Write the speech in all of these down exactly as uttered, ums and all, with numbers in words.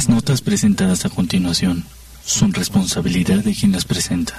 Las notas presentadas a continuación son responsabilidad de quien las presenta.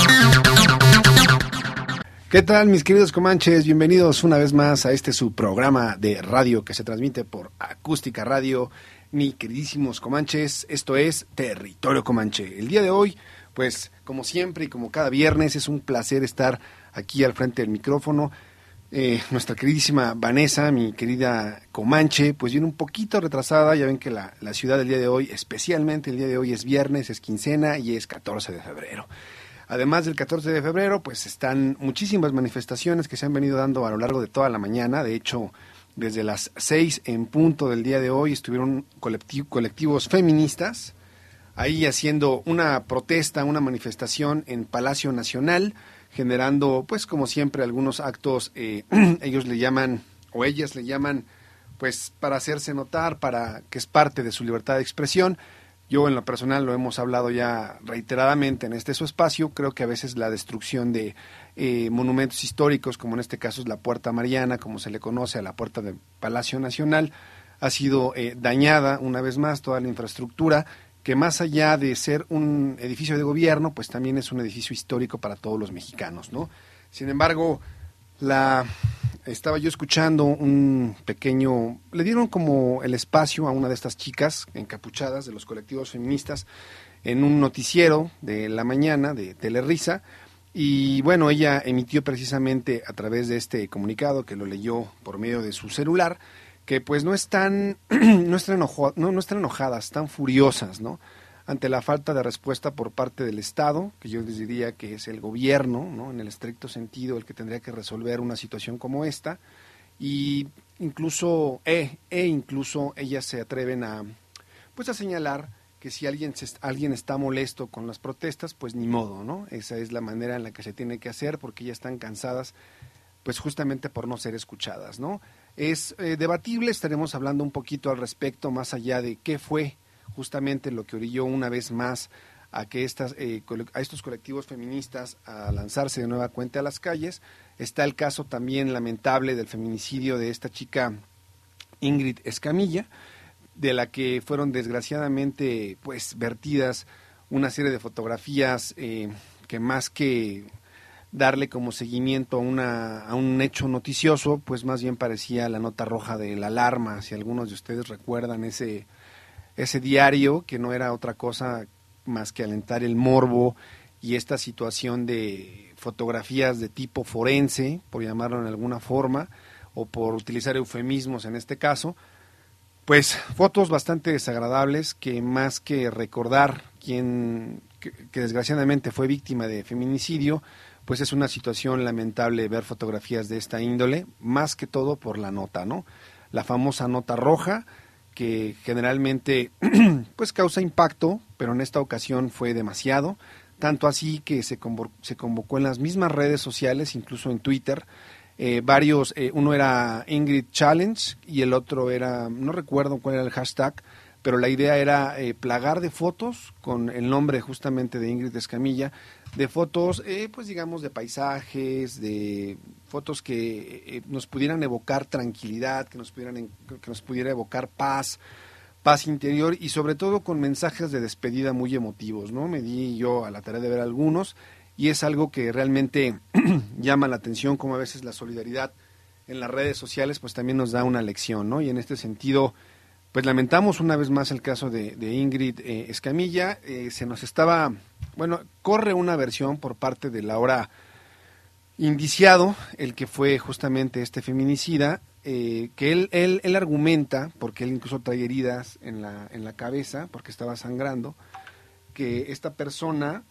¿Qué tal, mis queridos comanches? Bienvenidos una vez más a este su programa de radio que se transmite por Acústica Radio. Mi queridísimos comanches, esto es Territorio Comanche. El día de hoy, pues como siempre y como cada viernes, es un placer estar aquí al frente del micrófono. Eh, nuestra queridísima Vanessa, mi querida Comanche, pues viene un poquito retrasada. Ya ven que la, la ciudad del día de hoy, especialmente el día de hoy, es viernes, es quincena y es catorce de febrero. Además del catorce de febrero, pues están muchísimas manifestaciones que se han venido dando a lo largo de toda la mañana. De hecho, desde las seis en punto del día de hoy estuvieron colectivo, colectivos feministas ahí haciendo una protesta, una manifestación en Palacio Nacional, generando, pues como siempre, algunos actos, eh, ellos le llaman, o ellas le llaman, pues para hacerse notar, para que es parte de su libertad de expresión. Yo en lo personal lo hemos hablado ya reiteradamente en este su espacio. Creo que a veces la destrucción de eh, monumentos históricos, como en este caso es la Puerta Mariana, como se le conoce a la puerta del Palacio Nacional, ha sido eh, dañada una vez más toda la infraestructura, que más allá de ser un edificio de gobierno, pues también es un edificio histórico para todos los mexicanos, ¿no? Sin embargo, la estaba yo escuchando un pequeño, le dieron como el espacio a una de estas chicas encapuchadas de los colectivos feministas en un noticiero de la mañana de Telerisa, y bueno, ella emitió precisamente a través de este comunicado, que lo leyó por medio de su celular, que pues no están, no están, enojo, no, no están enojadas, están furiosas, ¿no?, ante la falta de respuesta por parte del Estado, que yo les diría que es el gobierno, ¿no?, en el estricto sentido, el que tendría que resolver una situación como esta, y incluso, e, e incluso ellas se atreven a, pues a señalar que si alguien, se, alguien está molesto con las protestas, pues ni modo, ¿no? Esa es la manera en la que se tiene que hacer, porque ya están cansadas, pues justamente por no ser escuchadas, ¿no? Es eh, debatible, estaremos hablando un poquito al respecto, más allá de qué fue justamente lo que orilló una vez más a que estas eh, a estos colectivos feministas a lanzarse de nueva cuenta a las calles. Está el caso también lamentable del feminicidio de esta chica Ingrid Escamilla, de la que fueron desgraciadamente pues vertidas una serie de fotografías eh, que más que darle como seguimiento a, una, a un hecho noticioso, pues más bien parecía la nota roja de la alarma. Si algunos de ustedes recuerdan ese, ese diario, que no era otra cosa más que alentar el morbo y esta situación de fotografías de tipo forense, por llamarlo en alguna forma, o por utilizar eufemismos en este caso, pues fotos bastante desagradables que más que recordar quién, que, que desgraciadamente fue víctima de feminicidio, pues es una situación lamentable ver fotografías de esta índole, más que todo por la nota, ¿no? La famosa nota roja, que generalmente pues causa impacto, pero en esta ocasión fue demasiado, tanto así que se convocó, se convocó en las mismas redes sociales, incluso en Twitter, eh, varios, eh, uno era Ingrid Challenge y el otro era, no recuerdo cuál era el hashtag, pero la idea era eh, plagar de fotos con el nombre justamente de Ingrid Escamilla, de fotos, eh, pues digamos, de paisajes, de fotos que eh, nos pudieran evocar tranquilidad, que nos pudieran, que nos pudiera evocar paz, paz interior, y sobre todo con mensajes de despedida muy emotivos, ¿no? Me di yo a la tarea de ver algunos, y es algo que realmente llama la atención, como a veces la solidaridad en las redes sociales pues también nos da una lección, ¿no? Y en este sentido, pues lamentamos una vez más el caso de, de Ingrid eh, Escamilla. Eh, se nos estaba, bueno, corre una versión por parte del ahora indiciado, el que fue justamente este feminicida, eh, que él, él, él argumenta, porque él incluso trae heridas en la, en la cabeza, porque estaba sangrando, que esta persona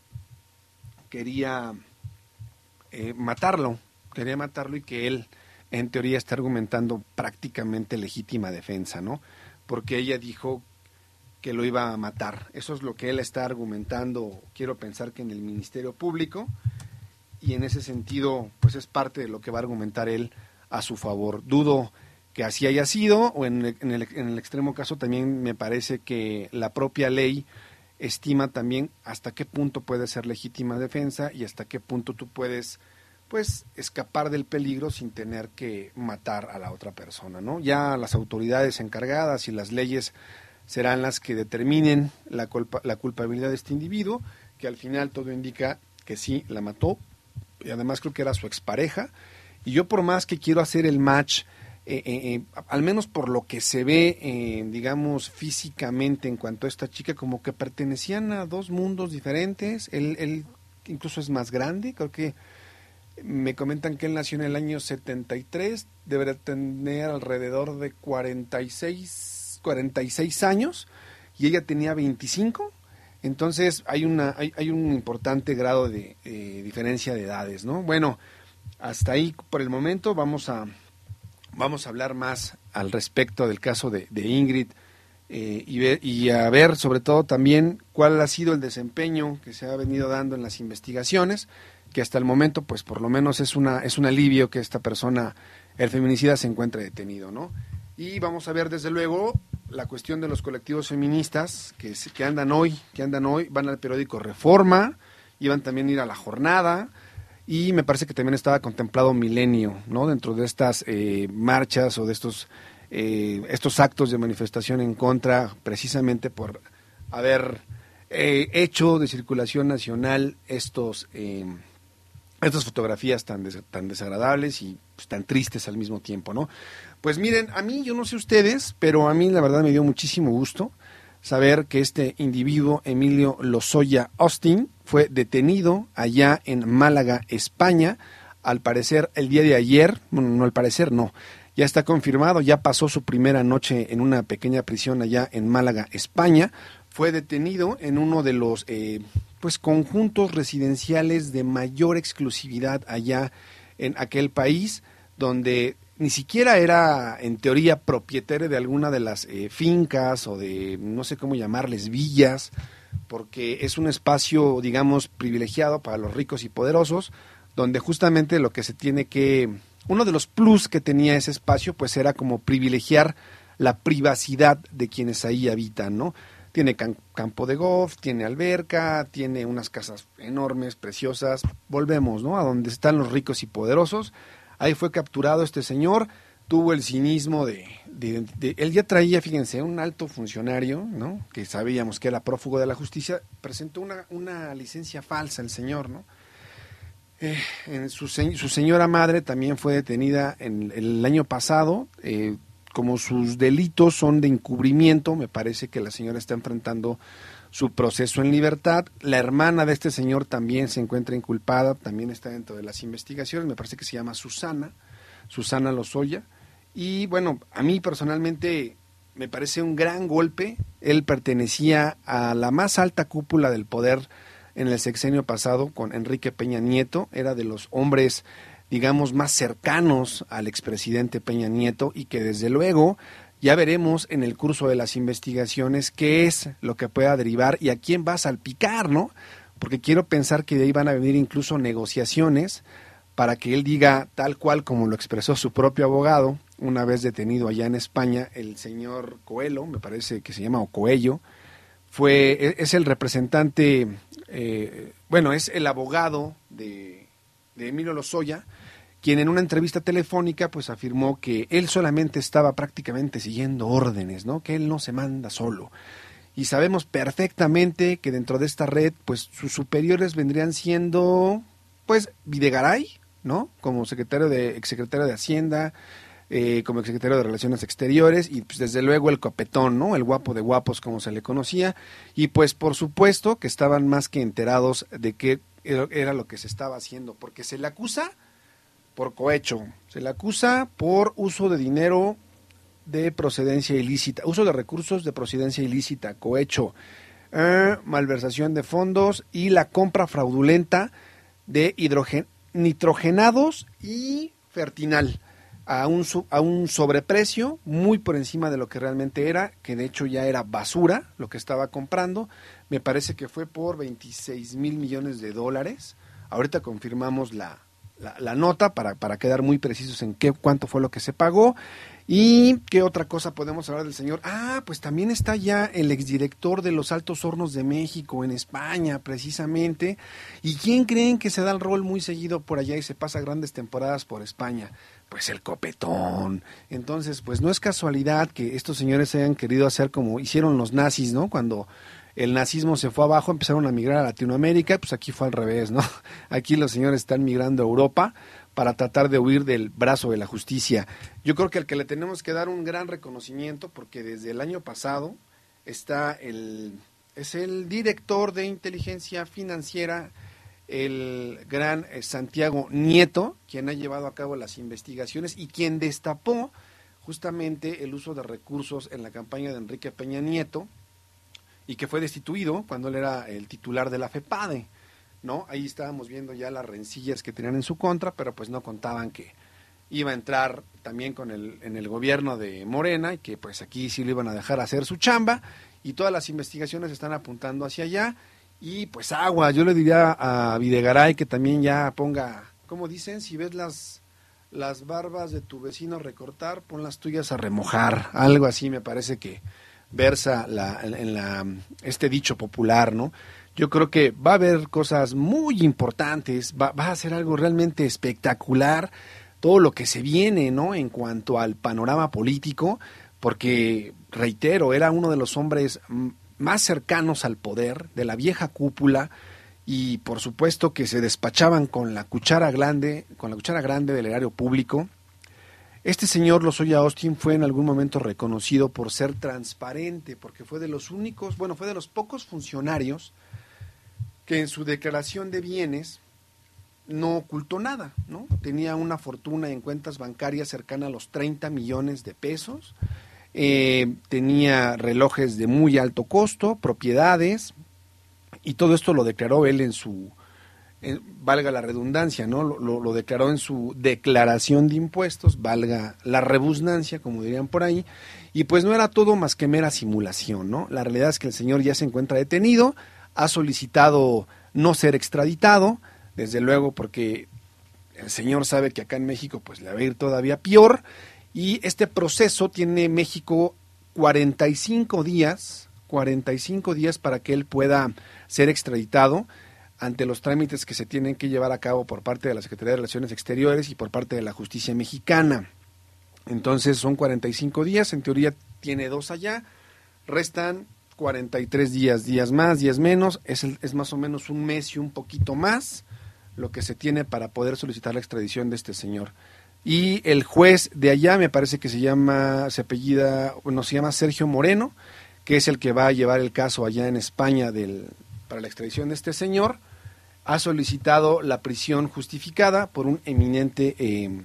quería eh, matarlo, quería matarlo y que él, en teoría, está argumentando prácticamente legítima defensa, ¿no? Porque ella dijo que lo iba a matar. Eso es lo que él está argumentando, quiero pensar que en el Ministerio Público, y en ese sentido, pues es parte de lo que va a argumentar él a su favor. Dudo que así haya sido, o en el, en el, en el extremo caso también me parece que la propia ley estima también hasta qué punto puede ser legítima defensa y hasta qué punto tú puedes pues escapar del peligro sin tener que matar a la otra persona, ¿no? Ya las autoridades encargadas y las leyes serán las que determinen la, culpa, la culpabilidad de este individuo, que al final todo indica que sí la mató, y además creo que era su expareja, y yo por más que quiero hacer el match, eh, eh, eh, al menos por lo que se ve, eh, digamos, físicamente en cuanto a esta chica, como que pertenecían a dos mundos diferentes. Él, él incluso es más grande, creo que me comentan que él nació en el año setenta y tres, debería tener alrededor de cuarenta y seis, cuarenta y seis años, y ella tenía veinticinco. Entonces hay una hay, hay un importante grado de eh, diferencia de edades, ¿no? Bueno, hasta ahí por el momento. Vamos a vamos a hablar más al respecto del caso de, de Ingrid, eh, y, ver, y a ver sobre todo también cuál ha sido el desempeño que se ha venido dando en las investigaciones, que hasta el momento pues por lo menos es una es un alivio que esta persona, el feminicida, se encuentre detenido, ¿no? Y vamos a ver desde luego la cuestión de los colectivos feministas que, que andan hoy, que andan hoy, van al periódico Reforma, iban también a ir a la jornada, y me parece que también estaba contemplado Milenio, ¿no? Dentro de estas eh, marchas o de estos eh, estos actos de manifestación en contra, precisamente por haber eh, hecho de circulación nacional estos eh, estas fotografías tan des, tan desagradables y pues, tan tristes al mismo tiempo, ¿no? Pues miren, a mí, yo no sé ustedes, pero a mí la verdad me dio muchísimo gusto saber que este individuo, Emilio Lozoya Austin, fue detenido allá en Málaga, España. Al parecer, el día de ayer, bueno, no al parecer, no, ya está confirmado, ya pasó su primera noche en una pequeña prisión allá en Málaga, España. Fue detenido en uno de los eh, pues conjuntos residenciales de mayor exclusividad allá en aquel país, donde ni siquiera era, en teoría, propietario de alguna de las eh, fincas o de, no sé cómo llamarles, villas, porque es un espacio, digamos, privilegiado para los ricos y poderosos, donde justamente lo que se tiene que, uno de los plus que tenía ese espacio, pues era como privilegiar la privacidad de quienes ahí habitan, ¿no? Tiene can- campo de golf, tiene alberca, tiene unas casas enormes, preciosas. Volvemos, ¿no?, a donde están los ricos y poderosos. Ahí fue capturado este señor, tuvo el cinismo de, de, de, de... Él ya traía, fíjense, un alto funcionario, ¿no?, que sabíamos que era prófugo de la justicia. Presentó una, una licencia falsa el señor, ¿no? Eh, en su, su señora madre también fue detenida en el año pasado. Eh, como sus delitos son de encubrimiento, me parece que la señora está enfrentando su proceso en libertad. La hermana de este señor también se encuentra inculpada, también está dentro de las investigaciones, me parece que se llama Susana, Susana Lozoya. Y bueno, a mí personalmente me parece un gran golpe. Él pertenecía a la más alta cúpula del poder en el sexenio pasado con Enrique Peña Nieto, era de los hombres, digamos, más cercanos al expresidente Peña Nieto, y que desde luego ya veremos en el curso de las investigaciones qué es lo que pueda derivar y a quién va a salpicar, ¿no? Porque quiero pensar que de ahí van a venir incluso negociaciones para que él diga, tal cual como lo expresó su propio abogado, una vez detenido allá en España, el señor Coelho, me parece que se llama, o Coello, fue, es el representante, eh, bueno, es el abogado de, de Emilio Lozoya, quien en una entrevista telefónica pues afirmó que él solamente estaba prácticamente siguiendo órdenes, ¿no?, que él no se manda solo. Y sabemos perfectamente que dentro de esta red pues sus superiores vendrían siendo pues Videgaray, ¿no?, como secretario de exsecretario de Hacienda, eh, como exsecretario de Relaciones Exteriores, y pues desde luego el copetón, ¿no?, el guapo de guapos como se le conocía, y pues por supuesto que estaban más que enterados de qué era lo que se estaba haciendo, porque se le acusa por cohecho, se le acusa por uso de dinero de procedencia ilícita, uso de recursos de procedencia ilícita, cohecho, eh, malversación de fondos y la compra fraudulenta de hidrogen, nitrogenados y fertinal a un, a un sobreprecio muy por encima de lo que realmente era, que de hecho ya era basura lo que estaba comprando. Me parece que fue por veintiséis mil millones de dólares. Ahorita confirmamos la la, la nota para, para quedar muy precisos en qué cuánto fue lo que se pagó. ¿Y qué otra cosa podemos hablar del señor? Ah, pues también está ya el exdirector de los Altos Hornos de México en España, precisamente. ¿Y quién creen que se da el rol muy seguido por allá y se pasa grandes temporadas por España? Pues el Copetón. Entonces, pues no es casualidad que estos señores hayan querido hacer como hicieron los nazis, ¿no? Cuando el nazismo se fue abajo, empezaron a migrar a Latinoamérica, pues aquí fue al revés, ¿no? Aquí los señores están migrando a Europa para tratar de huir del brazo de la justicia. Yo creo que al que le tenemos que dar un gran reconocimiento, porque desde el año pasado está el, es el director de inteligencia financiera, el gran eh, Santiago Nieto, quien ha llevado a cabo las investigaciones y quien destapó justamente el uso de recursos en la campaña de Enrique Peña Nieto, y que fue destituido cuando él era el titular de la FEPADE, ¿no? Ahí estábamos viendo ya las rencillas que tenían en su contra, pero pues no contaban que iba a entrar también con el, en el gobierno de Morena, y que pues aquí sí lo iban a dejar hacer su chamba, y todas las investigaciones están apuntando hacia allá, y pues agua, yo le diría a Videgaray que también ya ponga, ¿cómo dicen? Si ves las, las barbas de tu vecino recortar, pon las tuyas a remojar, algo así me parece que versa la, en la, este dicho popular, ¿no? Yo creo que va a haber cosas muy importantes, va, va a ser algo realmente espectacular, todo lo que se viene, ¿no? En cuanto al panorama político, porque, reitero, era uno de los hombres más cercanos al poder, de la vieja cúpula, y por supuesto que se despachaban con la cuchara grande, con la cuchara grande del erario público. Este señor Lozoya Austin fue en algún momento reconocido por ser transparente, porque fue de los únicos, bueno, fue de los pocos funcionarios que en su declaración de bienes no ocultó nada, ¿no? Tenía una fortuna en cuentas bancarias cercana a los treinta millones de pesos, eh, tenía relojes de muy alto costo, propiedades, y todo esto lo declaró él en su, en, valga la redundancia, ¿no? Lo, lo, lo declaró en su declaración de impuestos, valga la rebusnancia, como dirían por ahí, y pues no era todo más que mera simulación, ¿no? La realidad es que el señor ya se encuentra detenido, ha solicitado no ser extraditado, desde luego porque el señor sabe que acá en México pues le va a ir todavía peor, y este proceso tiene México cuarenta y cinco días, cuarenta y cinco días para que él pueda ser extraditado ante los trámites que se tienen que llevar a cabo por parte de la Secretaría de Relaciones Exteriores y por parte de la justicia mexicana. Entonces son cuarenta y cinco días, en teoría tiene dos allá, restan cuarenta y tres días, días más, días menos, es, el, es más o menos un mes y un poquito más lo que se tiene para poder solicitar la extradición de este señor. Y el juez de allá, me parece que se llama, se apellida, bueno, se llama Sergio Moreno, que es el que va a llevar el caso allá en España del, para la extradición de este señor, ha solicitado la prisión justificada por un eminente eh,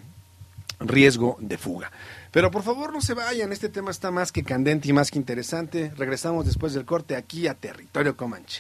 riesgo de fuga. Pero por favor no se vayan, este tema está más que candente y más que interesante. Regresamos después del corte aquí a Territorio Comanche.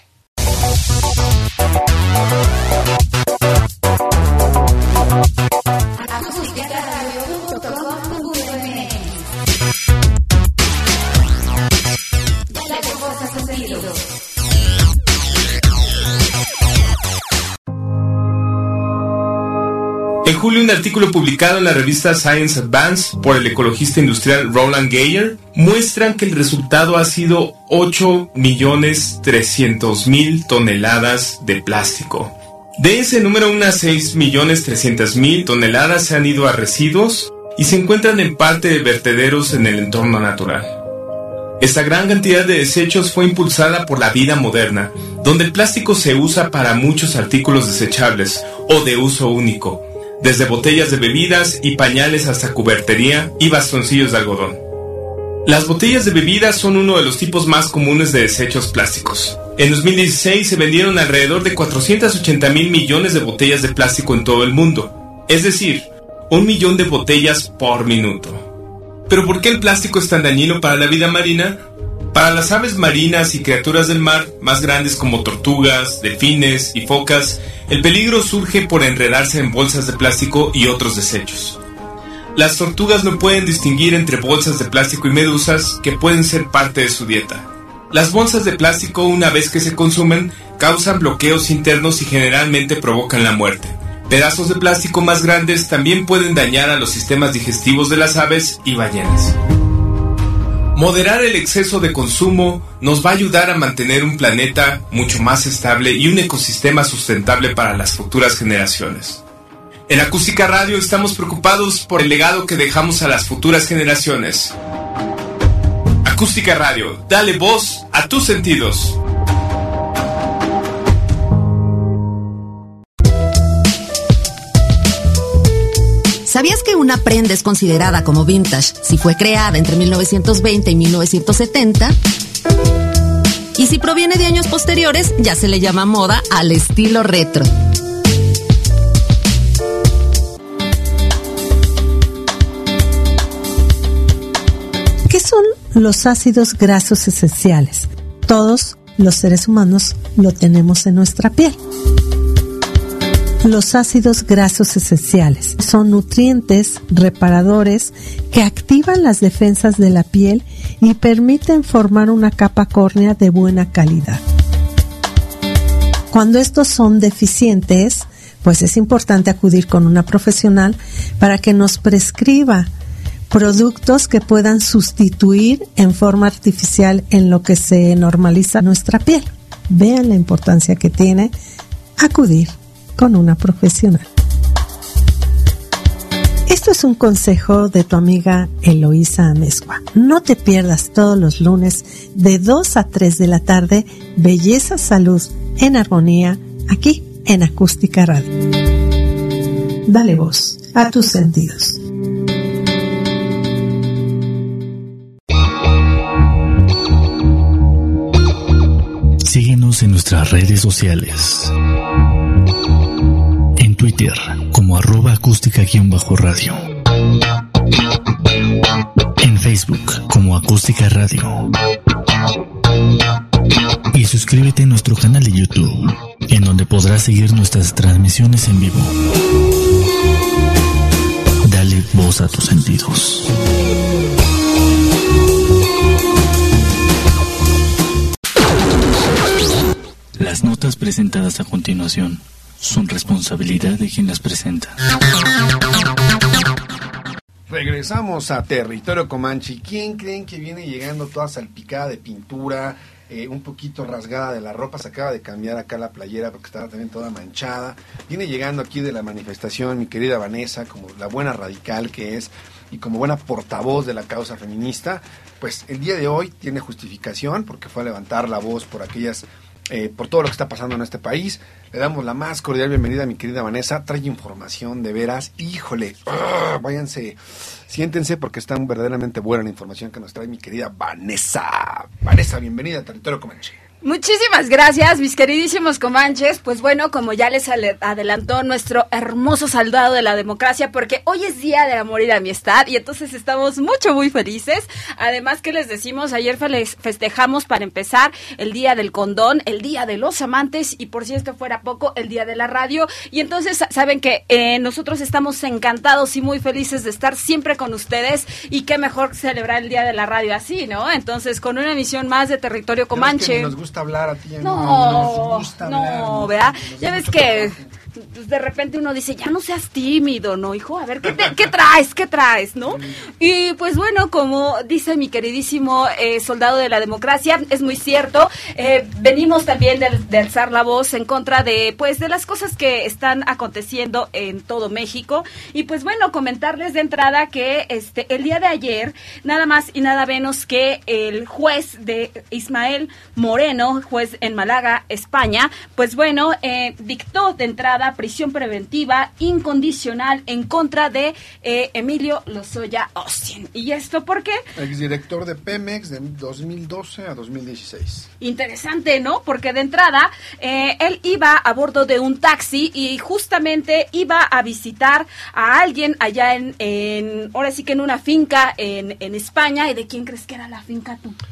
En julio, un artículo publicado en la revista Science Advance por el ecologista industrial Roland Geyer muestran que el resultado ha sido ocho millones trescientas mil toneladas de plástico. De ese número, unas seis millones trescientas mil toneladas se han ido a residuos y se encuentran en parte de vertederos en el entorno natural. Esta gran cantidad de desechos fue impulsada por la vida moderna, donde el plástico se usa para muchos artículos desechables o de uso único, desde botellas de bebidas y pañales hasta cubertería y bastoncillos de algodón. Las botellas de bebidas son uno de los tipos más comunes de desechos plásticos. En dos mil dieciséis se vendieron alrededor de cuatrocientos ochenta mil millones de botellas de plástico en todo el mundo, es decir, un millón de botellas por minuto. ¿Pero por qué el plástico es tan dañino para la vida marina? Para las aves marinas y criaturas del mar, más grandes como tortugas, delfines y focas, el peligro surge por enredarse en bolsas de plástico y otros desechos. Las tortugas no pueden distinguir entre bolsas de plástico y medusas que pueden ser parte de su dieta. Las bolsas de plástico, una vez que se consumen, causan bloqueos internos y generalmente provocan la muerte, Pedazos de plástico más grandes también pueden dañar a los sistemas digestivos de las aves y ballenas. Moderar el exceso de consumo nos va a ayudar a mantener un planeta mucho más estable y un ecosistema sustentable para las futuras generaciones. En Acústica Radio estamos preocupados por el legado que dejamos a las futuras generaciones. Acústica Radio, dale voz a tus sentidos. ¿Sabías que una prenda es considerada como vintage si fue creada entre mil novecientos veinte y mil novecientos setenta? Y si proviene de años posteriores, ya se le llama moda al estilo retro. ¿Qué son los ácidos grasos esenciales? Todos los seres humanos lo tenemos en nuestra piel. Los ácidos grasos esenciales son nutrientes reparadores que activan las defensas de la piel y permiten formar una capa córnea de buena calidad. Cuando estos son deficientes, pues es importante acudir con una profesional para que nos prescriba productos que puedan sustituir en forma artificial en lo que se normaliza nuestra piel. Vean la importancia que tiene acudir con una profesional. Esto es un consejo de tu amiga Eloísa Amezcua. No te pierdas todos los lunes de dos a tres de la tarde Belleza, Salud en Armonía, aquí en Acústica Radio. Dale voz a tus sentidos. Síguenos en nuestras redes sociales. En Twitter como arroba acústica-radio. En Facebook como Acústica Radio. Y suscríbete a nuestro canal de YouTube, en donde podrás seguir nuestras transmisiones en vivo. Dale voz a tus sentidos. Las notas presentadas a continuación son responsabilidad de quien las presenta. Regresamos a Territorio Comanche. ¿Quién creen que viene llegando toda salpicada de pintura, eh, un poquito rasgada de la ropa? Se acaba de cambiar acá la playera porque estaba también toda manchada. Viene llegando aquí de la manifestación mi querida Vanessa, como la buena radical que es y como buena portavoz de la causa feminista. Pues el día de hoy tiene justificación porque fue a levantar la voz por aquellas... Eh, por todo lo que está pasando en este país. Le damos la más cordial bienvenida a mi querida Vanessa. Trae información de veras, híjole, ¡uh! Váyanse, siéntense porque está verdaderamente buena la información que nos trae mi querida Vanessa. Vanessa, bienvenida a Territorio Comanche. Muchísimas gracias, mis queridísimos comanches. Pues bueno, como ya les adelantó nuestro hermoso soldado de la democracia, porque hoy es Día del Amor y la Amistad, y entonces estamos mucho, muy felices. Además, ¿qué les decimos? Ayer festejamos, para empezar, el Día del Condón, el Día de los Amantes, y por si esto fuera poco, el Día de la Radio. Y entonces, saben que eh, nosotros estamos encantados y muy felices de estar siempre con ustedes, y qué mejor celebrar el Día de la Radio así, ¿no? Entonces, con una emisión más de Territorio Comanche. Nos gusta hablar a ti. No, no, nos gusta no, hablar, ¿verdad? Nos ya da ves mucho que trabajo. Pues de repente uno dice, ya no seas tímido, ¿no, hijo? A ver, ¿qué, te, ¿qué traes? ¿Qué traes? ¿No? Y pues bueno, como dice mi queridísimo eh, soldado de la democracia, es muy cierto, eh, venimos también de, de alzar la voz en contra de, pues, de las cosas que están aconteciendo en todo México. Y pues bueno, comentarles de entrada que este el día de ayer, nada más y nada menos que el juez de Ismael Moreno, juez en Málaga, España, pues bueno, eh, dictó de entrada prisión preventiva incondicional en contra de eh, Emilio Lozoya Austin. ¿Y esto por qué? Exdirector de Pemex de dos mil doce a dos mil dieciséis. Interesante, ¿no? Porque de entrada eh, él iba a bordo de un taxi y justamente iba a visitar a alguien allá en, en ahora sí que en una finca en, en España. ¿Y de quién crees que era la finca tú?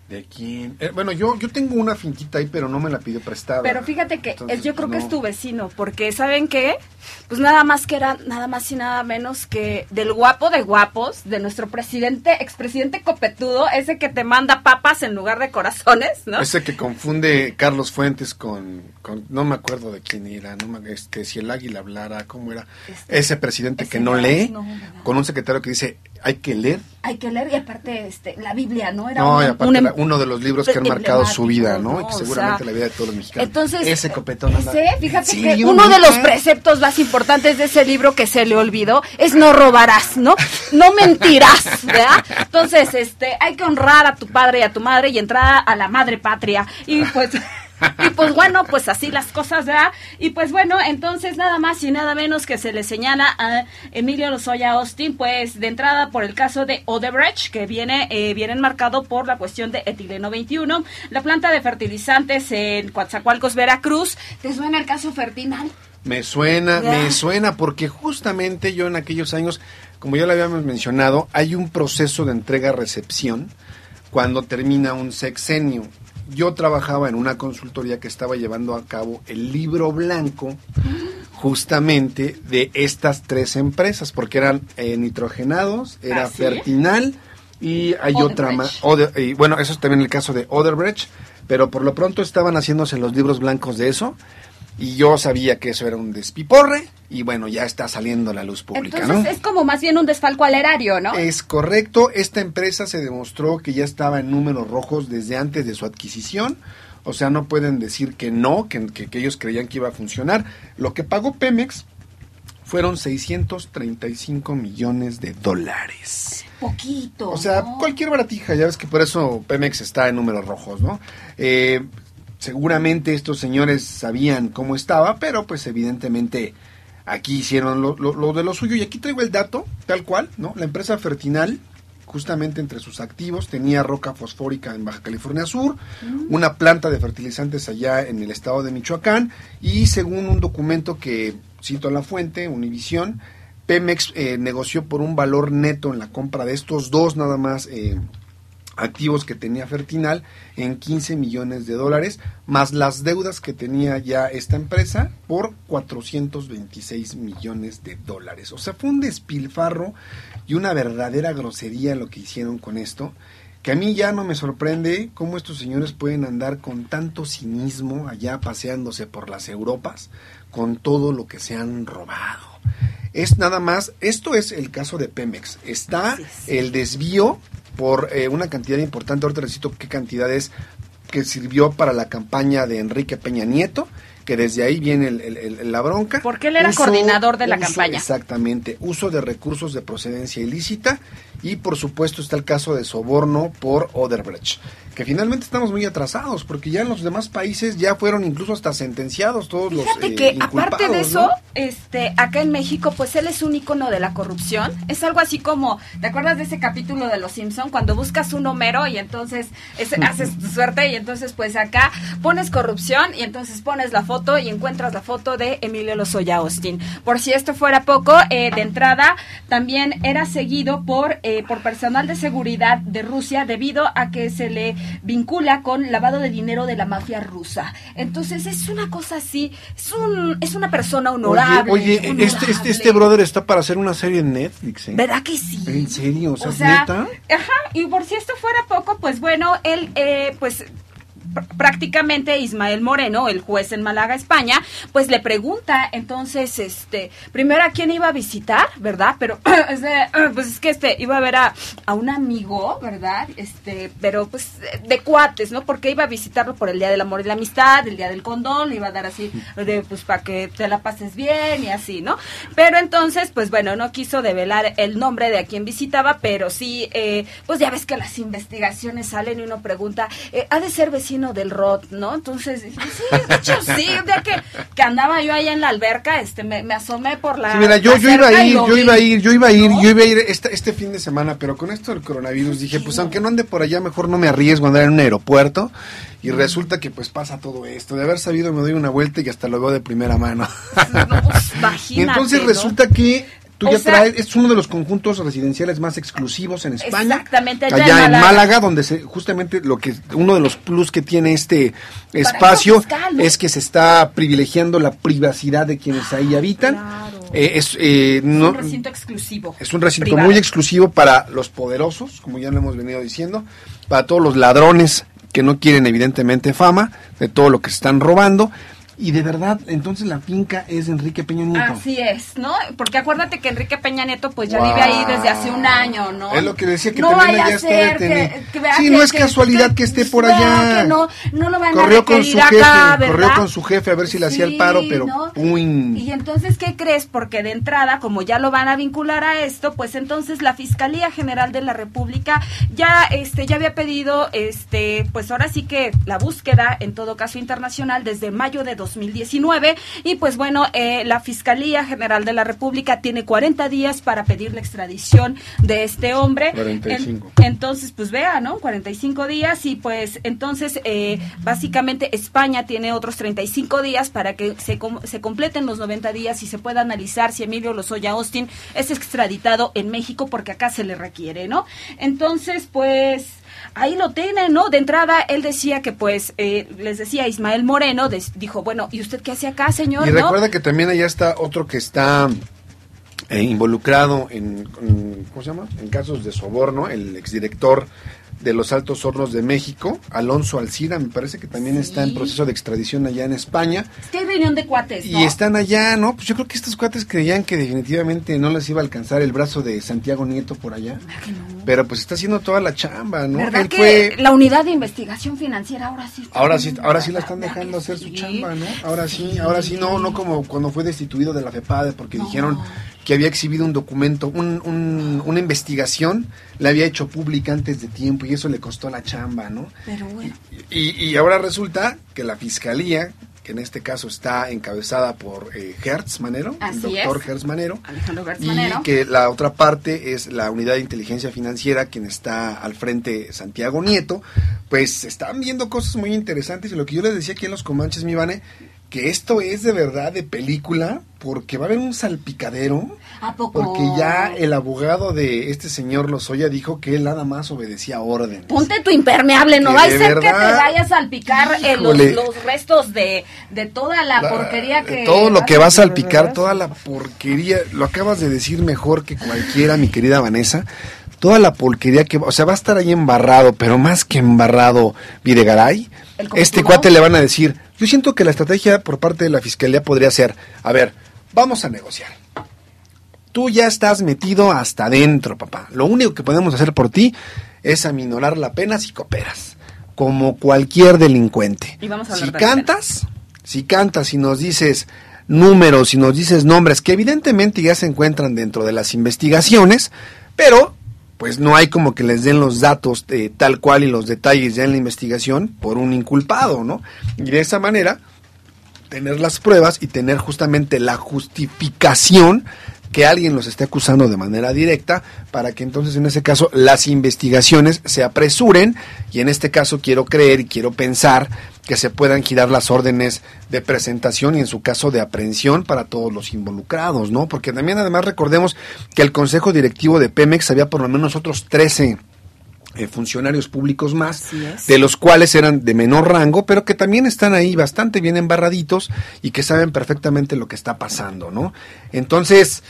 ¿De quién? Eh, bueno, yo yo tengo una finquita ahí, pero no me la pidió prestada. Pero fíjate que Entonces, es, yo creo no. que es tu vecino, porque ¿saben qué? Pues nada más que era, nada más y nada menos que del guapo de guapos, de nuestro presidente, expresidente copetudo, ese que te manda papas en lugar de corazones, ¿no? Ese que confunde Carlos Fuentes con, con no me acuerdo de quién era, no me, este, si el águila hablara, ¿cómo era? Este, ese presidente ese que no no, lee, no, no. con un secretario que dice, hay que leer. Hay que leer, y aparte este la Biblia, ¿no? Era No, un, y aparte un em- era uno de los libros que han marcado su vida, ¿no? emblemático, Y que ¿no? seguramente O sea, la vida de todos los mexicanos. Entonces, ese copetón anda- ese, fíjate Sí, que yo uno de nunca- los preceptos más importantes de ese libro que se le olvidó es no robarás, ¿no? No mentirás, ¿verdad? Entonces, este, hay que honrar a tu padre y a tu madre y entrar a la madre patria. Y pues... Y pues bueno, pues así las cosas, ¿verdad? Y pues bueno, entonces nada más y nada menos que se le señala a Emilio Lozoya Austin, pues de entrada por el caso de Odebrecht, que viene eh, viene enmarcado por la cuestión de etileno veintiuno, la planta de fertilizantes en Coatzacoalcos, Veracruz. ¿Te suena el caso Fertinal? Me suena, Ya. me suena, porque justamente yo en aquellos años, como ya lo habíamos mencionado, hay un proceso de entrega-recepción cuando termina un sexenio. Yo trabajaba en una consultoría que estaba llevando a cabo el libro blanco justamente de estas tres empresas, porque eran eh, nitrogenados, era ¿Ah, sí? Fertinal y hay Odebrecht. otra más. Ode- y bueno, eso es también el caso de Odebrecht, pero por lo pronto estaban haciéndose los libros blancos de eso. Y yo sabía que eso era un despiporre, y bueno, ya está saliendo a la luz pública, Entonces ¿no? es como más bien un desfalco al erario, ¿no? Es correcto, esta empresa se demostró que ya estaba en números rojos desde antes de su adquisición, o sea, no pueden decir que no, que, que, que ellos creían que iba a funcionar. Lo que pagó Pemex fueron seiscientos treinta y cinco millones de dólares. Poquito. O sea, ¿no? cualquier baratija, ya ves que por eso Pemex está en números rojos, ¿no? Eh, seguramente estos señores sabían cómo estaba, pero pues evidentemente aquí hicieron lo, lo, lo de lo suyo. Y aquí traigo el dato, tal cual, ¿no? La empresa Fertinal, justamente entre sus activos, tenía roca fosfórica en Baja California Sur, mm. una planta de fertilizantes allá en el estado de Michoacán, y según un documento que cito la fuente, Univisión, Pemex eh, negoció por un valor neto en la compra de estos dos nada más eh, activos que tenía Fertinal en quince millones de dólares, más las deudas que tenía ya esta empresa por cuatrocientos veintiséis millones de dólares. O sea, fue un despilfarro y una verdadera grosería lo que hicieron con esto, que a mí ya no me sorprende cómo estos señores pueden andar con tanto cinismo allá paseándose por las Europas con todo lo que se han robado. Es nada más, esto es el caso de Pemex, está Sí, sí. el desvío por eh, una cantidad importante, ahorita recito qué cantidad es, que sirvió para la campaña de Enrique Peña Nieto, que desde ahí viene el, el, el, la bronca. Porque él era coordinador de la campaña. Exactamente, uso de recursos de procedencia ilícita, y por supuesto está el caso de soborno por Odebrecht, que finalmente estamos muy atrasados, porque ya en los demás países ya fueron incluso hasta sentenciados todos los Fíjate eh, que inculpados, aparte de ¿no? eso, este, acá en México, pues él es un ícono de la corrupción. Es algo así como, ¿te acuerdas de ese capítulo de Los Simpson cuando buscas un Homero y entonces es, haces tu suerte, y entonces pues acá pones corrupción y entonces pones la foto y encuentras la foto de Emilio Lozoya Austin? Por si esto fuera poco, eh, de entrada también era seguido por eh, por personal de seguridad de Rusia debido a que se le vincula con lavado de dinero de la mafia rusa. Entonces es una cosa así, es un es una persona honorable. Oye, oye honorable. este, este, este brother está para hacer una serie en Netflix, ¿eh? ¿Verdad que sí? ¿En serio? O sea, O sea, ¿neta? ajá, y por si esto fuera poco, pues bueno, él, eh, pues pr- prácticamente Ismael Moreno, el juez en Málaga, España, pues le pregunta, entonces, este, primero a quién iba a visitar, ¿verdad? Pero, este, pues es que este, iba a ver a, a un amigo, ¿verdad? Este, pero pues de cuates, ¿no? Porque iba a visitarlo por el Día del Amor y la Amistad, el Día del Condón, le iba a dar así, de, pues para que te la pases bien y así, ¿no? Pero entonces, pues bueno, no quiso develar el nombre de a quién visitaba, pero sí, eh, pues ya ves que las investigaciones salen y uno pregunta, eh, ha de ser vecino del R O T, ¿no? Entonces, dije, sí, de hecho sí, un día que, que andaba yo allá en la alberca, este, me, me asomé por la... Sí, mira, yo, la yo iba a cerca y ir, lo yo vi. iba a ir, yo iba a ir, ¿No? yo iba a ir este, este fin de semana, pero con esto del coronavirus dije, pues aunque no ande por allá, mejor no me arriesgo a andar en un aeropuerto, y resulta que pues pasa todo esto. De haber sabido me doy una vuelta y hasta lo veo de primera mano. No, pues, imagínate, Y entonces ¿no? resulta que Tú o ya sea, traes, es uno de los conjuntos residenciales más exclusivos en España. Exactamente, allá, allá en en Málaga. Málaga, donde se, justamente lo que uno de los plus que tiene este espacio fiscal, ¿no? es que se está privilegiando la privacidad de quienes ahí habitan. Claro. Eh, es, eh, no, es un recinto exclusivo. Es un recinto privado. muy exclusivo para los poderosos, como ya lo hemos venido diciendo, para todos los ladrones que no quieren evidentemente fama de todo lo que se están robando. Y de verdad, entonces la finca es de Enrique Peña Nieto. Así es, ¿no? Porque acuérdate que Enrique Peña Nieto pues ya Wow. vive ahí desde hace un año, ¿no? Es lo que decía, que no también vaya allá a está ser detenido. que- que vea Sí, que- no es que- casualidad que esté por vea allá. que no, no lo van Corrió a con requerir su jefe, acá, ¿verdad? corrió con su jefe a ver si le hacía el paro, pero ¿no? uy. Y entonces, ¿qué crees? Porque de entrada, como ya lo van a vincular a esto, pues entonces la Fiscalía General de la República ya este ya había pedido este pues ahora sí que la búsqueda en todo caso internacional desde mayo de dos mil diecinueve y pues bueno, eh, la Fiscalía General de la República tiene cuarenta días para pedir la extradición de este hombre. cuarenta y cinco. En- entonces, pues vea, ¿no? cuarenta y cinco días y pues entonces eh, básicamente España tiene otros treinta y cinco días para que se, com- se completen los noventa días y se pueda analizar si Emilio Lozoya Austin es extraditado en México porque acá se le requiere, ¿no? Entonces, pues ahí lo tienen, ¿no? De entrada, él decía que, pues, eh, les decía Ismael Moreno, des- dijo, bueno, ¿y usted qué hace acá, señor? Y ¿no? recuerda que también allá está otro que está eh, involucrado en, en, ¿cómo se llama? En casos de soborno, el exdirector de los Altos Hornos de México, Alonso Alcira, me parece que también Sí. está en proceso de extradición allá en España. Es que hay reunión de cuates, ¿no? Y están allá, ¿no? Pues yo creo que estos cuates creían que definitivamente no les iba a alcanzar el brazo de Santiago Nieto por allá. ¿Verdad que no? Pero pues está haciendo toda la chamba, ¿no? ¿Verdad Él que fue... la unidad de investigación financiera ahora sí está Ahora sí, haciendo- ahora sí la están ¿verdad dejando que hacer su sí? chamba, ¿no? Ahora sí, ahora sí, no, no como cuando fue destituido de la FEPADE, porque No. dijeron que había exhibido un documento, un, un- una investigación, la había hecho pública antes de tiempo y eso le costó la chamba, ¿no? Pero bueno. Y, y ahora resulta que la fiscalía, que en este caso está encabezada por eh, Hertz Manero, Así el doctor es. Hertz Manero, Alejandro Gertz y Manero. que la otra parte es la unidad de inteligencia financiera, quien está al frente Santiago Nieto, pues están viendo cosas muy interesantes y lo que yo les decía aquí en Los Comanches, mi Vane, que esto es de verdad de película, porque va a haber un salpicadero, ¿A poco? porque ya el abogado de este señor Lozoya dijo que él nada más obedecía órdenes. Ponte tu impermeable, no Que va a de ser que te verdad, vayas a salpicar eh, los, híjole. los restos de, de toda la, La- porquería que... todo lo que va a salpicar, ¿verdad? toda la porquería, lo acabas de decir mejor que cualquiera, mi querida Vanessa, toda la porquería que, o sea, va a estar ahí embarrado, pero más que embarrado Videgaray, ¿El como este tú, cuate no? le van a decir, yo siento que la estrategia por parte de la fiscalía podría ser, a ver, vamos a negociar. Tú ya estás metido hasta adentro, papá. Lo único que podemos hacer por ti es aminorar la pena si cooperas, como cualquier delincuente. Y vamos a hablar si de la cantas, si cantas y nos dices números y nos dices nombres que evidentemente ya se encuentran dentro de las investigaciones, pero pues no hay como que les den los datos de tal cual y los detalles ya en la investigación por un inculpado, ¿no? Y de esa manera tener las pruebas y tener justamente la justificación que alguien los esté acusando de manera directa para que entonces en ese caso las investigaciones se apresuren y en este caso quiero creer y quiero pensar que se puedan girar las órdenes de presentación y en su caso de aprehensión para todos los involucrados, ¿no? Porque también además recordemos que el Consejo Directivo de Pemex había por lo menos otros trece Eh, funcionarios públicos más, Así es. de los cuales eran de menor rango, pero que también están ahí bastante bien embarraditos y que saben perfectamente lo que está pasando, ¿no? Entonces,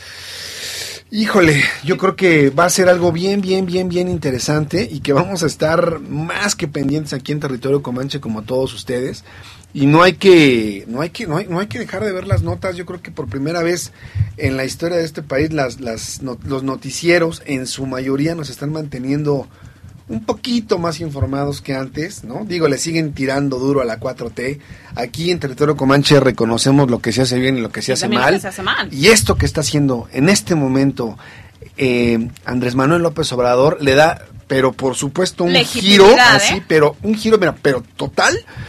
híjole, yo creo que va a ser algo bien, bien, bien, bien interesante y que vamos a estar más que pendientes aquí en Territorio Comanche como todos ustedes. Y no hay que, no hay que, no hay, no hay que dejar de ver las notas. Yo creo que por primera vez en la historia de este país las, las, no, los noticieros en su mayoría nos están manteniendo un poquito más informados que antes, ¿no? Digo, le siguen tirando duro a la cuatro T. Aquí en Territorio Comanche reconocemos lo que se hace bien y lo que se Y hace también lo mal. que se hace mal. Y esto que está haciendo en este momento eh, Andrés Manuel López Obrador le da, pero por supuesto, un Legitimidad, giro, ¿eh? así, pero un giro, mira, pero total.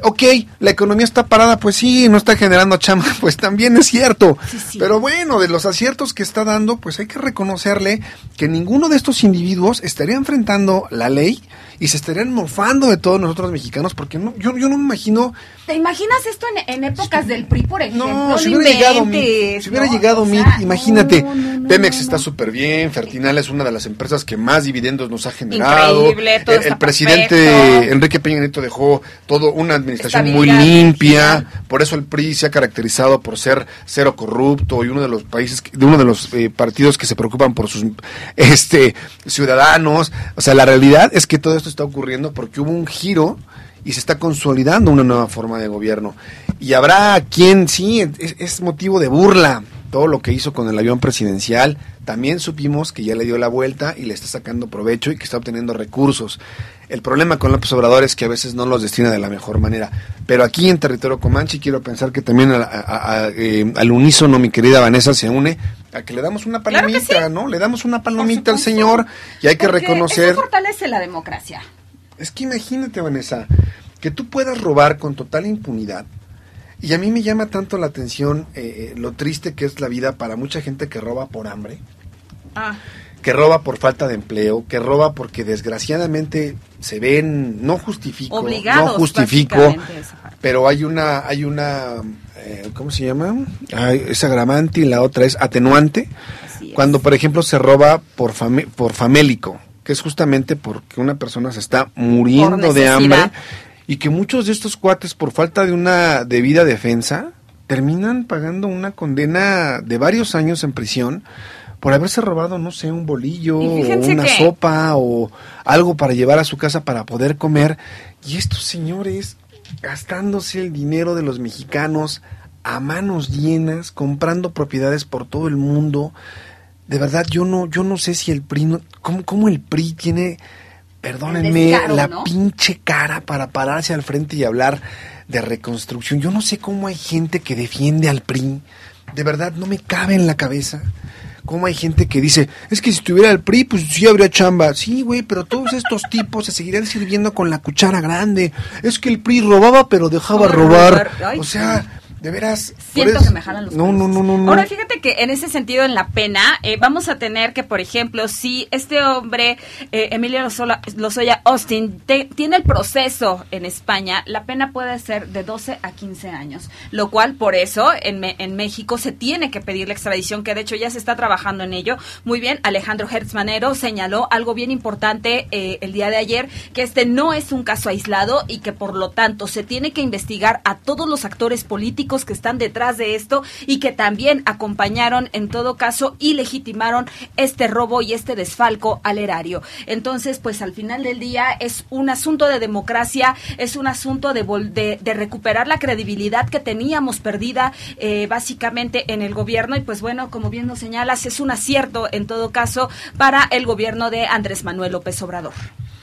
ok, la economía está parada, pues sí, no está generando chamba, pues también es cierto. Sí, sí. Pero bueno, de los aciertos que está dando, pues hay que reconocerle que ninguno de estos individuos estaría enfrentando la ley y se estarían mofando de todos nosotros mexicanos, porque no, yo, yo no me imagino... ¿Te imaginas esto en, en épocas del P R I, por ejemplo? No, si No hubiera llegado Mit, inventes, si hubiera ¿no? llegado O Mit, sea, imagínate, no, no, no, Pemex no, está no. súper bien, Fertinal es una de las empresas que más dividendos nos ha generado. Increíble, todo el, está el presidente perfecto. Enrique Peña Nieto dejó toda una administración muy Estabilidad, limpia, energía. por eso el P R I se ha caracterizado por ser cero corrupto y uno de los países, que- de uno de los eh, partidos que se preocupan por sus este ciudadanos. O sea, la realidad es que todo esto está ocurriendo porque hubo un giro y se está consolidando una nueva forma de gobierno. Y habrá quien, sí, es, es motivo de burla todo lo que hizo con el avión presidencial. También supimos que ya le dio la vuelta y le está sacando provecho y que está obteniendo recursos. El problema con López Obrador es que a veces no los destina de la mejor manera. Pero aquí en Territorio Comanche quiero pensar que también a, a, a, eh, al unísono mi querida Vanessa se une a que le damos una Claro que palomita, sí. ¿no? Le damos una palomita al supuesto. señor y hay que Porque reconocer... eso fortalece la democracia. Es que imagínate, Vanessa, que tú puedas robar con total impunidad. Y a mí me llama tanto la atención eh, lo triste que es la vida para mucha gente que roba por hambre, Ah. que roba por falta de empleo, que roba porque desgraciadamente se ven, no justifico, Obligados, no justifico, básicamente, esa parte. pero hay una, hay una, eh, ¿cómo se llama? Ay, es agravante y la otra es atenuante. Así es. Cuando, por ejemplo, se roba por, fame- por famélico, que es justamente porque una persona se está muriendo Por de hambre, necesidad. y que muchos de estos cuates, por falta de una debida defensa, terminan pagando una condena de varios años en prisión por haberse robado, no sé, un bolillo, Y o fíjense una que- sopa, o algo para llevar a su casa para poder comer. Y estos señores gastándose el dinero de los mexicanos a manos llenas, comprando propiedades por todo el mundo. De verdad, yo no, yo no sé si el P R I, no, ¿cómo, cómo el P R I tiene, perdónenme, descaro, la ¿no? pinche cara para pararse al frente y hablar de reconstrucción? Yo no sé cómo hay gente que defiende al P R I. De verdad, no me cabe en la cabeza. Cómo hay gente que dice, es que si tuviera el P R I, pues sí habría chamba. Sí, güey, pero todos estos tipos se seguirían sirviendo con la cuchara grande. Es que el P R I robaba, pero dejaba Ay, robar. ay, O sea, de veras. Siento por eso- que me jalan los No, no, no, no, no. Ahora, fíjate que en ese sentido, en la pena, eh, vamos a tener que, por ejemplo, si este hombre, eh, Emilio Lozola- Lozoya Austin, te- tiene el proceso en España, la pena puede ser de doce a quince años. Lo cual, por eso, en, Me- en México se tiene que pedir la extradición, que de hecho ya se está trabajando en ello. Muy bien, Alejandro Hertz Manero señaló algo bien importante eh, el día de ayer, que este no es un caso aislado y que por lo tanto se tiene que investigar a todos los actores políticos que están detrás de esto y que también acompañaron en todo caso y legitimaron este robo y este desfalco al erario. Entonces, pues al final del día es un asunto de democracia, es un asunto de, vol- de, de recuperar la credibilidad que teníamos perdida eh, básicamente en el gobierno y pues bueno, como bien nos señalas, es un acierto en todo caso para el gobierno de Andrés Manuel López Obrador.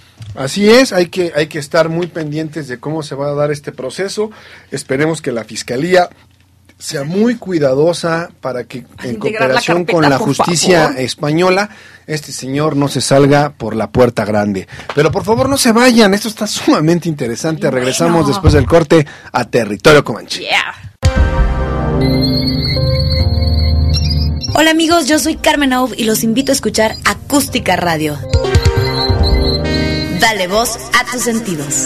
Así es, hay que, hay que estar muy pendientes de cómo se va a dar este proceso. Esperemos que la Fiscalía sea muy cuidadosa para que Al en integrar la cooperación carpeta, con la por justicia favor. española, este señor no se salga por la puerta grande. Pero por favor no se vayan, esto está sumamente interesante. Bueno. Regresamos después del corte a Territorio Comanche. Yeah. Hola amigos, yo soy Carmen Aub y los invito a escuchar Acústica Radio. Dale voz a tus sentidos.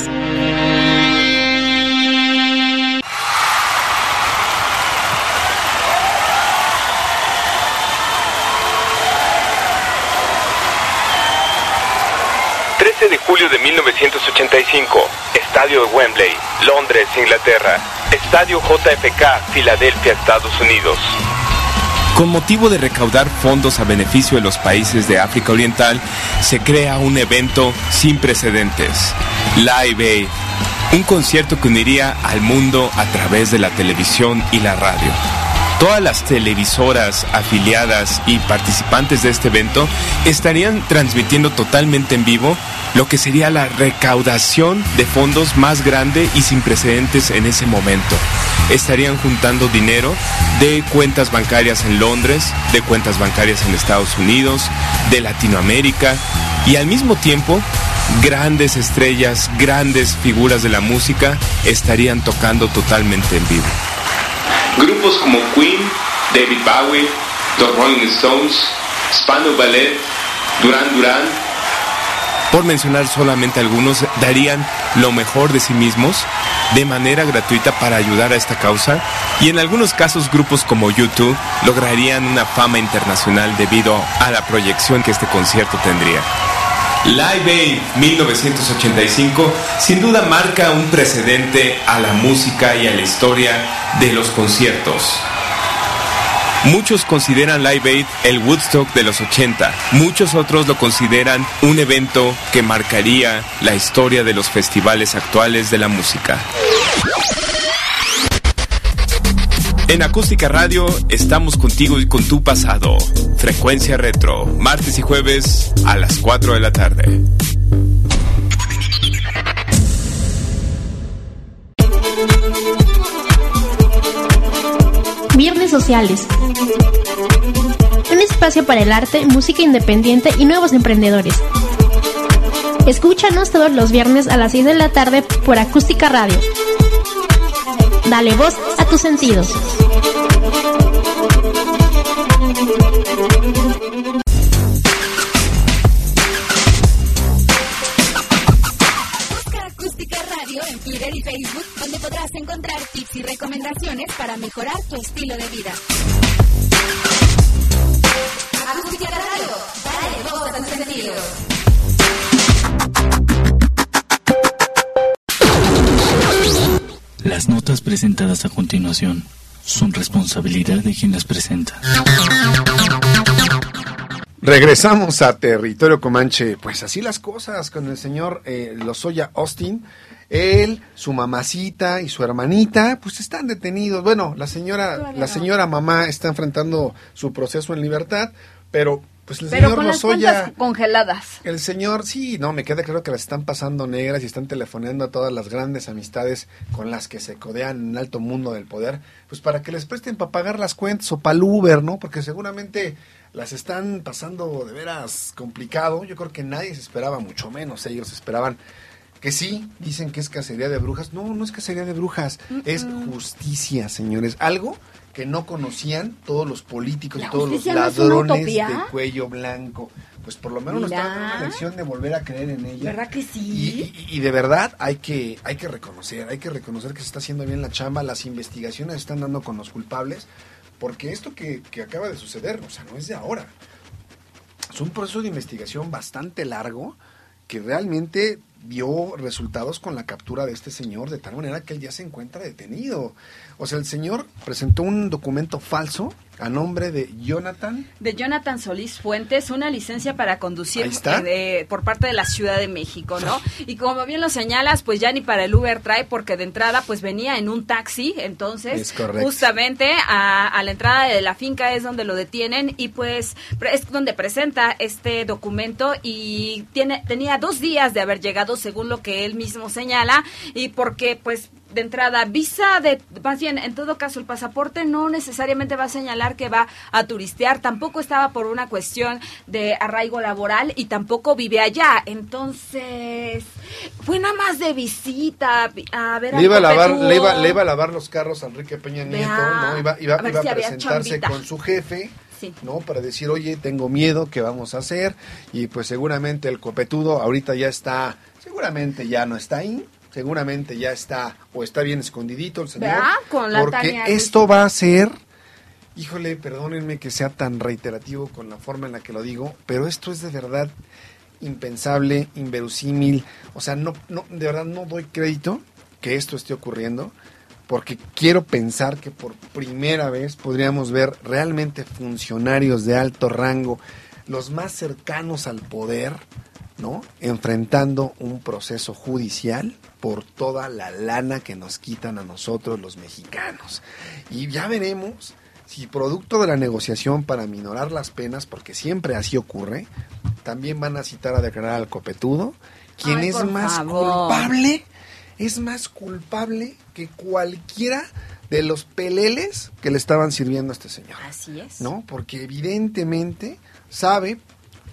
trece de julio de mil novecientos ochenta y cinco, Estadio de Wembley, Londres, Inglaterra. Estadio J F K, Filadelfia, Estados Unidos. Con motivo de recaudar fondos a beneficio de los países de África Oriental, se crea un evento sin precedentes, Live Aid, un concierto que uniría al mundo a través de la televisión y la radio. Todas las televisoras afiliadas y participantes de este evento estarían transmitiendo totalmente en vivo lo que sería la recaudación de fondos más grande y sin precedentes en ese momento. Estarían juntando dinero de cuentas bancarias en Londres, de cuentas bancarias en Estados Unidos, de Latinoamérica, y al mismo tiempo grandes estrellas, grandes figuras de la música estarían tocando totalmente en vivo. Grupos como Queen, David Bowie, los Rolling Stones, Spandau Ballet, Duran Duran, por mencionar solamente algunos, darían lo mejor de sí mismos de manera gratuita para ayudar a esta causa, y en algunos casos grupos como U dos lograrían una fama internacional debido a la proyección que este concierto tendría. Live Aid mil novecientos ochenta y cinco sin duda marca un precedente a la música y a la historia de los conciertos. Muchos consideran Live Aid el Woodstock de los ochenta. Muchos otros lo consideran un evento que marcaría la historia de los festivales actuales de la música. En Acústica Radio estamos contigo y con tu pasado. Frecuencia Retro, martes y jueves a las cuatro de la tarde. Viernes Sociales. Un espacio para el arte, música independiente y nuevos emprendedores. Escúchanos todos los viernes a las seis de la tarde por Acústica Radio. Dale voz a tus sentidos. Busca Acústica Radio en Twitter y Facebook, donde podrás encontrar tips y recomendaciones para mejorar tu estilo de vida. Acústica Radio, dale voz a tus sentidos. Las notas presentadas a continuación son responsabilidad de quien las presenta. Regresamos a Territorio Comanche. Pues así las cosas con el señor eh, Lozoya Austin. Él, su mamacita y su hermanita, pues están detenidos. Bueno, la señora, la señora mamá está enfrentando su proceso en libertad, pero pues el Pero señor con Lozoya, las cuentas congeladas. el señor, sí, no, me queda claro que las están pasando negras y están telefoneando a todas las grandes amistades con las que se codean en el alto mundo del poder, pues para que les presten para pagar las cuentas o para el Uber, ¿no? Porque seguramente las están pasando de veras complicado. Yo creo que nadie se esperaba, mucho menos ellos esperaban que sí, dicen que es cacería de brujas. No, no es cacería de brujas, uh-uh. es justicia, señores. Algo que no conocían todos los políticos y todos los ladrones de cuello blanco. Pues por lo menos nos están dando una lección de volver a creer en ella. ¿Verdad que sí? Y, y, y de verdad hay que, hay que reconocer, hay que reconocer que se está haciendo bien la chamba, las investigaciones se están dando con los culpables, porque esto que, que acaba de suceder, o sea, no es de ahora. Es un proceso de investigación bastante largo que realmente dio resultados con la captura de este señor, de tal manera que él ya se encuentra detenido. O sea, el señor presentó un documento falso a nombre de Jonathan. De Jonathan Solís Fuentes, una licencia para conducir eh, de, por parte de la Ciudad de México, ¿no? Y como bien lo señalas, pues ya ni para el Uber trae, porque de entrada pues venía en un taxi, entonces justamente a, a la entrada de la finca es donde lo detienen y pues es donde presenta este documento y tiene tenía dos días de haber llegado, según lo que él mismo señala, y porque pues de entrada, visa de, más bien, en todo caso, el pasaporte no necesariamente va a señalar que va a turistear, tampoco estaba por una cuestión de arraigo laboral y tampoco vive allá, entonces, fue nada más de visita a ver le iba a lavar, le iba, le iba a lavar los carros a Enrique Peña Nieto, Vea, ¿no? Iba, iba, a, iba si a presentarse con su jefe, sí, ¿no? Para decir, oye, tengo miedo, ¿qué vamos a hacer? Y pues seguramente el copetudo ahorita ya está, seguramente ya no está ahí, seguramente ya está, o está bien escondidito el señor, con la porque Tania esto va a ser, híjole, perdónenme que sea tan reiterativo con la forma en la que lo digo, pero esto es de verdad impensable, inverosímil, o sea, no, no, de verdad no doy crédito que esto esté ocurriendo, porque quiero pensar que por primera vez podríamos ver realmente funcionarios de alto rango, los más cercanos al poder, ¿no? Enfrentando un proceso judicial por toda la lana que nos quitan a nosotros los mexicanos. Y ya veremos si producto de la negociación para minorar las penas, porque siempre así ocurre, también van a citar a declarar al copetudo, quien Ay, es más favor. culpable, es más culpable que cualquiera de los peleles que le estaban sirviendo a este señor. Así es. ¿No? Porque evidentemente sabe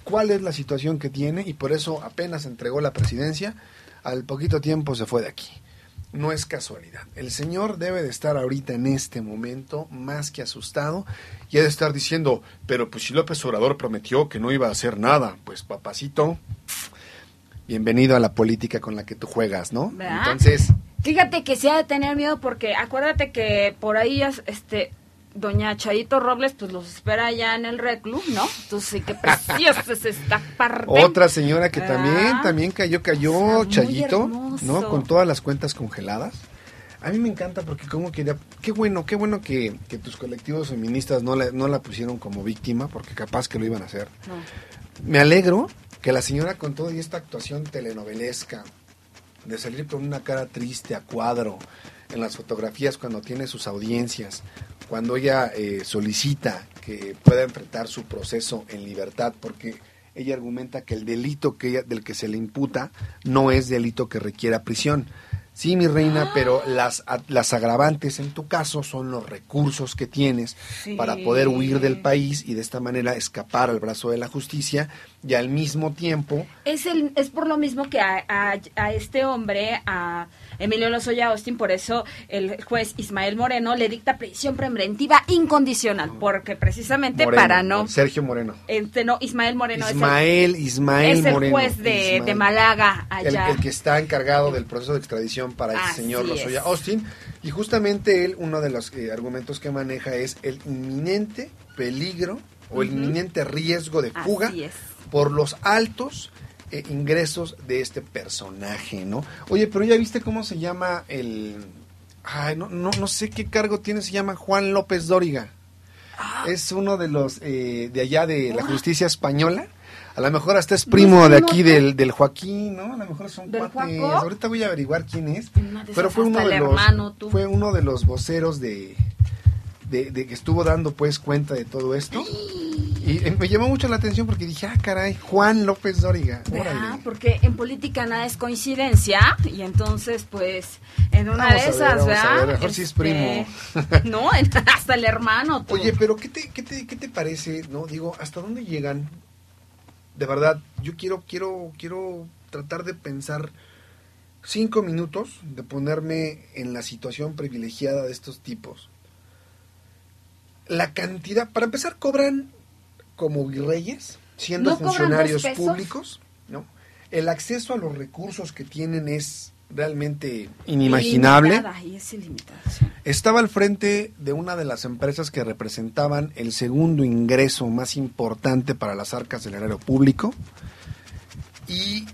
cuál es la situación que tiene y por eso apenas entregó la presidencia, al poquito tiempo se fue de aquí. No es casualidad. El señor debe de estar ahorita en este momento más que asustado y ha de estar diciendo, pero pues si López Obrador prometió que no iba a hacer nada, pues papacito, bienvenido a la política con la que tú juegas, ¿no? ¿Verdad? Entonces... Fíjate que se ha de tener miedo porque acuérdate que por ahí este doña Chayito Robles pues los espera allá en el reclu, ¿no? Entonces sí, qué preciosa es esta parte. Otra señora que ¿verdad? también también cayó, cayó O sea, Chayito, hermoso. ¿no? Con todas las cuentas congeladas. A mí me encanta porque como quería, qué bueno, qué bueno que, que tus colectivos feministas no la, no la pusieron como víctima, porque capaz que lo iban a hacer. No. Me alegro que la señora con toda esta actuación telenovelesca, de salir con una cara triste a cuadro en las fotografías cuando tiene sus audiencias, cuando ella eh, solicita que pueda enfrentar su proceso en libertad, porque ella argumenta que el delito que ella, del que se le imputa no es delito que requiera prisión. Sí, mi reina, pero las, las agravantes en tu caso son los recursos que tienes sí. para poder huir del país y de esta manera escapar al brazo de la justicia y al mismo tiempo... Es el es por lo mismo que a, a, a este hombre, a Emilio Lozoya Austin, por eso el juez Ismael Moreno le dicta prisión preventiva incondicional, porque precisamente Moreno, para no... Sergio Moreno. Este, no, Ismael Moreno Ismael, es el, Ismael es el Moreno, juez de, Ismael. de Málaga allá. El, el que está encargado del proceso de extradición para el señor Lozoya es. Austin, y justamente él, uno de los eh, argumentos que maneja es el inminente peligro o uh-huh. el inminente riesgo de fuga por los altos eh, ingresos de este personaje, ¿no? Oye, pero ya viste cómo se llama el... Ay, no, no, no sé qué cargo tiene, se llama Juan López Dóriga. Ah. Es uno de los eh, de allá de la justicia española. A lo mejor hasta es primo de aquí del, del Joaquín, ¿no? A lo mejor son cuates. Ahorita voy a averiguar quién es. Pero fue uno de los hermano, fue uno de los voceros de, de, de que estuvo dando pues cuenta de todo esto. Y me llamó mucho la atención porque dije, ah, caray, Juan López Dóriga. Órale. Porque en política nada es coincidencia y entonces pues en una vamos de esas, ver, ¿verdad? A ver, mejor este, si es primo. No, hasta el hermano. Tú. Oye, pero ¿qué te, qué te, qué te parece? No, digo, ¿hasta dónde llegan? De verdad, yo quiero, quiero, quiero tratar de pensar cinco minutos, de ponerme en la situación privilegiada de estos tipos. La cantidad, para empezar, cobran como virreyes, siendo ¿No funcionarios públicos, ¿no? El acceso a los recursos que tienen es realmente inimaginable. Y es ilimitada. Estaba al frente de una de las empresas que representaban el segundo ingreso más importante para las arcas del erario público y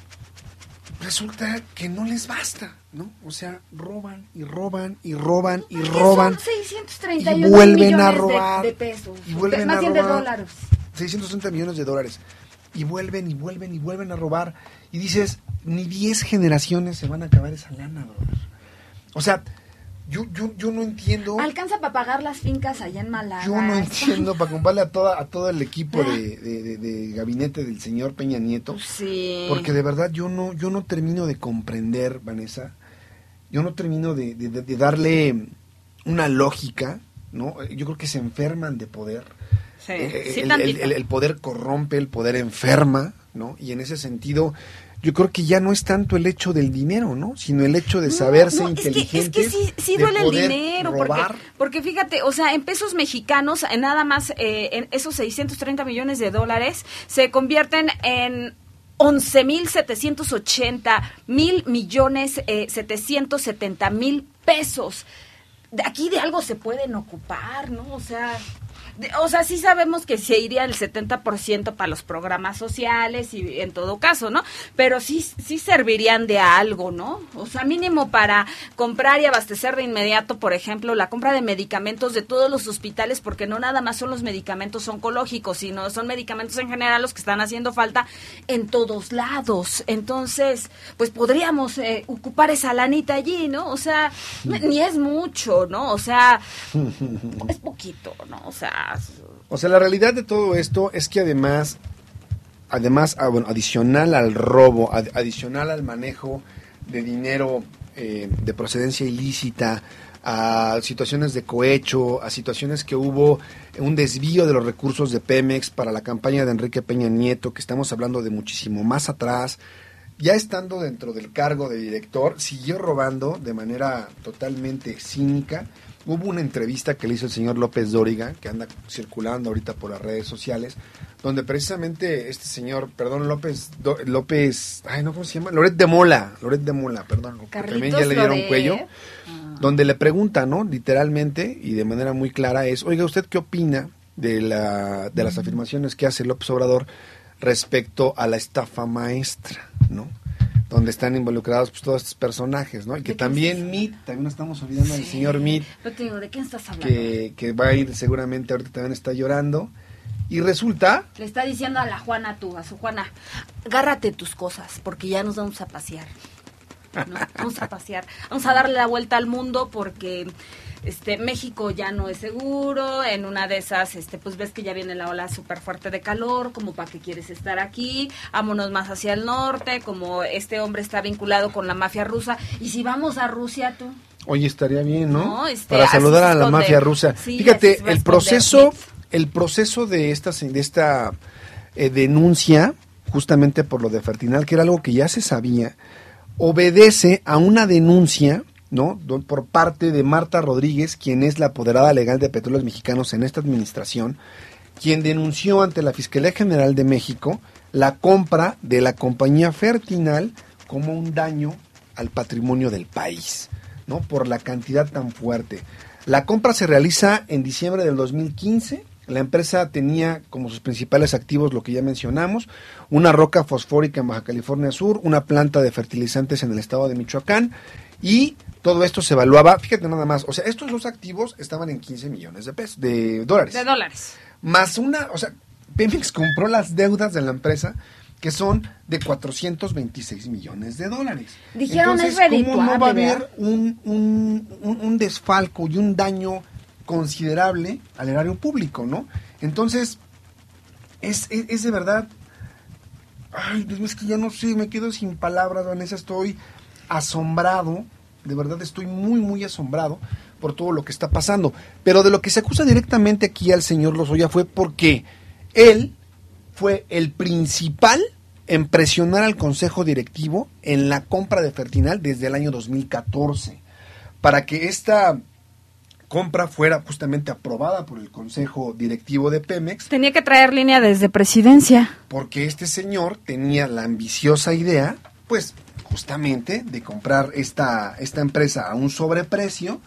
resulta que no les basta, ¿no? O sea, roban y roban y roban y roban son seiscientos treinta y uno y vuelven a millones robar de, de pesos, y vuelven más a bien robar de dólares. seiscientos treinta millones de dólares y vuelven y vuelven y vuelven a robar y dices, ni diez generaciones se van a acabar esa lana, brother. O sea, yo yo yo no entiendo. Alcanza para pagar las fincas allá en Málaga. Yo no entiendo para comprarle a toda a todo el equipo de, de, de, de gabinete del señor Peña Nieto. Sí. Porque de verdad yo no yo no termino de comprender, Vanessa. Yo no termino de, de, de darle una lógica, ¿no? Yo creo que se enferman de poder. Sí, eh, sí, el, el, el, el poder corrompe, el poder enferma, ¿no? Y en ese sentido, yo creo que ya no es tanto el hecho del dinero, ¿no? Sino el hecho de saberse no, no, inteligentes. Es que, es que sí, sí duele el dinero, porque, porque fíjate, o sea, en pesos mexicanos, nada más eh, en esos seiscientos treinta millones de dólares se convierten en once mil setecientos ochenta mil millones eh, setecientos setenta mil pesos. De aquí de algo se pueden ocupar, ¿no? O sea... De, o sea, sí sabemos que se iría el setenta por ciento para los programas sociales y en todo caso, ¿no? Pero sí sí servirían de algo, ¿no? O sea, mínimo para comprar y abastecer de inmediato, por ejemplo, la compra de medicamentos de todos los hospitales, porque no nada más son los medicamentos oncológicos, sino son medicamentos en general los que están haciendo falta en todos lados. Entonces, pues podríamos eh, ocupar esa lanita allí, ¿no? O sea, ni es mucho, ¿no? O sea, es poquito, ¿no? O sea, O sea, la realidad de todo esto es que además, además, ah, bueno, adicional al robo, ad, adicional al manejo de dinero eh, de procedencia ilícita, a situaciones de cohecho, a situaciones que hubo un desvío de los recursos de Pemex para la campaña de Enrique Peña Nieto, que estamos hablando de muchísimo más atrás. Ya estando dentro del cargo de director, siguió robando de manera totalmente cínica. Hubo una entrevista que le hizo el señor López Dóriga, que anda circulando ahorita por las redes sociales, donde precisamente este señor, perdón, López, Do, López, ay, no, ¿cómo se llama? Loret de Mola, Loret de Mola, perdón, que también ya le dieron Loret. Cuello, ah. donde le pregunta, ¿no? Literalmente y de manera muy clara es, oiga, ¿usted qué opina de, la, de las afirmaciones que hace López Obrador respecto a la estafa maestra, ¿no? Donde están involucrados pues todos estos personajes, ¿no? Y que también Meade, también nos estamos olvidando sí. del señor Meade. Yo te digo, ¿de qué estás hablando? Que, que va a ir seguramente, ahorita también está llorando. Y resulta... Le está diciendo a la Juana tú, a su Juana, agárrate tus cosas, porque ya nos vamos a pasear. ¿No? Vamos a pasear, vamos a darle la vuelta al mundo porque... Este, México ya no es seguro, en una de esas, este, pues ves que ya viene la ola súper fuerte de calor, como para qué quieres estar aquí, vámonos más hacia el norte, como este hombre está vinculado con la mafia rusa, y si vamos a Rusia, tú... Oye, estaría bien, ¿no? no este, para saludar a la mafia rusa. Sí, fíjate, el proceso, el proceso de esta, de esta eh, denuncia, justamente por lo de Fertinal, que era algo que ya se sabía, obedece a una denuncia... ¿no? Por parte de Marta Rodríguez, quien es la apoderada legal de Petróleos Mexicanos en esta administración, quien denunció ante la Fiscalía General de México la compra de la compañía Fertinal como un daño al patrimonio del país, ¿no? Por la cantidad tan fuerte. La compra se realiza en diciembre del dos mil quince. La empresa tenía como sus principales activos lo que ya mencionamos, una roca fosfórica en Baja California Sur, una planta de fertilizantes en el estado de Michoacán, y todo esto se evaluaba, fíjate nada más, o sea, estos dos activos estaban en quince millones de pesos, de dólares. De dólares. Más una, o sea, Pemex compró las deudas de la empresa, que son de cuatrocientos veintiséis millones de dólares. Dijeron, entonces, es redituable, ¿cómo no va a ¿verdad? haber un, un, un, un desfalco y un daño considerable al erario público, ¿no? Entonces, es, es, es de verdad, ay, es que ya no sé, me quedo sin palabras, Vanessa, estoy asombrado, de verdad estoy muy, muy asombrado por todo lo que está pasando. Pero de lo que se acusa directamente aquí al señor Lozoya fue porque él fue el principal en presionar al Consejo Directivo en la compra de Fertinal desde el año dos mil catorce, para que esta compra fuera justamente aprobada por el Consejo Directivo de Pemex. Tenía que traer línea desde presidencia. Porque este señor tenía la ambiciosa idea, pues, justamente de comprar esta, esta empresa a un sobreprecio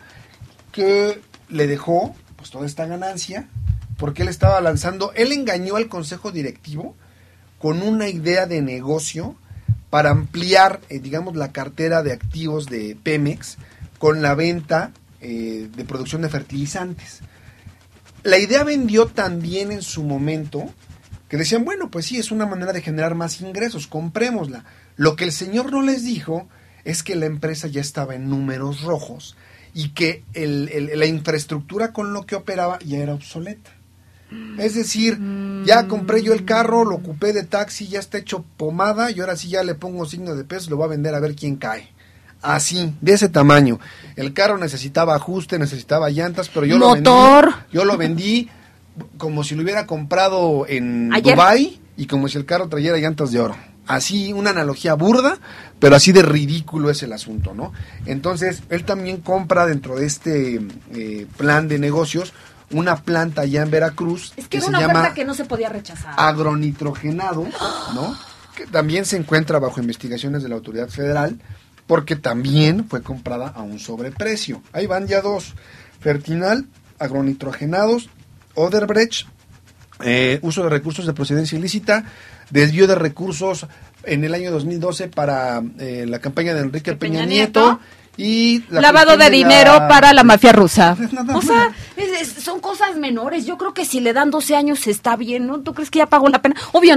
que le dejó pues toda esta ganancia, porque él estaba lanzando, él engañó al Consejo Directivo con una idea de negocio para ampliar, eh, digamos, la cartera de activos de Pemex con la venta eh, de producción de fertilizantes. La idea vendió tan bien en su momento que decían, bueno, pues sí, es una manera de generar más ingresos, comprémosla. Lo que el señor no les dijo es que la empresa ya estaba en números rojos y que el, el, la infraestructura con lo que operaba ya era obsoleta. Es decir, ya compré yo el carro, lo ocupé de taxi, ya está hecho pomada y ahora sí ya le pongo signo de peso, lo voy a vender a ver quién cae. Así, de ese tamaño. El carro necesitaba ajuste, necesitaba llantas, pero yo Motor. lo vendí. Yo lo vendí como si lo hubiera comprado en ¿Ayer? Dubái y como si el carro trayera llantas de oro. Así, una analogía burda, pero así de ridículo es el asunto, ¿no? Entonces, él también compra dentro de este eh, plan de negocios una planta allá en Veracruz. Es que, que era se una llama oferta que no se podía rechazar. Agronitrogenados, ¿no? Que también se encuentra bajo investigaciones de la autoridad federal, porque también fue comprada a un sobreprecio. Ahí van ya dos: Fertinal, agronitrogenados, Odebrecht, eh, uso de recursos de procedencia ilícita, desvío de recursos en el año dos mil doce para eh, la campaña de Enrique Peña, Peña Nieto, Nieto y la lavado de, de dinero la... para la mafia rusa. Nada, o sea, es, es, son cosas menores. Yo creo que si le dan doce años está bien, ¿no? ¿Tú crees que ya pagó la pena? Obvio no.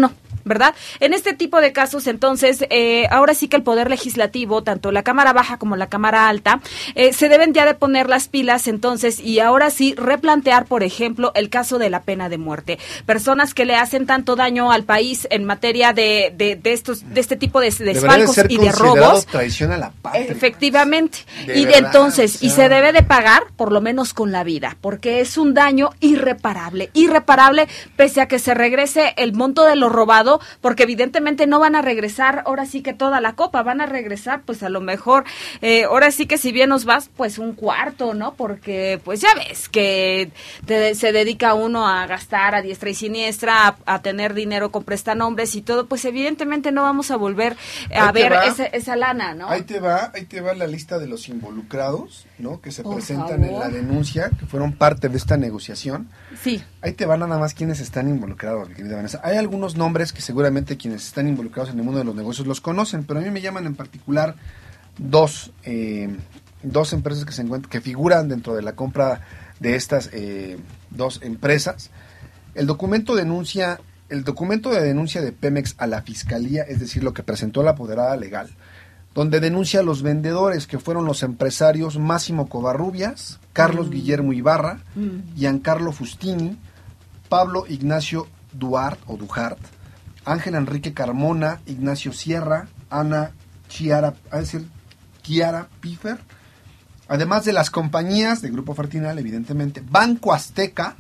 ¿verdad? En este tipo de casos, entonces, eh, ahora sí que el Poder Legislativo, tanto la Cámara Baja como la Cámara Alta, eh, se deben ya de poner las pilas, entonces, y ahora sí replantear, por ejemplo, el caso de la pena de muerte. Personas que le hacen tanto daño al país en materia de, de, de estos, de este tipo de desfalcos de y de robos. Traición a la patria. Efectivamente. De y verdad, entonces, o sea... y se debe de pagar, por lo menos con la vida, porque es un daño irreparable, irreparable, pese a que se regrese el monto de lo robado, porque evidentemente no van a regresar ahora sí que toda la copa, van a regresar pues a lo mejor, eh, ahora sí que si bien nos vas, pues un cuarto, ¿no? Porque pues ya ves que te, se dedica uno a gastar a diestra y siniestra, a, a tener dinero con prestanombres y todo, pues evidentemente no vamos a volver a Ahí te ver va. esa, esa lana, ¿no? Ahí te va, ahí te va la lista de los involucrados, ¿no? Que se Por presentan favor. en la denuncia, que fueron parte de esta negociación. Sí. Ahí te van nada más quienes están involucrados, mi querida Vanessa. Hay algunos nombres que seguramente quienes están involucrados en el mundo de los negocios los conocen, pero a mí me llaman en particular dos, eh, dos empresas que se encuentran, que figuran dentro de la compra de estas eh, dos empresas. El documento denuncia, el documento de denuncia de Pemex a la Fiscalía, es decir, lo que presentó la apoderada legal, donde denuncia a los vendedores que fueron los empresarios Máximo Covarrubias, Carlos mm. Guillermo Ibarra, mm. Giancarlo Fustini, Pablo Ignacio Duarte o Dujart, Ángel Enrique Carmona, Ignacio Sierra, Ana Chiara, a decir, Chiara Piffer, además de las compañías de Grupo Fertinal, evidentemente, Banco Azteca,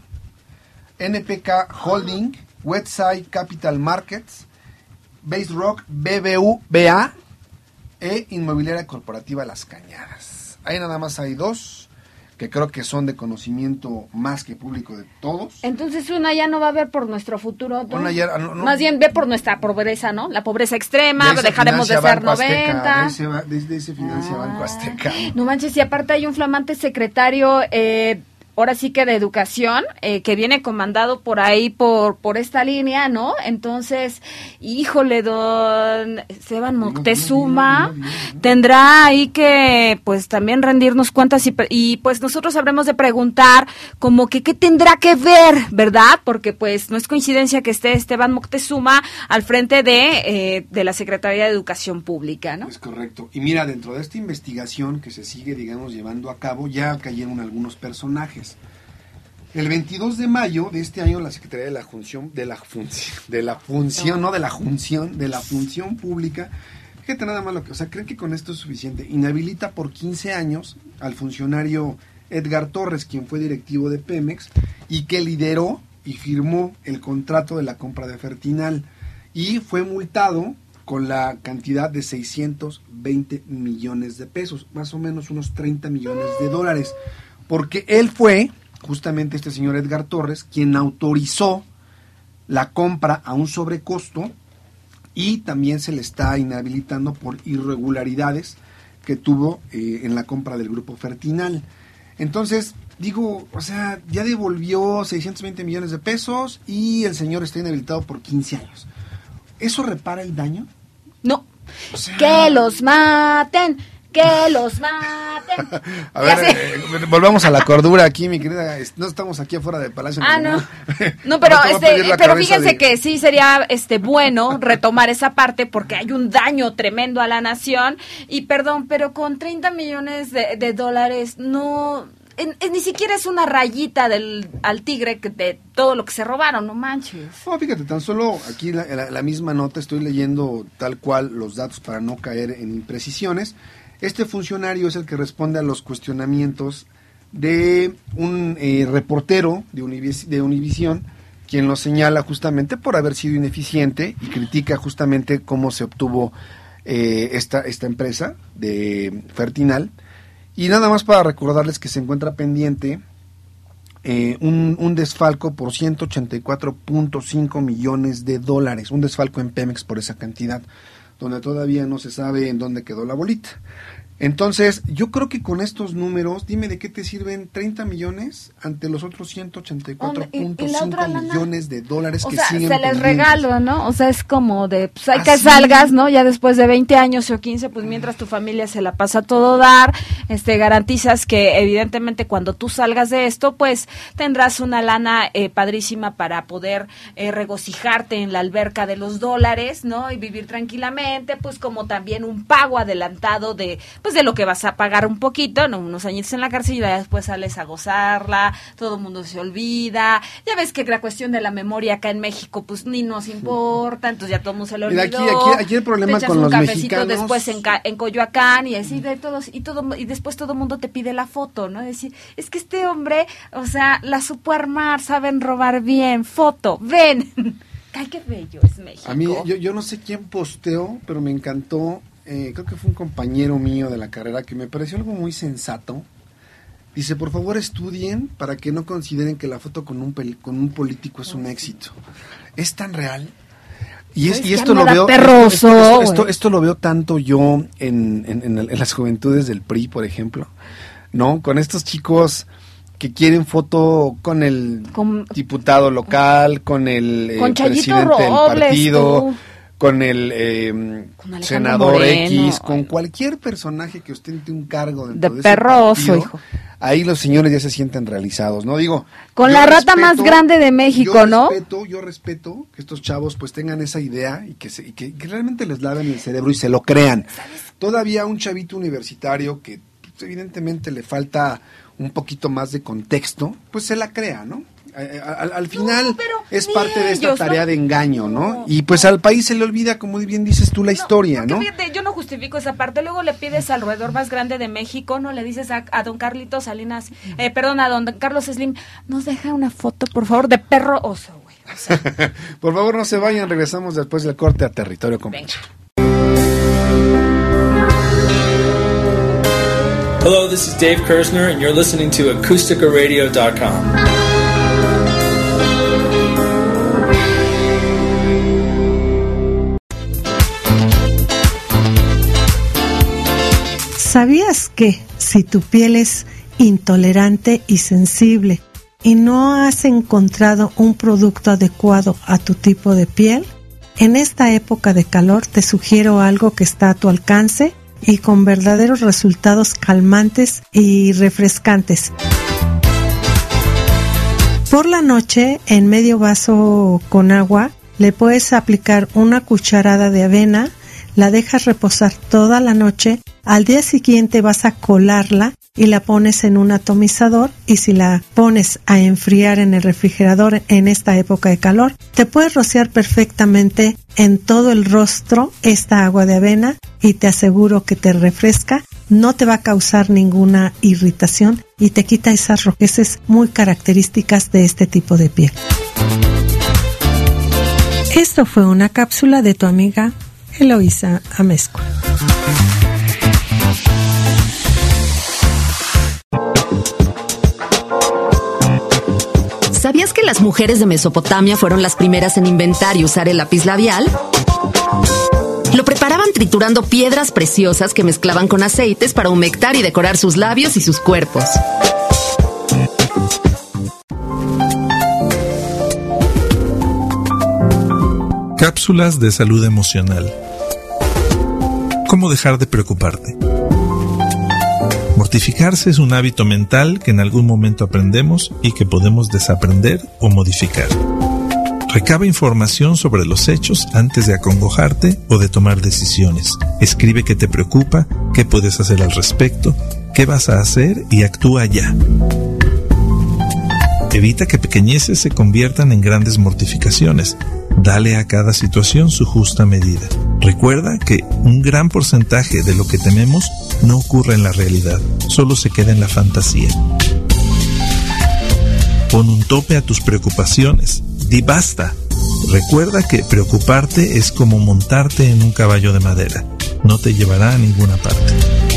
N P K Holding, Westside Capital Markets, Base Rock, B B V A e Inmobiliaria Corporativa Las Cañadas. Ahí nada más hay dos que creo que son de conocimiento más que público de todos. Entonces una ya no va a ver por nuestro futuro, ¿no? Una ya, no, no, más bien ve por nuestra pobreza, ¿no? La pobreza extrema, de dejaremos de ser Banco noventa. Azteca, de ese, de ese financia ah, Banco Azteca. No manches, y aparte hay un flamante secretario, eh, ahora sí que de educación, eh, que viene comandado por ahí, por por esta línea, ¿no? Entonces, híjole, don Esteban Moctezuma tendrá ahí que, pues, también rendirnos cuentas y, y pues, nosotros habremos de preguntar como que qué tendrá que ver, ¿verdad? Porque, pues, no es coincidencia que esté Esteban Moctezuma al frente de, eh, de la Secretaría de Educación Pública, ¿no? Es correcto. Y mira, dentro de esta investigación que se sigue, digamos, llevando a cabo, ya cayeron algunos personajes. El veintidós de mayo de este año la Secretaría de la Función de la Función de la Función no de la Función de la Función Pública, fíjate nada más lo que, o sea, creen que con esto es suficiente, inhabilita por quince años al funcionario Edgar Torres, quien fue directivo de Pemex y que lideró y firmó el contrato de la compra de Fertinal y fue multado con la cantidad de seiscientos veinte millones de pesos, más o menos unos treinta millones de dólares. Porque él fue, justamente este señor Edgar Torres, quien autorizó la compra a un sobrecosto y también se le está inhabilitando por irregularidades que tuvo eh, en la compra del Grupo Fertinal. Entonces, digo, o sea, ya devolvió seiscientos veinte millones de pesos y el señor está inhabilitado por quince años. ¿Eso repara el daño? No. O sea, ¡que los maten! ¡Que los maten! A ver, eh, volvamos a la cordura aquí, mi querida. No estamos aquí afuera del Palacio Ah, Nacional. no. No, pero este, pero fíjense de... que sí sería este bueno retomar esa parte porque hay un daño tremendo a la nación. Y perdón, pero con treinta millones de, de dólares no... En, en, ni siquiera es una rayita del al tigre que de todo lo que se robaron, no manches. No, fíjate, tan solo aquí la, la, la misma nota, estoy leyendo tal cual los datos para no caer en imprecisiones. Este funcionario es el que responde a los cuestionamientos de un eh, reportero de, Univis, de Univisión, quien lo señala justamente por haber sido ineficiente y critica justamente cómo se obtuvo eh, esta, esta empresa de Fertinal. Y nada más para recordarles que se encuentra pendiente eh, un, un desfalco por ciento ochenta y cuatro punto cinco millones de dólares, un desfalco en Pemex por esa cantidad, donde todavía no se sabe en dónde quedó la bolita. Entonces, yo creo que con estos números, dime de qué te sirven treinta millones ante los otros ciento ochenta y cuatro punto cinco millones de dólares o que sea, siguen se les pendientes. regalo, ¿no? O sea, es como de, pues hay Así. que salgas, ¿no? Ya después de veinte años o quince, pues mientras tu familia se la pasa a todo dar, este, garantizas que evidentemente cuando tú salgas de esto, pues tendrás una lana eh, padrísima para poder eh, regocijarte en la alberca de los dólares, ¿no? Y vivir tranquilamente, pues como también un pago adelantado de, pues de lo que vas a pagar un poquito, ¿no? Unos añitos en la cárcel y ya después sales a gozarla, todo el mundo se olvida. Ya ves que la cuestión de la memoria acá en México, pues ni nos importa, entonces ya todo el mundo se lo olvidó. Mira, aquí, aquí, aquí el problema te con un los cafecito mexicanos. después en, Ca- en Coyoacán y así de todos, y todo, y después todo el mundo te pide la foto, ¿no? Decir, es que este hombre, o sea, la supo armar, saben robar bien, foto, ven. Ay, qué bello es México. A mí, yo, yo no sé quién posteó, pero me encantó. Eh, creo que fue un compañero mío de la carrera que me pareció algo muy sensato. Dice, por favor estudien para que no consideren que la foto con un pel- con un político es un éxito. Es tan real. Y, es, Es y que esto me lo da veo perroso, esto, esto, esto, güey. esto, esto lo veo tanto yo en, en, en, el- en las juventudes del P R I, por ejemplo, ¿no? Con estos chicos que quieren foto con el Con- diputado local, con el eh, Con Chayito presidente del Robles, partido, tú. con el eh, Con Alejandro senador Moreno. X, con cualquier personaje que ostente un cargo dentro De de ese perroso, partido, hijo. ahí los señores ya se sienten realizados, ¿no? Digo, Con yo la rata respeto- más grande de México, yo ¿no? Respeto, yo respeto que estos chavos pues tengan esa idea y que, se, y que, que realmente les laven el cerebro y se lo crean. Todavía un chavito universitario que pues, evidentemente le falta un poquito más de contexto, pues se la crea, ¿no? Al, al final No, pero es ni parte de esta ellos, tarea ¿no? de engaño, ¿no? No. Y pues al país se le olvida, como bien dices tú, la historia, Porque ¿no? fíjate, yo no justifico esa parte. Luego le pides al roedor más grande de México, no le dices a, a don Carlitos Salinas, eh, perdón, a don Carlos Slim, nos deja una foto, por favor, de perro oso, güey. O sea, Por favor, no se vayan, regresamos después del corte a Territorio Comanche. Hello, this is Dave Kersner, and you're listening to acustica radio dot com. ¿Sabías que si tu piel es intolerante y sensible y no has encontrado un producto adecuado a tu tipo de piel? En esta época de calor te sugiero algo que está a tu alcance y con verdaderos resultados calmantes y refrescantes. Por la noche, en medio vaso con agua, le puedes aplicar una cucharada de avena, la dejas reposar toda la noche, al día siguiente vas a colarla y la pones en un atomizador, y si la pones a enfriar en el refrigerador en esta época de calor, te puedes rociar perfectamente en todo el rostro esta agua de avena y te aseguro que te refresca, no te va a causar ninguna irritación y te quita esas rojeces muy características de este tipo de piel. Esto fue una cápsula de tu amiga Eloísa Amezcua. ¿Sabías que las mujeres de Mesopotamia fueron las primeras en inventar y usar el lápiz labial? Lo preparaban triturando piedras preciosas que mezclaban con aceites para humectar y decorar sus labios y sus cuerpos. Cápsulas de salud emocional. ¿Cómo dejar de preocuparte? Mortificarse es un hábito mental que en algún momento aprendemos y que podemos desaprender o modificar. Recaba información sobre los hechos antes de acongojarte o de tomar decisiones. Escribe qué te preocupa, qué puedes hacer al respecto, qué vas a hacer y actúa ya. Evita que pequeñeces se conviertan en grandes mortificaciones. Dale a cada situación su justa medida. Recuerda que un gran porcentaje de lo que tememos no ocurre en la realidad, solo se queda en la fantasía. Pon un tope a tus preocupaciones. Di basta. Recuerda que preocuparte es como montarte en un caballo de madera. No te llevará a ninguna parte.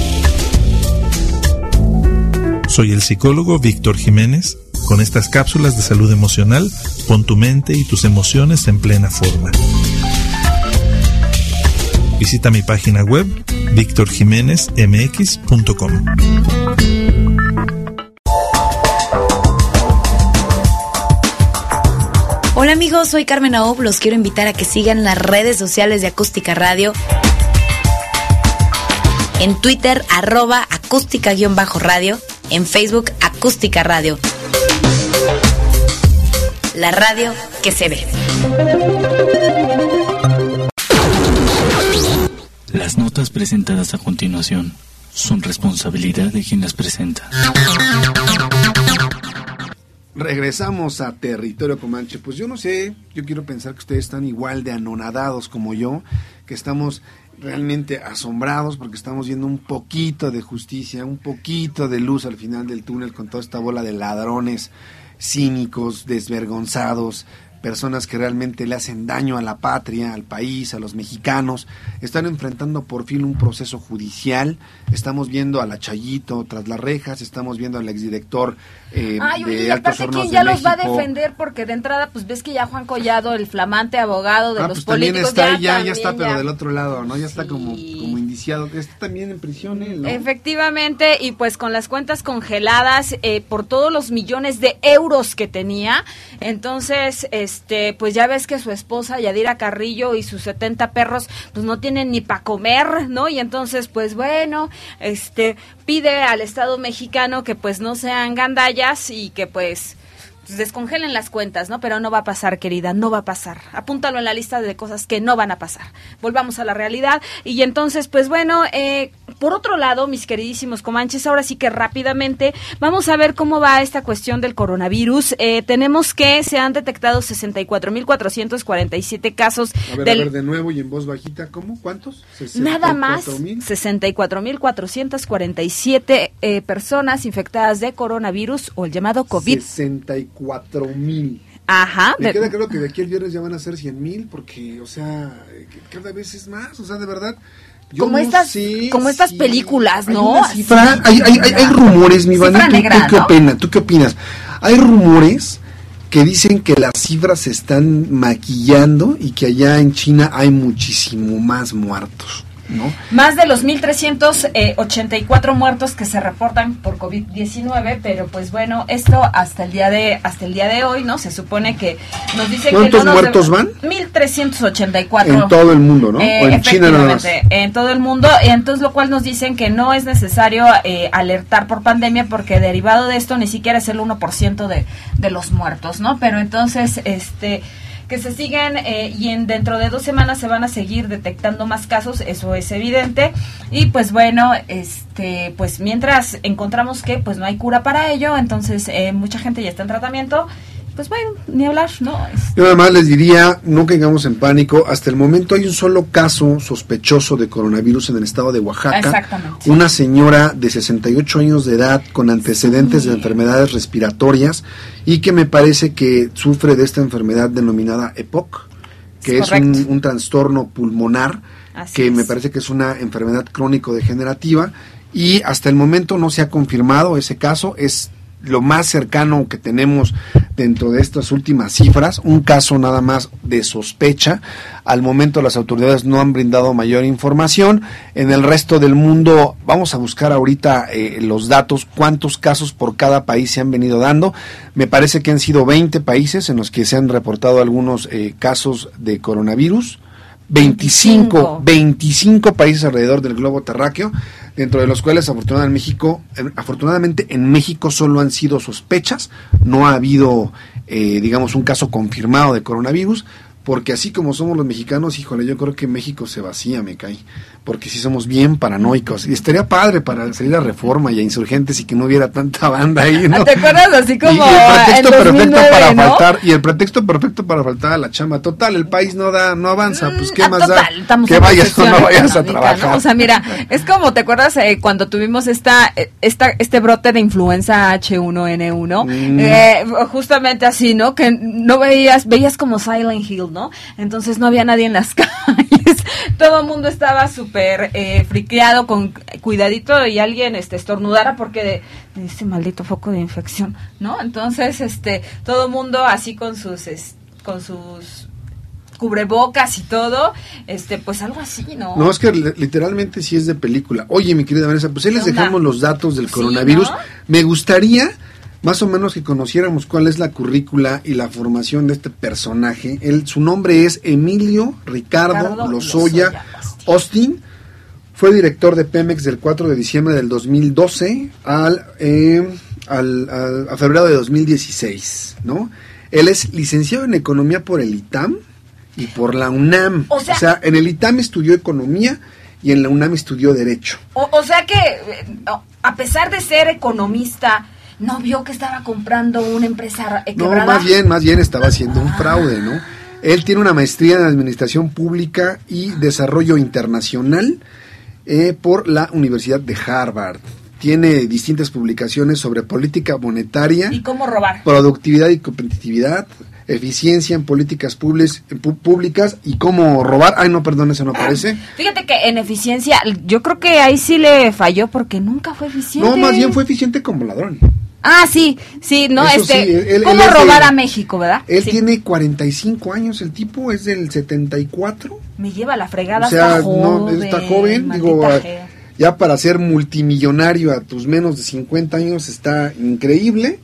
Soy el psicólogo Víctor Jiménez. Con estas cápsulas de salud emocional, pon tu mente y tus emociones en plena forma. Visita mi página web víctor jiménez m x punto com. Hola amigos, soy Carmen Aub, los quiero invitar a que sigan las redes sociales de Acústica Radio. En Twitter, arroba acústica-radio, en Facebook, Acústica Radio. La radio que se ve. Las notas presentadas a continuación son responsabilidad de quien las presenta. Regresamos a Territorio Comanche. Pues yo no sé, yo quiero pensar que ustedes están igual de anonadados como yo, que estamos realmente asombrados porque estamos viendo un poquito de justicia, un poquito de luz al final del túnel con toda esta bola de ladrones cínicos, desvergonzados, personas que realmente le hacen daño a la patria, al país, a los mexicanos. Están enfrentando por fin un proceso judicial. Estamos viendo a la Chayito tras las rejas, estamos viendo al exdirector eh, Ay, de oye, y Altos aparte, Hornos ¿quién ya de los va a México. defender? Porque de entrada, pues ves que ya Juan Collado, el flamante abogado de Ah, los pues también políticos, está, ya, ya, también, ya está, pero ya. del otro lado, ¿no? Ya está sí. como, como indiciado. Está también en prisión él, ¿no? Efectivamente, y pues con las cuentas congeladas eh, por todos los millones de euros que tenía. Entonces, este, pues ya ves que su esposa Yadira Carrillo y sus setenta perros, pues no tienen ni para comer, ¿no? Y entonces, pues bueno, este, pide al Estado mexicano que pues no sean gandallas y que pues descongelen las cuentas, ¿no? Pero no va a pasar, querida, no va a pasar. Apúntalo en la lista de cosas que no van a pasar. Volvamos a la realidad. Y entonces, pues bueno, eh, por otro lado, mis queridísimos comanches, ahora sí que rápidamente vamos a ver cómo va esta cuestión del coronavirus. Eh, tenemos que se han detectado sesenta y cuatro mil cuatrocientos cuarenta y siete casos. A ver, del... a ver, de nuevo y en voz bajita, ¿cómo? ¿Cuántos? Nada más, sesenta y cuatro mil cuatrocientos cuarenta y siete eh, personas infectadas de coronavirus o el llamado COVID. sesenta y cuatro mil. Ajá. Me de... queda claro que de aquí al viernes ya van a ser cien mil, porque, o sea, cada vez es más, o sea, de verdad. Yo como no estas, sé como estas si películas, hay ¿no? Una cifra, hay, hay, hay, hay rumores, mi Vani, ¿tú, negra, ¿tú qué ¿no? opinas? ¿Tú qué opinas? Hay rumores que dicen que las cifras se están maquillando y que allá en China hay muchísimo más muertos, ¿no? Más de los mil trescientos ochenta y cuatro muertos que se reportan por COVID diecinueve, pero pues bueno, esto hasta el día de hasta el día de hoy, ¿no? Se supone que nos dicen que ¿cuántos no nos muertos de... van? mil trescientos ochenta y cuatro. En todo el mundo, ¿no? Eh, o en China nada más. En todo el mundo, y entonces lo cual nos dicen que no es necesario eh, alertar por pandemia porque derivado de esto ni siquiera es el uno por ciento de, de los muertos, ¿no? Pero entonces, este... que se siguen eh, y en dentro de dos semanas se van a seguir detectando más casos, eso es evidente, y pues bueno, este pues mientras encontramos que pues no hay cura para ello, entonces eh, mucha gente ya está en tratamiento, pues bueno, ni hablar, ¿no? Yo además les diría, no caigamos en pánico, hasta el momento hay un solo caso sospechoso de coronavirus en el estado de Oaxaca. Exactamente. Una señora de sesenta y ocho años de edad con antecedentes sí. de enfermedades respiratorias y que me parece que sufre de esta enfermedad denominada E P O C, que es, es un, un trastorno pulmonar, Así que es. me parece que es una enfermedad crónico-degenerativa y hasta el momento no se ha confirmado ese caso, es lo más cercano que tenemos dentro de estas últimas cifras, un caso nada más de sospecha. Al momento las autoridades no han brindado mayor información. En el resto del mundo vamos a buscar ahorita eh, los datos, cuántos casos por cada país se han venido dando. Me parece que han sido veinte países en los que se han reportado algunos eh, casos de coronavirus. veinticinco, veinticinco países alrededor del globo terráqueo, dentro de los cuales afortunadamente en México, afortunadamente en México solo han sido sospechas, no ha habido, eh, digamos, un caso confirmado de coronavirus, porque así como somos los mexicanos, híjole, yo creo que México se vacía, me cae, porque sí somos bien paranoicos, y estaría padre para salir a Reforma y a Insurgentes y que no hubiera tanta banda ahí, ¿no? ¿Te acuerdas así como y, y el pretexto en dos mil nueve, perfecto para ¿no? faltar, y el pretexto perfecto para faltar a la chamba, total, el país no da, no avanza, pues qué Ah, más total, da, estamos que en vayas o no vayas a económica, trabajar. ¿no? O sea, mira, es como, ¿te acuerdas eh, cuando tuvimos esta, esta, este brote de influenza H uno N uno? Mm. Eh, justamente así, ¿no? Que no veías, veías como Silent Hill, ¿no? Entonces no había nadie en las calles, todo el mundo estaba súper eh, friqueado, con cuidadito y alguien este estornudara porque de, de este maldito foco de infección, ¿no? Entonces, este, todo el mundo así con sus, es, con sus cubrebocas y todo, este, pues algo así, ¿no? No, es que literalmente sí es de película. Oye, mi querida Vanessa, pues ahí les dejamos los datos del coronavirus. Sí, ¿no? Me gustaría más o menos que conociéramos cuál es la currícula y la formación de este personaje. Él, su nombre es Emilio Ricardo, Ricardo Lozoya, Lozoya Austin. Fue director de Pemex del cuatro de diciembre del dos mil doce al, eh, al, al a febrero de dos mil dieciséis, ¿no? Él es licenciado en Economía por el ITAM y por la UNAM. O sea, o sea, en el ITAM estudió Economía y en la UNAM estudió Derecho. O, o sea que, a pesar de ser economista, ¿no vio que estaba comprando una empresa quebrada? No, más bien, más bien estaba haciendo un fraude, ¿no? Él tiene una maestría en Administración Pública y Desarrollo Internacional eh, por la Universidad de Harvard. Tiene distintas publicaciones sobre política monetaria. ¿Y cómo robar? Productividad y competitividad, eficiencia en políticas públicas, públicas y cómo robar. Ay, no, perdón, eso no aparece. Fíjate que en eficiencia, yo creo que ahí sí le falló porque nunca fue eficiente. No, más bien fue eficiente como ladrón. Ah, sí, sí, no, Eso este, sí, él, ¿cómo él robar de, a México, verdad? Él sí. tiene cuarenta y cinco años, el tipo es del setenta y cuatro. Me lleva la fregada, o sea, está joven. No, está joven, digo, ya para ser multimillonario a tus menos de cincuenta años está increíble.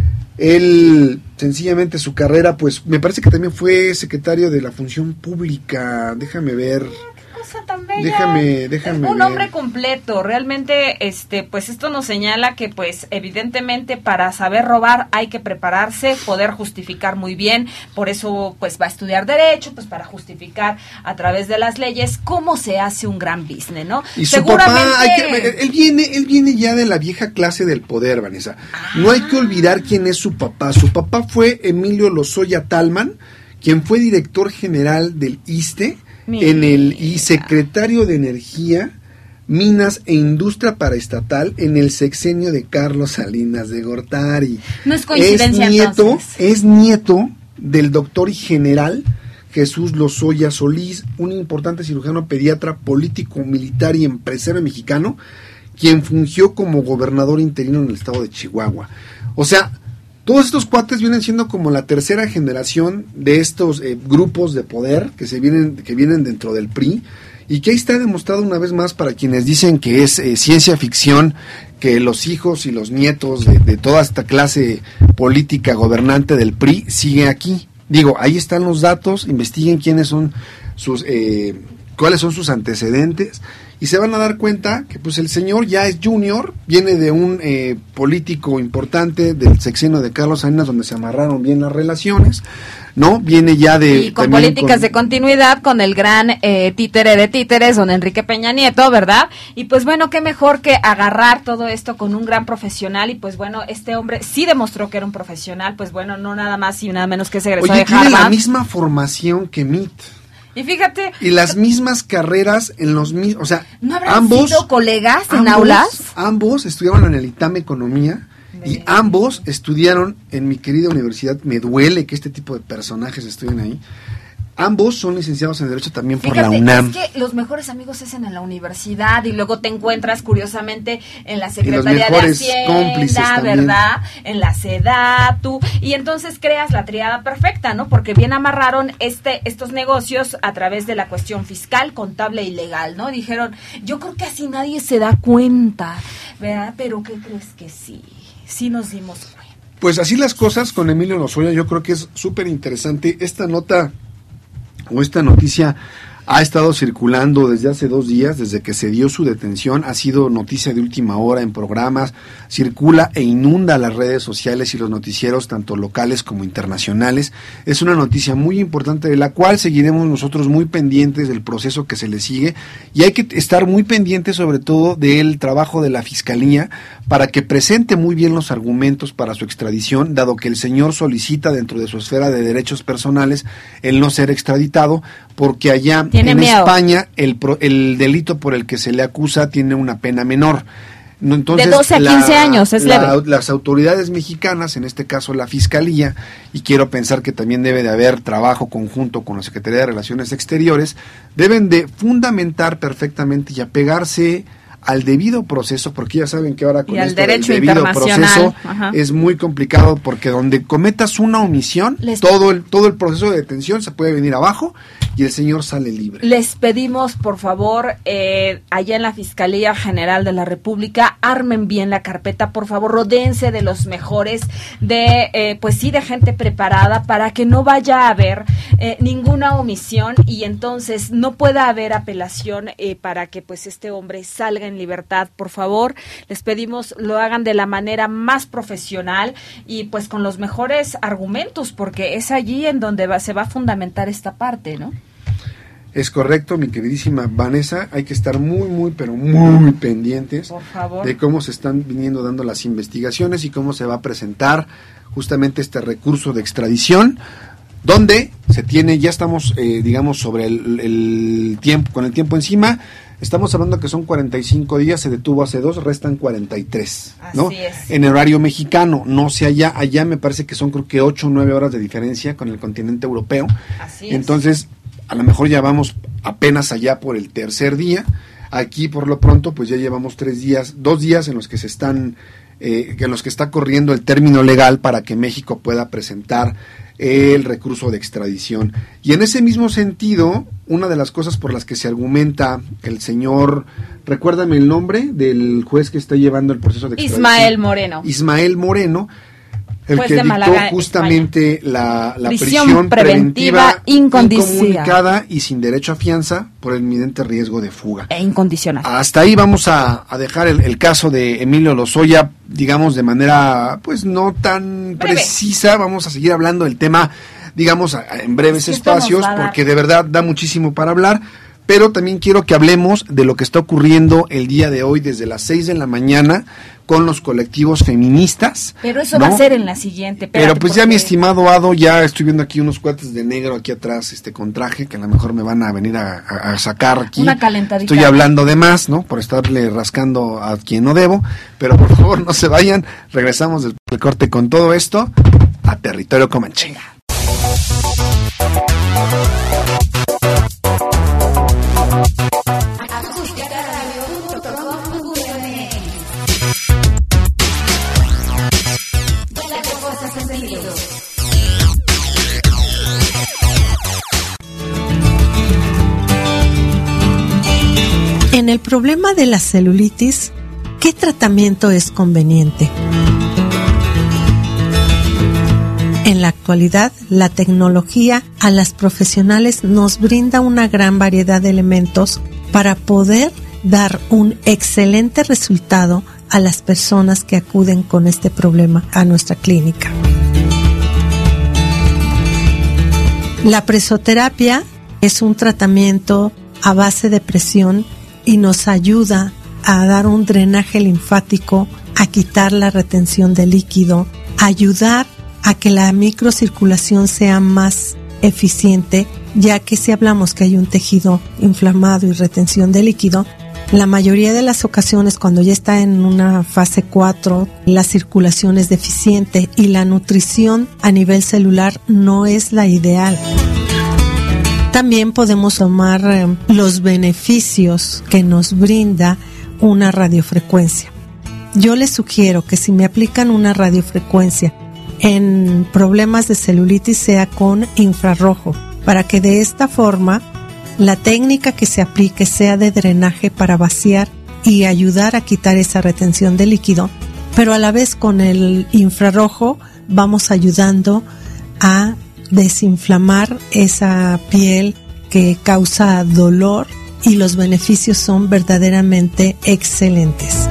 Él, sencillamente su carrera, pues, me parece que también fue secretario de la Función Pública, déjame ver. Tan bella. Déjame, déjame. Un ver. hombre completo, realmente, este, pues esto nos señala que, pues, evidentemente para saber robar hay que prepararse, poder justificar muy bien, por eso, pues, va a estudiar derecho, pues, para justificar a través de las leyes cómo se hace un gran business, ¿no? Y su papá, hay que, él viene, él viene ya de la vieja clase del poder, Vanessa. Ah. No hay que olvidar quién es su papá. Su papá fue Emilio Lozoya Talman, quien fue director general del ISSSTE. Mira. En el y secretario de Energía, Minas e Industria Paraestatal en el sexenio de Carlos Salinas de Gortari. No es coincidencia, es nieto, entonces. Es nieto del doctor y general Jesús Lozoya Solís, un importante cirujano pediatra, político, militar y empresario mexicano, quien fungió como gobernador interino en el estado de Chihuahua. O sea, todos estos cuates vienen siendo como la tercera generación de estos eh, grupos de poder que se vienen que vienen dentro del P R I y que ahí está demostrado una vez más para quienes dicen que es eh, ciencia ficción que los hijos y los nietos de, de toda esta clase política gobernante del P R I siguen aquí. Digo, ahí están los datos, investiguen quiénes son sus eh, cuáles son sus antecedentes. Y se van a dar cuenta que pues el señor ya es junior, viene de un eh, político importante del sexenio de Carlos Salinas, donde se amarraron bien las relaciones, ¿no? Viene ya de... Y con políticas con, de continuidad con el gran eh, títere de títeres, don Enrique Peña Nieto, ¿verdad? Y pues bueno, qué mejor que agarrar todo esto con un gran profesional, y pues bueno, este hombre sí demostró que era un profesional, pues bueno, no nada más y nada menos que se egresó Oye, de tiene Harvard. La misma formación que M I T. Y fíjate. Y las mismas carreras en los mismos, o sea, ¿no habrán ambos sido colegas en ambos, aulas? Ambos estudiaron en el ITAM Economía de... y ambos estudiaron en mi querida universidad. Me duele que este tipo de personajes estudien ahí. Ambos son licenciados en Derecho también por Fíjate, la UNAM. Es que los mejores amigos se hacen en la universidad y luego te encuentras curiosamente en la Secretaría de Hacienda, ¿verdad? En la SEDATU, y entonces creas la triada perfecta, ¿no? Porque bien amarraron este estos negocios a través de la cuestión fiscal, contable y legal, ¿no? Dijeron, yo creo que así nadie se da cuenta, ¿verdad? Pero ¿qué crees que sí? Sí nos dimos cuenta. Pues así las cosas con Emilio Lozoya. Yo creo que es súper interesante esta nota o esta noticia. Ha estado circulando desde hace dos días, desde que se dio su detención, ha sido noticia de última hora en programas, circula e inunda las redes sociales y los noticieros, tanto locales como internacionales. Es una noticia muy importante de la cual seguiremos nosotros muy pendientes del proceso que se le sigue, y hay que estar muy pendientes sobre todo del trabajo de la Fiscalía para que presente muy bien los argumentos para su extradición, dado que el señor solicita dentro de su esfera de derechos personales el no ser extraditado, porque allá en miedo. España el, pro, el delito por el que se le acusa tiene una pena menor. No, entonces, de doce a quince la, años, es la, leve. Las autoridades mexicanas, en este caso la Fiscalía, y quiero pensar que también debe de haber trabajo conjunto con la Secretaría de Relaciones Exteriores, deben de fundamentar perfectamente y apegarse al debido proceso, porque ya saben que ahora con y al esto derecho del debido proceso Ajá. es muy complicado, porque donde cometas una omisión, Les... todo el todo el proceso de detención se puede venir abajo y el señor sale libre. Les pedimos, por favor, eh, allá en la Fiscalía General de la República, armen bien la carpeta, por favor, rodéense de los mejores, de, eh, pues sí, de gente preparada, para que no vaya a haber eh, ninguna omisión y entonces no pueda haber apelación eh, para que pues este hombre salga en libertad. Por favor, les pedimos lo hagan de la manera más profesional y pues con los mejores argumentos, porque es allí en donde va, se va a fundamentar esta parte, ¿no? Es correcto, mi queridísima Vanessa, hay que estar muy, muy, pero muy pendientes Por favor. de cómo se están viniendo dando las investigaciones y cómo se va a presentar justamente este recurso de extradición, donde se tiene, ya estamos, eh, digamos, sobre el, el tiempo, con el tiempo encima. Estamos hablando que son cuarenta y cinco días, se detuvo hace dos, restan cuarenta y tres, ¿no? Así es. En horario mexicano, no sé allá, allá me parece que son creo que ocho o nueve horas de diferencia con el continente europeo. Así es. Entonces, a lo mejor ya vamos apenas allá por el tercer día. Aquí, por lo pronto, pues ya llevamos tres días, dos días en los que se están, eh, en los que está corriendo el término legal para que México pueda presentar el recurso de extradición. Y en ese mismo sentido, una de las cosas por las que se argumenta el señor, recuérdame el nombre del juez que está llevando el proceso de extradición. Ismael Moreno. Ismael Moreno, el Juez que de dictó Málaga, justamente la, la Prisión prisión, preventiva preventiva, incondicional. incomunicada y sin derecho a fianza por el inminente riesgo de fuga. E incondicional. Hasta ahí vamos a, a dejar el, el caso de Emilio Lozoya, digamos, de manera pues no tan Breve. precisa. Vamos a seguir hablando del tema, digamos, a, a, en breves Es que esto nos espacios, va a dar- porque de verdad da muchísimo para hablar. Pero también quiero que hablemos de lo que está ocurriendo el día de hoy desde las seis de la mañana con los colectivos feministas. Pero eso ¿no? va a ser en la siguiente. Pero espérate, pues ya porque- mi estimado Ado, ya estoy viendo aquí unos cuates de negro aquí atrás, este con traje, que a lo mejor me van a venir a, a- a sacar aquí. Una calentadita. Estoy hablando de más, ¿no? Por estarle rascando a quien no debo, pero por favor no se vayan, regresamos del del corte con todo esto a Territorio Comanche. En el problema de la celulitis, ¿qué tratamiento es conveniente? En la actualidad, la tecnología a las profesionales nos brinda una gran variedad de elementos para poder dar un excelente resultado a las personas que acuden con este problema a nuestra clínica. La presoterapia es un tratamiento a base de presión y nos ayuda a dar un drenaje linfático, a quitar la retención de líquido, a ayudar a que la microcirculación sea más eficiente, ya que si hablamos que hay un tejido inflamado y retención de líquido, la mayoría de las ocasiones cuando ya está en una fase cuatro, la circulación es deficiente y la nutrición a nivel celular no es la ideal. También podemos tomar eh, los beneficios que nos brinda una radiofrecuencia. Yo les sugiero que si me aplican una radiofrecuencia en problemas de celulitis sea con infrarrojo, para que de esta forma la técnica que se aplique sea de drenaje para vaciar y ayudar a quitar esa retención de líquido, pero a la vez con el infrarrojo vamos ayudando a desinflamar esa piel que causa dolor y los beneficios son verdaderamente excelentes.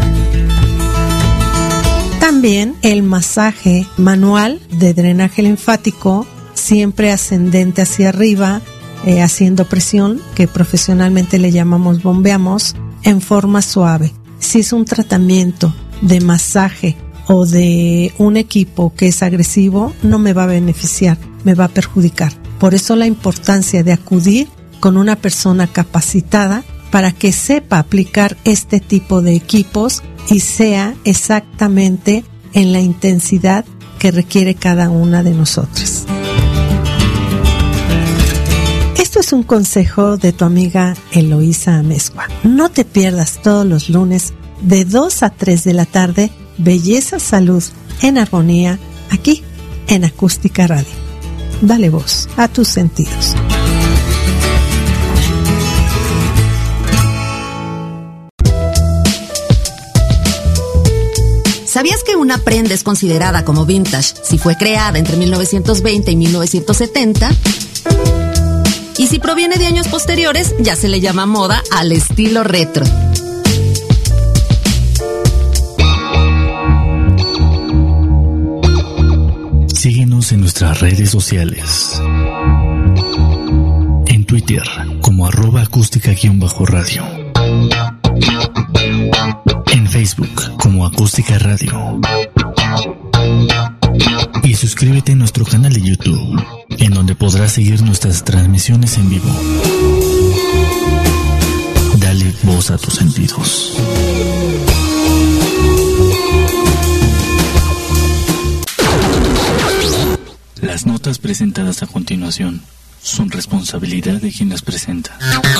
También el masaje manual de drenaje linfático, siempre ascendente hacia arriba, eh, haciendo presión, que profesionalmente le llamamos bombeamos, en forma suave. Si es un tratamiento de masaje o de un equipo que es agresivo, no me va a beneficiar, me va a perjudicar. Por eso la importancia de acudir con una persona capacitada para que sepa aplicar este tipo de equipos y sea exactamente en la intensidad que requiere cada una de nosotras. Esto es un consejo de tu amiga Eloísa Amezcua. No te pierdas todos los lunes de dos a tres de la tarde Belleza, Salud en Armonía, aquí en Acústica Radio. Dale voz a tus sentidos. ¿Sabías que una prenda es considerada como vintage si fue creada entre mil novecientos veinte y mil novecientos setenta? Y si proviene de años posteriores, ya se le llama moda al estilo retro. Síguenos en nuestras redes sociales. En Twitter como arroba acústica-radio. En Facebook como Acústica Radio. Y suscríbete a nuestro canal de YouTube, en donde podrás seguir nuestras transmisiones en vivo. Dale voz a tus sentidos. Las notas presentadas a continuación son responsabilidad de quien las presenta.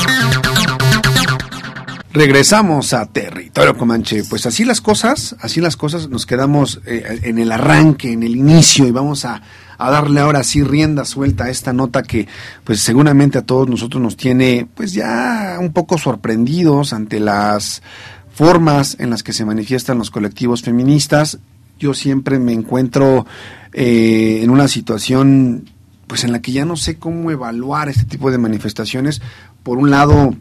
Regresamos a Territorio Comanche. Pues así las cosas, así las cosas, nos quedamos eh, en el arranque, en el inicio, y vamos a, a darle ahora sí rienda suelta a esta nota que pues seguramente a todos nosotros nos tiene pues ya un poco sorprendidos ante las formas en las que se manifiestan los colectivos feministas. Yo siempre me encuentro eh, en una situación pues en la que ya no sé cómo evaluar este tipo de manifestaciones. Por un lado,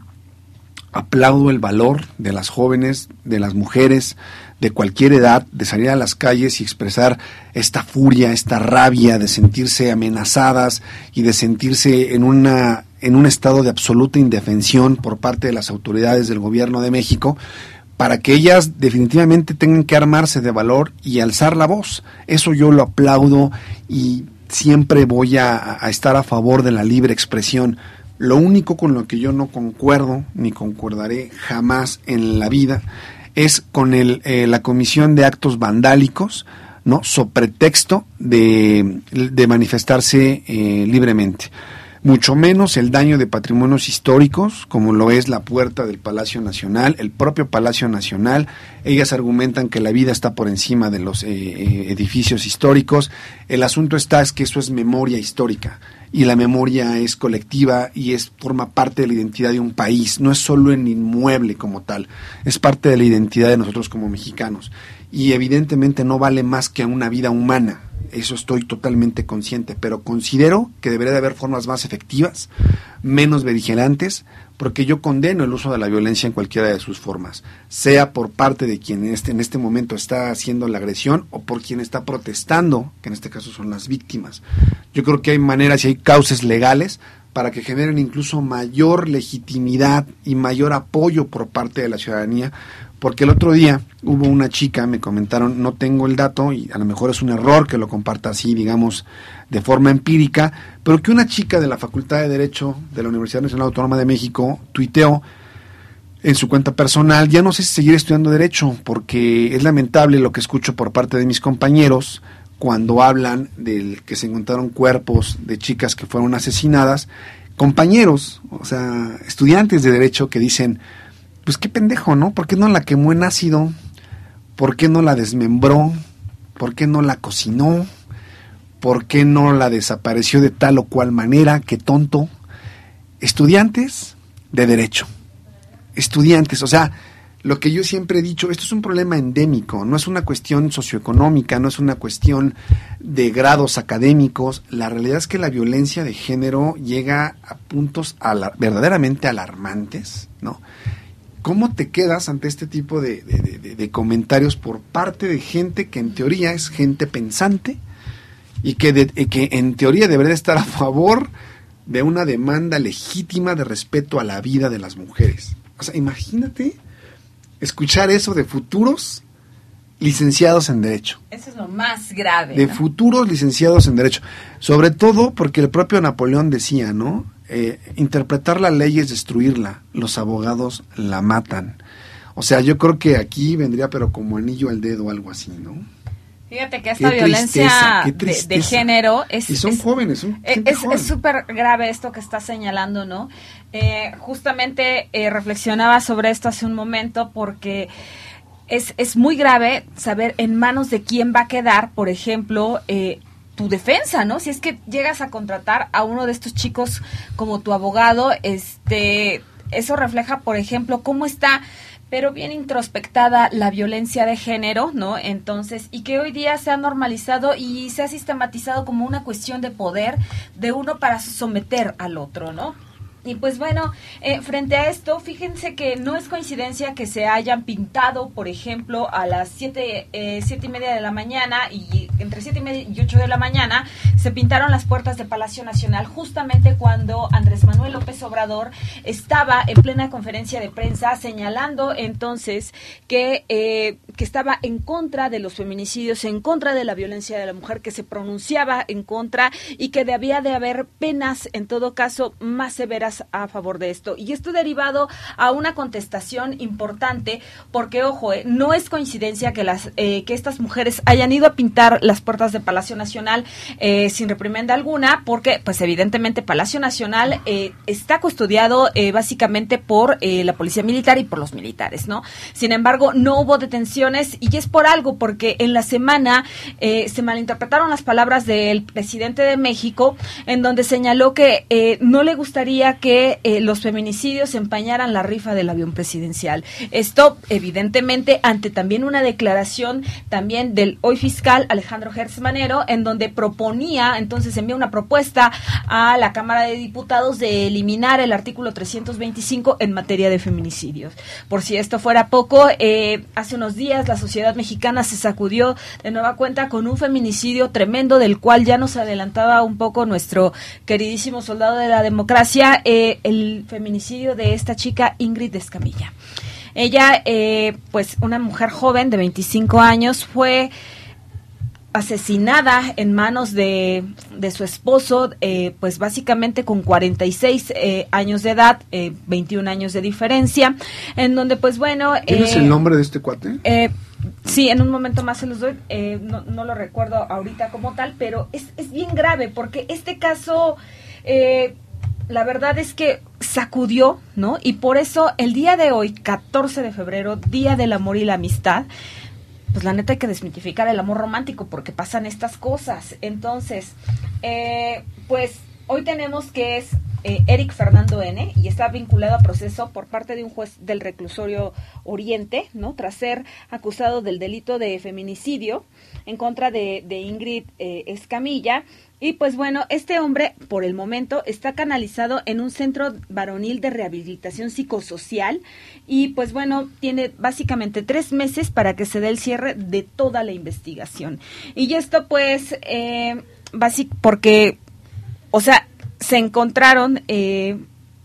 aplaudo el valor de las jóvenes, de las mujeres, de cualquier edad, de salir a las calles y expresar esta furia, esta rabia, de sentirse amenazadas y de sentirse en una en un estado de absoluta indefensión por parte de las autoridades del gobierno de México, para que ellas definitivamente tengan que armarse de valor y alzar la voz. Eso yo lo aplaudo y siempre voy a, a estar a favor de la libre expresión. Lo único con lo que yo no concuerdo, ni concordaré jamás en la vida, es con el, eh, la comisión de actos vandálicos, ¿no? So pretexto de, de manifestarse eh, libremente. Mucho menos el daño de patrimonios históricos, como lo es la puerta del Palacio Nacional, el propio Palacio Nacional. Ellas argumentan que la vida está por encima de los eh, eh, edificios históricos. El asunto está es que eso es memoria histórica, y la memoria es colectiva y es forma parte de la identidad de un país. No es solo el inmueble como tal, es parte de la identidad de nosotros como mexicanos. Y evidentemente no vale más que una vida humana. Eso estoy totalmente consciente, pero considero que debería de haber formas más efectivas, menos beligerantes, porque yo condeno el uso de la violencia en cualquiera de sus formas, sea por parte de quien en este, en este momento está haciendo la agresión o por quien está protestando, que en este caso son las víctimas. Yo creo que hay maneras y hay cauces legales para que generen incluso mayor legitimidad y mayor apoyo por parte de la ciudadanía, porque el otro día hubo una chica, me comentaron, no tengo el dato y a lo mejor es un error que lo comparta así, digamos, de forma empírica, pero que una chica de la Facultad de Derecho de la Universidad Nacional Autónoma de México tuiteó en su cuenta personal: ya no sé si seguir estudiando Derecho, porque es lamentable lo que escucho por parte de mis compañeros cuando hablan del que se encontraron cuerpos de chicas que fueron asesinadas, compañeros, o sea, estudiantes de Derecho que dicen, pues qué pendejo, ¿no? ¿Por qué no la quemó en ácido? ¿Por qué no la desmembró? ¿Por qué no la cocinó? ¿Por qué no la desapareció de tal o cual manera? ¡Qué tonto! Estudiantes de Derecho. Estudiantes, o sea, lo que yo siempre he dicho, esto es un problema endémico, no es una cuestión socioeconómica, no es una cuestión de grados académicos. La realidad es que la violencia de género llega a puntos alar- verdaderamente alarmantes, ¿no? ¿Cómo te quedas ante este tipo de, de, de, de comentarios por parte de gente que en teoría es gente pensante y que, de, que en teoría debería estar a favor de una demanda legítima de respeto a la vida de las mujeres? O sea, imagínate escuchar eso de futuros licenciados en Derecho. Eso es lo más grave, De ¿no? futuros licenciados en Derecho. Sobre todo porque el propio Napoleón decía, ¿no? Eh, interpretar la ley es destruirla. Los abogados la matan. O sea, yo creo que aquí vendría pero como anillo al dedo, algo así, ¿no? Fíjate que esta Qué violencia tristeza, qué de, tristeza. de género es... Y son es, jóvenes, son es, gente es, joven. es súper grave esto que está señalando, ¿no? Eh, justamente eh, reflexionaba sobre esto hace un momento porque es, es muy grave saber en manos de quién va a quedar, por ejemplo, eh, tu defensa, ¿no? Si es que llegas a contratar a uno de estos chicos como tu abogado, este, eso refleja, por ejemplo, cómo está... pero bien introspectada la violencia de género, ¿no? Entonces, y que hoy día se ha normalizado y se ha sistematizado como una cuestión de poder de uno para someter al otro, ¿no? Y pues bueno, eh, frente a esto, fíjense que no es coincidencia que se hayan pintado, por ejemplo, a las siete, eh, siete y media de la mañana y entre siete y media y ocho de la mañana se pintaron las puertas de Palacio Nacional justamente cuando Andrés Manuel López Obrador estaba en plena conferencia de prensa señalando entonces que, eh, que estaba en contra de los feminicidios, en contra de la violencia de la mujer, que se pronunciaba en contra y que debía de haber penas, en todo caso, más severas a favor de esto. Y esto derivado a una contestación importante, porque, ojo, eh, no es coincidencia que las eh, que estas mujeres hayan ido a pintar las puertas de Palacio Nacional eh, sin reprimenda alguna, porque, pues, evidentemente, Palacio Nacional eh, está custodiado eh, básicamente por eh, la Policía Militar y por los militares, ¿no? Sin embargo, no hubo detenciones y es por algo, porque en la semana eh, se malinterpretaron las palabras del presidente de México, en donde señaló que eh, no le gustaría que eh, los feminicidios empañaran la rifa del avión presidencial. Esto, evidentemente, ante también una declaración también del hoy fiscal Alejandro Gertz Manero, en donde proponía, entonces envía una propuesta a la Cámara de Diputados de eliminar el artículo trescientos veinticinco en materia de feminicidios. Por si esto fuera poco, eh, hace unos días la sociedad mexicana se sacudió de nueva cuenta con un feminicidio tremendo, del cual ya nos adelantaba un poco nuestro queridísimo soldado de la democracia, Eh, el feminicidio de esta chica Ingrid Escamilla. Ella, eh, pues una mujer joven de veinticinco años, fue asesinada en manos de, de su esposo, eh, pues básicamente con cuarenta y seis eh, años de edad, eh, veintiún años de diferencia, en donde pues bueno... ¿Tienes eh, el nombre de este cuate? Eh, sí, en un momento más se los doy, eh, no, no lo recuerdo ahorita como tal, pero es, es bien grave porque este caso... Eh, la verdad es que sacudió, ¿no? Y por eso el día de hoy, catorce de febrero, Día del Amor y la Amistad, pues la neta hay que desmitificar el amor romántico porque pasan estas cosas. Entonces, eh, pues hoy tenemos que es eh, Eric Fernando N. y está vinculado a proceso por parte de un juez del reclusorio Oriente, ¿no? Tras ser acusado del delito de feminicidio en contra de, de Ingrid eh, Escamilla. Y pues bueno, este hombre por el momento está canalizado en un centro varonil de rehabilitación psicosocial y pues bueno, tiene básicamente tres meses para que se dé el cierre de toda la investigación. Y esto pues, eh, básic, porque, o sea, se encontraron, eh,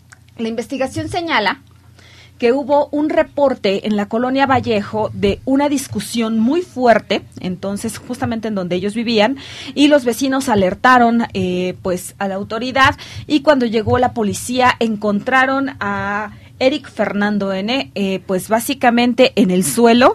la investigación señala que hubo un reporte en la colonia Vallejo de una discusión muy fuerte, entonces justamente en donde ellos vivían, y los vecinos alertaron eh, pues a la autoridad, y cuando llegó la policía encontraron a Eric Fernando N., eh, pues básicamente en el suelo,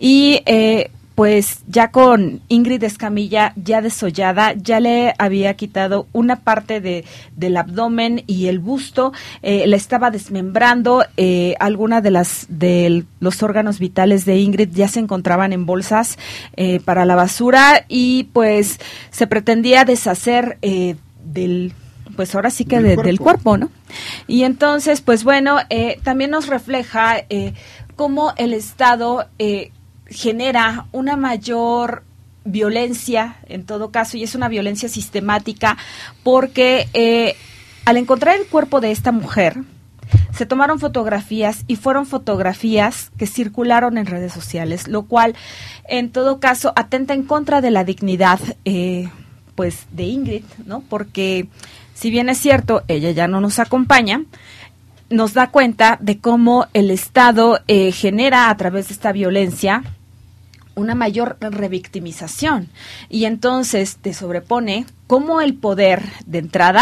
y eh, pues ya con Ingrid Escamilla ya desollada, ya le había quitado una parte de del abdomen y el busto, eh, le estaba desmembrando, eh, algunas de las de los órganos vitales de Ingrid ya se encontraban en bolsas eh, para la basura y pues se pretendía deshacer eh, del pues ahora sí que del, de, cuerpo. del cuerpo, ¿no? Y entonces, pues bueno, eh, también nos refleja eh, cómo el Estado eh, genera una mayor violencia, en todo caso, y es una violencia sistemática, porque eh, al encontrar el cuerpo de esta mujer, se tomaron fotografías y fueron fotografías que circularon en redes sociales, lo cual, en todo caso, atenta en contra de la dignidad, eh, pues, de Ingrid, ¿no? Porque, si bien es cierto, ella ya no nos acompaña, nos da cuenta de cómo el Estado eh, genera a través de esta violencia una mayor revictimización y entonces te sobrepone cómo el poder de entrada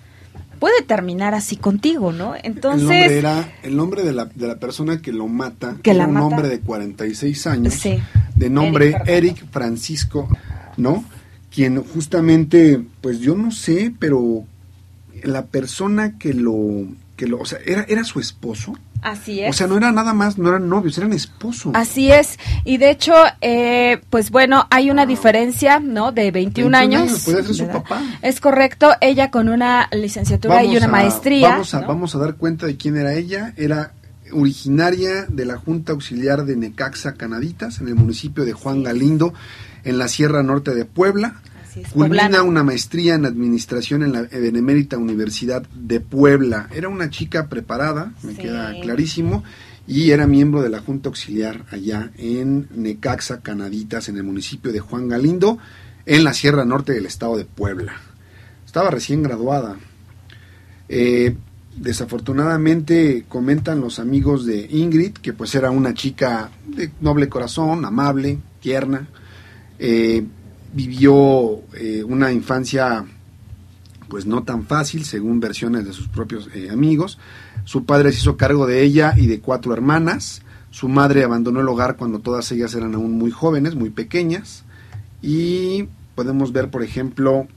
puede terminar así contigo, ¿no? Entonces el nombre era el nombre de la de la persona que lo mata, que era la un mata. hombre de cuarenta y seis años, sí. de nombre Eric, Eric Francisco, ¿no? Quien justamente, pues yo no sé, pero la persona que lo, que lo, o sea, era, era su esposo. Así es. O sea, no era nada más, no eran novios, eran esposos. Así es, y de hecho, eh, pues bueno, hay una diferencia, ¿no? De veintiún años. Podría ser su ¿verdad? papá. Es correcto, ella con una licenciatura Vamos y una a- maestría. Vamos a, ¿no? vamos a dar cuenta de quién era ella. Era originaria de la Junta Auxiliar de Necaxa, Canaditas, en el municipio de Juan Galindo, en la Sierra Norte de Puebla. Así es, Culmina poblana. una maestría en administración en la Benemérita Universidad de Puebla. Era una chica preparada, me Sí. queda clarísimo, y era miembro de la Junta Auxiliar allá en Necaxa, Canaditas, en el municipio de Juan Galindo, en la Sierra Norte del estado de Puebla. Estaba recién graduada. Eh, desafortunadamente comentan los amigos de Ingrid que pues era una chica de noble corazón, amable, tierna, eh, vivió eh, una infancia pues no tan fácil según versiones de sus propios eh, amigos. Su padre se hizo cargo de ella y de cuatro hermanas. Su madre abandonó el hogar cuando todas ellas eran aún muy jóvenes, muy pequeñas, y podemos ver por ejemplo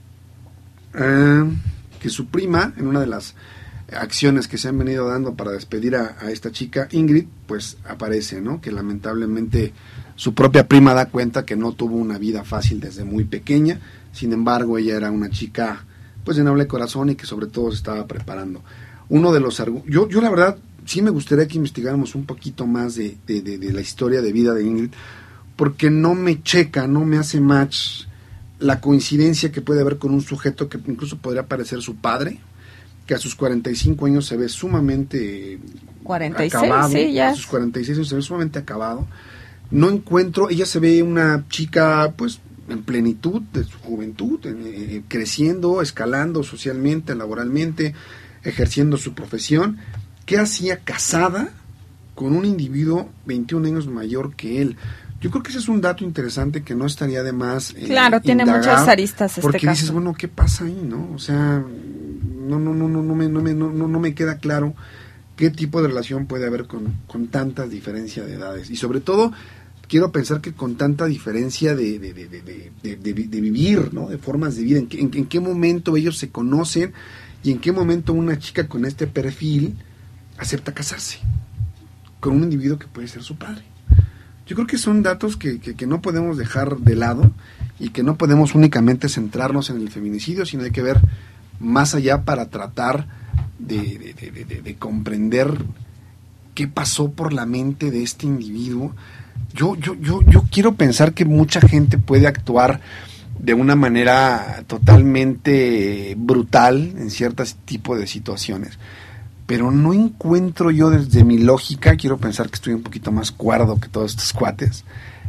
eh, que su prima, en una de las acciones que se han venido dando para despedir a, a esta chica, Ingrid, pues aparece, ¿no? Que lamentablemente su propia prima da cuenta que no tuvo una vida fácil desde muy pequeña. Sin embargo, ella era una chica pues de noble corazón y que sobre todo se estaba preparando. Uno de los argu- yo, yo la verdad sí me gustaría que investigáramos un poquito más de, de, de, de la historia de vida de Ingrid, porque no me checa, no me hace match la coincidencia que puede haber con un sujeto que incluso podría parecer su padre, que a sus cuarenta y cinco años se ve sumamente cuarenta y seis, acabado, sí, ya. a sus cuarenta y seis años se ve sumamente acabado. No encuentro, ella se ve una chica pues en plenitud de su juventud, eh, creciendo, escalando socialmente, laboralmente, ejerciendo su profesión. ¿Qué hacía casada con un individuo veintiún años mayor que él? Yo creo que ese es un dato interesante que no estaría de más eh, Claro, tiene indagar, muchas aristas este porque caso. dices, bueno, ¿qué pasa ahí, no? O sea, no no no no no me no me no, no, no me queda claro qué tipo de relación puede haber con con tantas diferencias de edades, y sobre todo quiero pensar que con tanta diferencia de de, de, de, de, de, de vivir, ¿no? De formas de vida, en, en, en qué momento ellos se conocen y en qué momento una chica con este perfil acepta casarse con un individuo que puede ser su padre. Yo creo que son datos que, que, que no podemos dejar de lado y que no podemos únicamente centrarnos en el feminicidio, sino hay que ver más allá para tratar de, de, de, de, de comprender qué pasó por la mente de este individuo. Yo, yo, yo, yo quiero pensar que mucha gente puede actuar de una manera totalmente brutal en ciertos tipos de situaciones, pero no encuentro yo desde mi lógica, quiero pensar que estoy un poquito más cuerdo que todos estos cuates,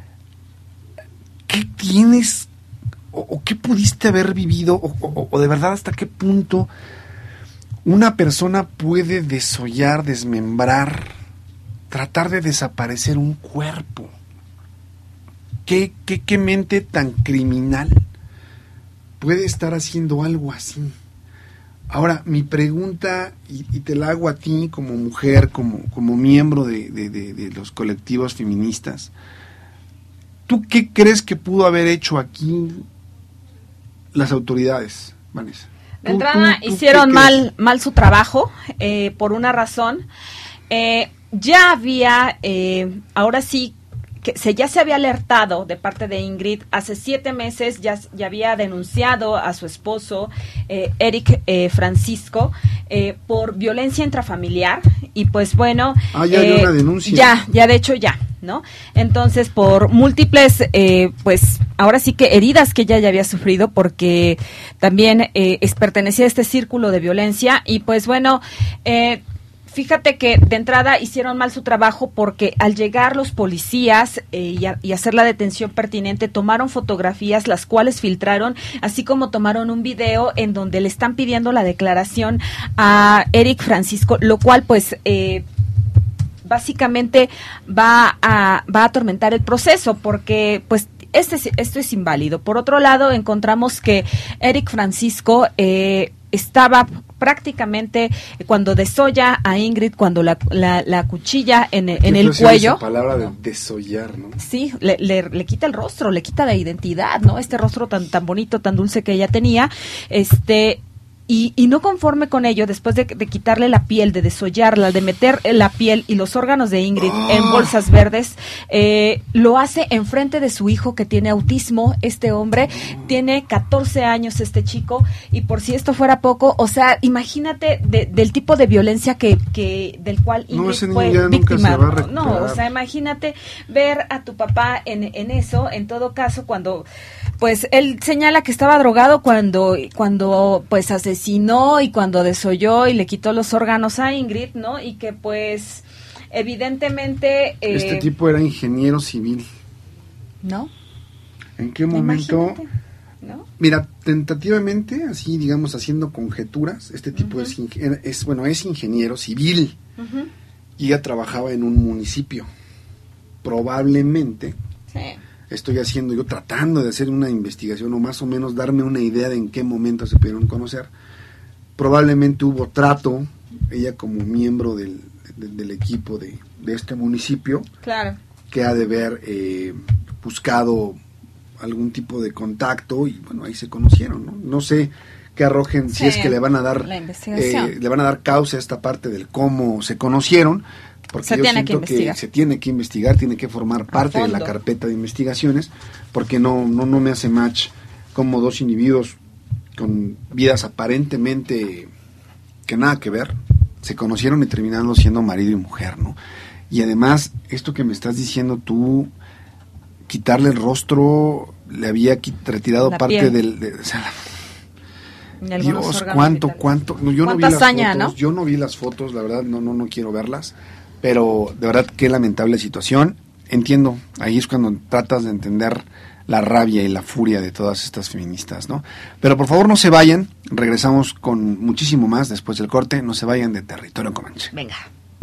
¿qué tienes o, o qué pudiste haber vivido o, o, o de verdad hasta qué punto una persona puede desollar, desmembrar, tratar de desaparecer un cuerpo? ¿Qué, qué, qué mente tan criminal puede estar haciendo algo así? Ahora, mi pregunta, y, y te la hago a ti como mujer, como, como miembro de, de, de, de los colectivos feministas, ¿tú qué crees que pudo haber hecho aquí las autoridades, Vanessa? De entrada, ¿Tú, tú, hicieron tú mal, mal su trabajo, eh, por una razón. Eh, ya había, eh, ahora sí, que se, ya se había alertado de parte de Ingrid, hace siete meses ya, ya había denunciado a su esposo, eh, Eric eh, Francisco, eh, por violencia intrafamiliar, y pues bueno... Ah, ya eh, hay una denuncia. Ya, ya de hecho ya, ¿no? Entonces, por múltiples, eh, pues, ahora sí que heridas que ella ya había sufrido, porque también eh, es, pertenecía a este círculo de violencia, y pues bueno... Eh, Fíjate que de entrada hicieron mal su trabajo porque al llegar los policías eh, y, a, y hacer la detención pertinente, tomaron fotografías, las cuales filtraron, así como tomaron un video en donde le están pidiendo la declaración a Eric Francisco, lo cual pues... Eh, básicamente va a, va a atormentar el proceso porque pues este, esto es inválido. Por otro lado, encontramos que Eric Francisco... Eh, estaba prácticamente cuando desolla a Ingrid, cuando la, la, la cuchilla en, en el cuello. Esa palabra de desollar, ¿no? Sí, le, le, le quita el rostro, le quita la identidad, ¿no? Este rostro tan, tan bonito, tan dulce que ella tenía, este... Y, y no conforme con ello, después de, de quitarle la piel, de desollarla, de meter la piel y los órganos de Ingrid oh. en bolsas verdes, eh, lo hace enfrente de su hijo que tiene autismo. Este hombre oh. tiene catorce años, este chico, y por si esto fuera poco, o sea, imagínate de, del tipo de violencia que, que del cual Ingrid no, fue víctima. No, no, o sea, imagínate ver a tu papá en, en eso. En todo caso, cuando pues él señala que estaba drogado cuando, cuando pues asesinó y cuando desolló y le quitó los órganos a Ingrid, ¿no? Y que pues evidentemente... Eh, este tipo era ingeniero civil. ¿No? ¿En qué momento? ¿No? Mira, tentativamente, así digamos, haciendo conjeturas, este tipo uh-huh. es, ingen- es, bueno, es ingeniero civil uh-huh. y ella trabajaba en un municipio. Probablemente... Sí. Estoy haciendo, yo tratando de hacer una investigación o más o menos darme una idea de en qué momento se pudieron conocer. Probablemente hubo trato, ella como miembro del, de, del equipo de, de este municipio, claro. que ha de haber eh, buscado algún tipo de contacto y bueno, ahí se conocieron, ¿no? No sé qué arrojen, sí, si es que le van a dar eh, le van a dar causa a esta parte del cómo se conocieron. Porque se yo tiene siento que, que se tiene que investigar, tiene que formar parte de la carpeta de investigaciones, porque no, no, no me hace match como dos individuos con vidas aparentemente que nada que ver, se conocieron y terminaron siendo marido y mujer, ¿no? Y además, esto que me estás diciendo tú, quitarle el rostro, le había quit- retirado la parte piel. del... De, o sea, Dios, cuánto, cuánto... No, yo no vi las hazaña, fotos, ¿no? yo no vi las fotos, la verdad, no, no, no quiero verlas. Pero de verdad qué lamentable situación. Entiendo, ahí es cuando tratas de entender la rabia y la furia de todas estas feministas, ¿no? Pero por favor no se vayan, regresamos con muchísimo más después del corte, no se vayan de Territorio Comanche. Venga.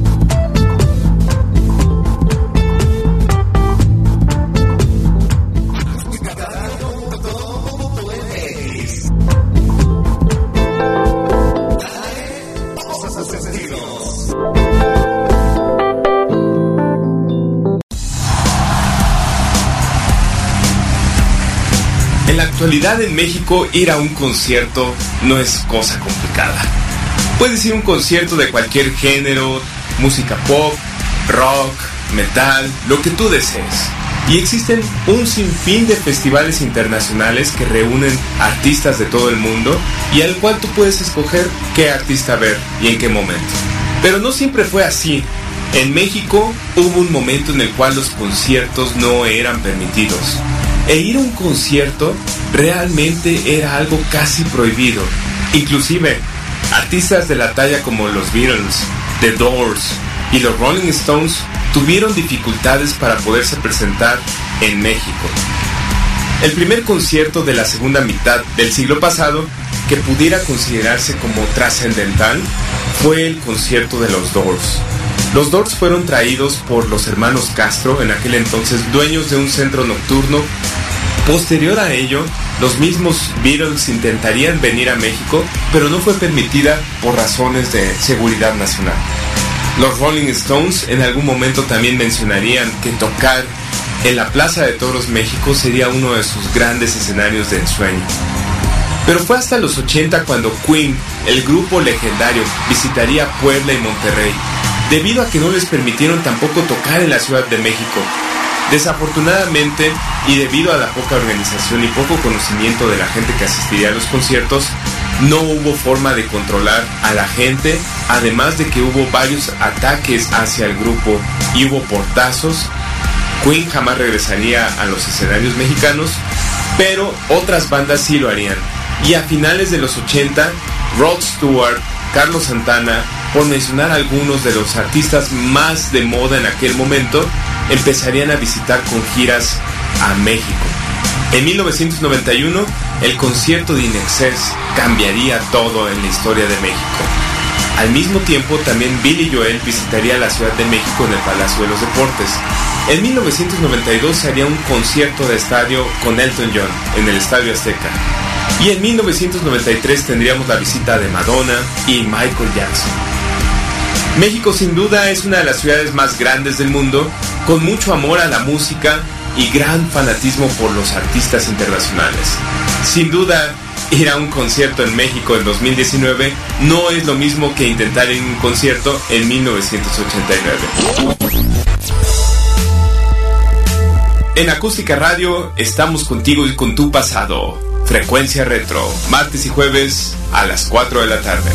En la actualidad en México ir a un concierto no es cosa complicada. Puedes ir a un concierto de cualquier género, música pop, rock, metal, lo que tú desees. Y existen un sinfín de festivales internacionales que reúnen artistas de todo el mundo y al cual tú puedes escoger qué artista ver y en qué momento. Pero no siempre fue así. En México hubo un momento en el cual los conciertos no eran permitidos. E ir a un concierto realmente era algo casi prohibido. Inclusive, artistas de la talla como los Beatles, The Doors y los Rolling Stones tuvieron dificultades para poderse presentar en México. El primer concierto de la segunda mitad del siglo pasado que pudiera considerarse como trascendental fue el concierto de los Doors. Los Doors fueron traídos por los hermanos Castro, en aquel entonces dueños de un centro nocturno. Posterior a ello, los mismos Beatles intentarían venir a México, pero no fue permitida por razones de seguridad nacional. Los Rolling Stones en algún momento también mencionarían que tocar en la Plaza de Toros México sería uno de sus grandes escenarios de ensueño. Pero fue hasta los ochenta cuando Queen, el grupo legendario, visitaría Puebla y Monterrey, debido a que no les permitieron tampoco tocar en la Ciudad de México. Desafortunadamente, y debido a la poca organización y poco conocimiento de la gente que asistiría a los conciertos, no hubo forma de controlar a la gente, además de que hubo varios ataques hacia el grupo y hubo portazos. Queen jamás regresaría a los escenarios mexicanos, pero otras bandas sí lo harían. Y a finales de los ochenta, Rod Stewart, Carlos Santana, por mencionar algunos de los artistas más de moda en aquel momento, empezarían a visitar con giras a México. En mil novecientos noventa y uno, el concierto de In Excess cambiaría todo en la historia de México. Al mismo tiempo, también Billy Joel visitaría la Ciudad de México en el Palacio de los Deportes. En mil novecientos noventa y dos se haría un concierto de estadio con Elton John en el Estadio Azteca. Y en mil novecientos noventa y tres tendríamos la visita de Madonna y Michael Jackson. México sin duda es una de las ciudades más grandes del mundo, con mucho amor a la música y gran fanatismo por los artistas internacionales. Sin duda, ir a un concierto en México en dos mil diecinueve no es lo mismo que intentar ir a un concierto en mil novecientos ochenta y nueve. En Acústica Radio estamos contigo y con tu pasado. Frecuencia Retro, martes y jueves a las cuatro de la tarde.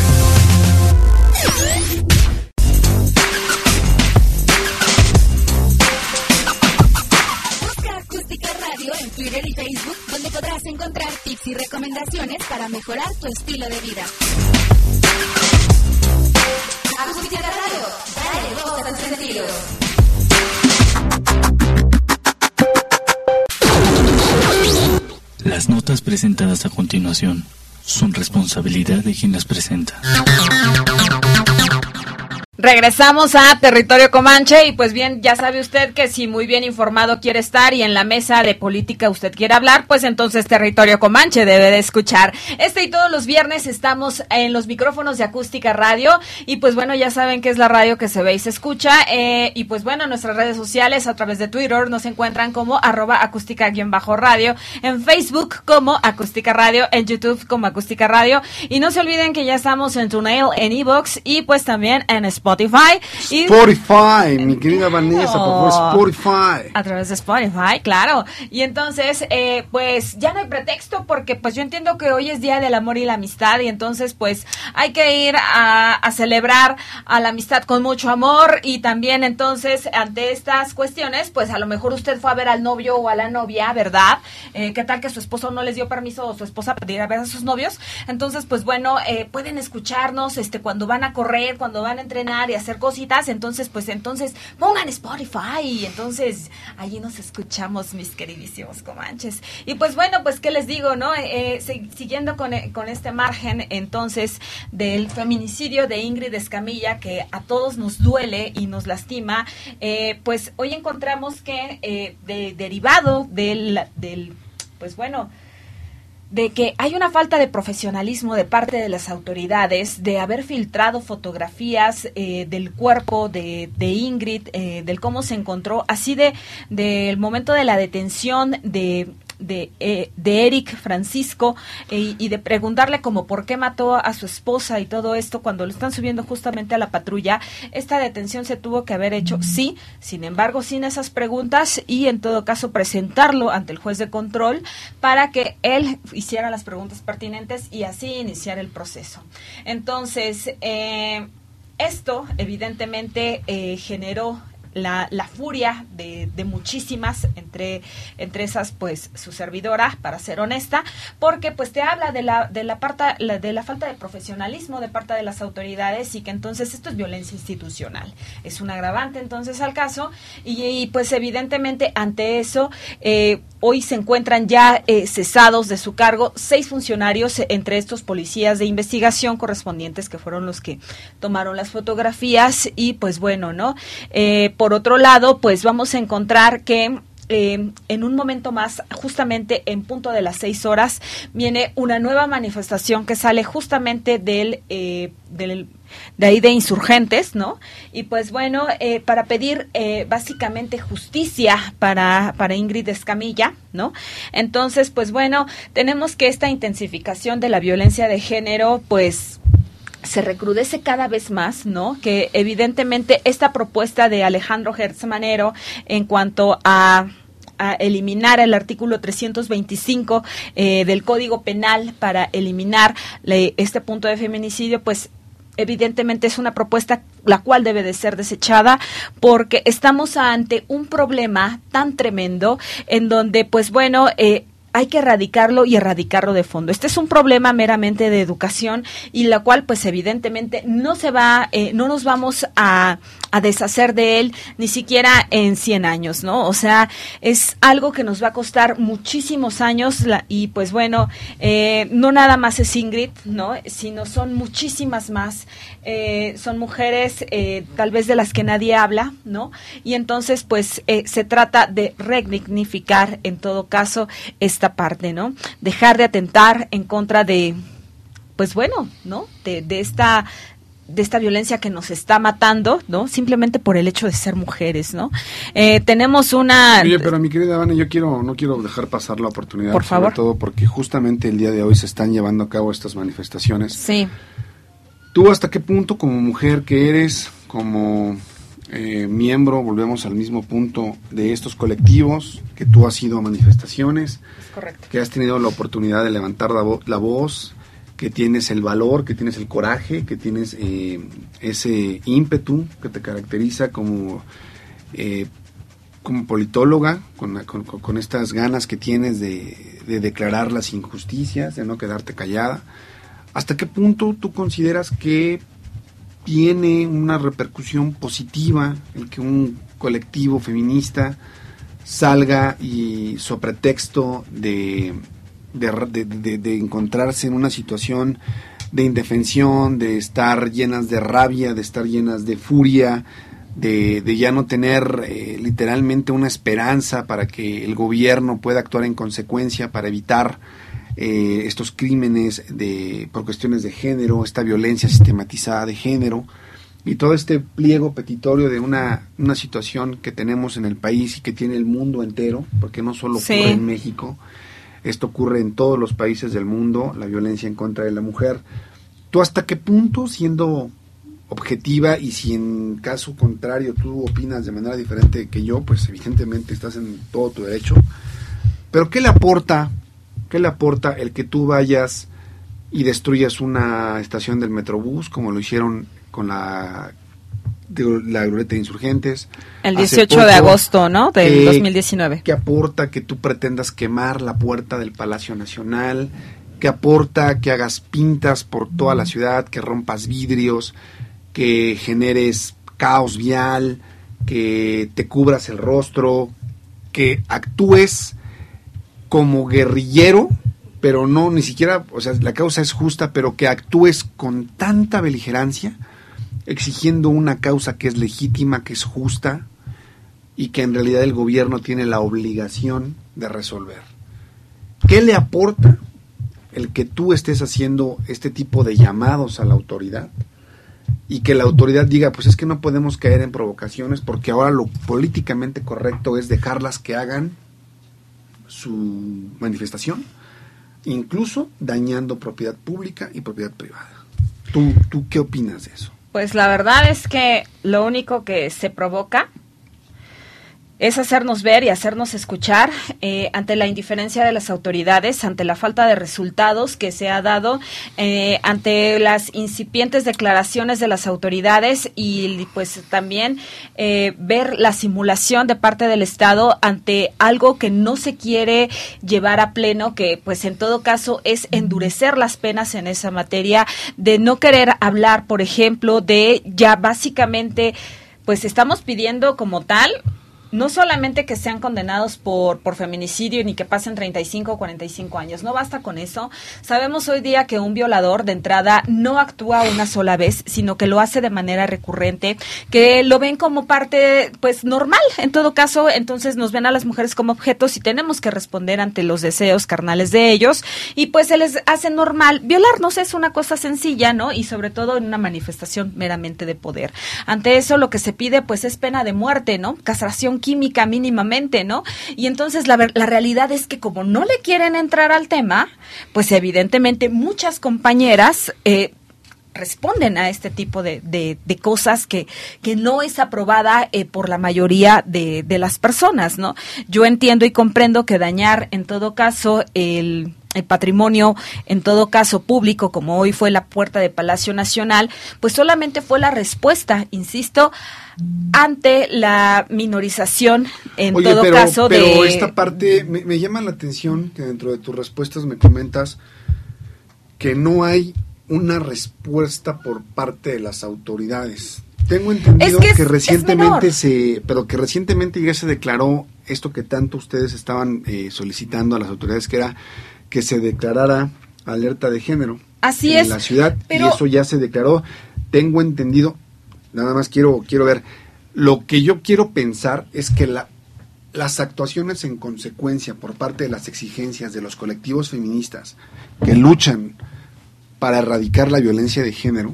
Busca Acústica Radio en Twitter y Facebook, donde podrás encontrar tips y recomendaciones para mejorar tu estilo de vida. Acústica Radio, dale voz a tus sentidos. Las notas presentadas a continuación son responsabilidad de quien las presenta. Regresamos a Territorio Comanche y pues bien, ya sabe usted que si muy bien informado quiere estar y en la mesa de política usted quiere hablar, pues entonces Territorio Comanche debe de escuchar. Este y todos los viernes estamos en los micrófonos de Acústica Radio y pues bueno, ya saben que es la radio que se ve y se escucha eh, y pues bueno, en nuestras redes sociales a través de Twitter nos encuentran como arroba acústica-radio, en Facebook como Acústica Radio, en YouTube como Acústica Radio y no se olviden que ya estamos en TuneIn, en iVoox y pues también en Spotify. Spotify. Y... Spotify, mi querida Vanessa, por favor, Spotify. A través de Spotify, claro. Y entonces, eh, pues ya no hay pretexto porque pues yo entiendo que hoy es Día del Amor y la Amistad y entonces pues hay que ir a, a celebrar a la amistad con mucho amor y también entonces ante estas cuestiones, pues a lo mejor usted fue a ver al novio o a la novia, ¿verdad? Eh, ¿Qué tal que su esposo no les dio permiso o su esposa para ir a ver a sus novios? Entonces, pues bueno, eh, pueden escucharnos este cuando van a correr, cuando van a entrenar y hacer cositas, entonces pues entonces pongan Spotify y entonces allí nos escuchamos, mis queridísimos comanches. Y pues bueno, pues qué les digo, ¿no? Eh, eh, siguiendo con, con este margen entonces del feminicidio de Ingrid Escamilla que a todos nos duele y nos lastima, eh, pues hoy encontramos que eh, de, derivado del, del pues bueno de que hay una falta de profesionalismo de parte de las autoridades, de haber filtrado fotografías eh, del cuerpo de, de Ingrid, eh, del cómo se encontró, así de del momento de la detención de de, eh, de Eric Francisco eh, y de preguntarle como por qué mató a su esposa y todo esto cuando lo están subiendo justamente a la patrulla. Esta detención se tuvo que haber hecho, sí, sin embargo, sin esas preguntas y en todo caso presentarlo ante el juez de control para que él hiciera las preguntas pertinentes y así iniciar el proceso. Entonces, eh, esto evidentemente eh, generó La, la furia de, de muchísimas, entre, entre esas pues su servidora, para ser honesta, porque pues te habla de la, de la parte, la, de la falta de profesionalismo de parte de las autoridades y que entonces esto es violencia institucional. Es un agravante entonces al caso y, y pues evidentemente ante eso eh, hoy se encuentran ya eh, cesados de su cargo seis funcionarios, eh, entre estos policías de investigación correspondientes que fueron los que tomaron las fotografías y pues bueno, ¿no? Eh, por otro lado, pues vamos a encontrar que Eh, en un momento más, justamente en punto de las seis horas, viene una nueva manifestación que sale justamente del, eh, del de ahí de Insurgentes, ¿no? Y pues bueno, eh, para pedir eh, básicamente justicia para, para Ingrid Escamilla, ¿no? Entonces, pues bueno, tenemos que esta intensificación de la violencia de género, pues se recrudece cada vez más, ¿no? Que evidentemente esta propuesta de Alejandro Gertz Manero en cuanto a a eliminar el artículo trescientos veinticinco eh, del Código Penal para eliminar le, este punto de feminicidio, pues evidentemente es una propuesta la cual debe de ser desechada porque estamos ante un problema tan tremendo en donde, pues bueno, eh, hay que erradicarlo y erradicarlo de fondo. Este es un problema meramente de educación y la cual pues evidentemente no se va, eh, no nos vamos a, a deshacer de él ni siquiera en cien años, ¿no? O sea, es algo que nos va a costar muchísimos años la, y pues bueno, eh, no nada más es Ingrid, ¿no? Sino son muchísimas más, eh, son mujeres eh, tal vez de las que nadie habla, ¿no? Y entonces pues eh, se trata de redignificar en todo caso esta esta parte, ¿no? Dejar de atentar en contra de, pues bueno, ¿no? De, de esta de esta violencia que nos está matando, ¿no? Simplemente por el hecho de ser mujeres, ¿no? Eh, tenemos una... Oye, pero mi querida Vane, yo quiero, no quiero dejar pasar la oportunidad, por favor, sobre todo porque justamente el día de hoy se están llevando a cabo estas manifestaciones. Sí. ¿Tú hasta qué punto, como mujer que eres, como eh, miembro, volvemos al mismo punto de estos colectivos, que tú has ido a manifestaciones, correcto, que has tenido la oportunidad de levantar la, vo- la voz, que tienes el valor, que tienes el coraje, que tienes eh, ese ímpetu que te caracteriza como, eh, como politóloga, con, con, con estas ganas que tienes de, de declarar las injusticias, de no quedarte callada? ¿Hasta qué punto tú consideras que tiene una repercusión positiva el que un colectivo feminista salga y, sobre pretexto de... De, de, de, de encontrarse en una situación de indefensión, de estar llenas de rabia, de estar llenas de furia, de, de ya no tener eh, literalmente una esperanza para que el gobierno pueda actuar en consecuencia para evitar eh, estos crímenes de, por cuestiones de género, esta violencia sistematizada de género y todo este pliego petitorio de una, una situación que tenemos en el país y que tiene el mundo entero, porque no solo sí. ocurre en México. Esto ocurre en todos los países del mundo, la violencia en contra de la mujer. ¿Tú hasta qué punto, siendo objetiva, y si en caso contrario tú opinas de manera diferente que yo, pues evidentemente estás en todo tu derecho, pero qué le aporta, qué le aporta el que tú vayas y destruyas una estación del Metrobús, como lo hicieron con la... de la glorieta de Insurgentes el dieciocho de agosto, ¿no? Del que, dos mil diecinueve. ¿Qué aporta que tú pretendas quemar la puerta del Palacio Nacional? ¿Qué aporta que hagas pintas por toda la ciudad, que rompas vidrios, que generes caos vial, que te cubras el rostro, que actúes como guerrillero, pero no, ni siquiera, o sea, la causa es justa, pero que actúes con tanta beligerancia, exigiendo una causa que es legítima, que es justa y que en realidad el gobierno tiene la obligación de resolver? ¿Qué le aporta el que tú estés haciendo este tipo de llamados a la autoridad y que la autoridad diga, pues es que no podemos caer en provocaciones porque ahora lo políticamente correcto es dejarlas que hagan su manifestación, incluso dañando propiedad pública y propiedad privada? ¿Tú, tú qué opinas de eso? Pues la verdad es que lo único que se provoca es hacernos ver y hacernos escuchar eh, ante la indiferencia de las autoridades, ante la falta de resultados que se ha dado, eh, ante las incipientes declaraciones de las autoridades y pues también eh, ver la simulación de parte del Estado ante algo que no se quiere llevar a pleno, que pues en todo caso es endurecer las penas en esa materia, de no querer hablar, por ejemplo, de ya básicamente, pues estamos pidiendo como tal, no solamente que sean condenados por, por feminicidio ni que pasen treinta y cinco o cuarenta y cinco años, no basta con eso. Sabemos hoy día que un violador de entrada no actúa una sola vez, sino que lo hace de manera recurrente, que lo ven como parte pues normal, en todo caso, entonces nos ven a las mujeres como objetos y tenemos que responder ante los deseos carnales de ellos y pues se les hace normal. Violarnos es una cosa sencilla, ¿no? Y sobre todo en una manifestación meramente de poder. Ante eso lo que se pide pues es pena de muerte, ¿no? Castración química mínimamente, ¿no? Y entonces la, la realidad es que como no le quieren entrar al tema, pues evidentemente muchas compañeras eh, responden a este tipo de, de, de cosas que, que no es aprobada eh, por la mayoría de, de las personas, ¿no? Yo entiendo y comprendo que dañar en todo caso el... el patrimonio, en todo caso público, como hoy fue la puerta de Palacio Nacional, pues solamente fue la respuesta, insisto, ante la minorización, en Oye, todo pero, caso pero de... Pero esta parte, me, me llama la atención que dentro de tus respuestas me comentas que no hay una respuesta por parte de las autoridades. Tengo entendido es que, que es, recientemente se, pero que recientemente ya se declaró esto que tanto ustedes estaban eh, solicitando a las autoridades, que era que se declarara alerta de género. Así en es, la ciudad, pero... y eso ya se declaró. Tengo entendido, nada más quiero quiero ver, lo que yo quiero pensar es que la las actuaciones en consecuencia por parte de las exigencias de los colectivos feministas que luchan para erradicar la violencia de género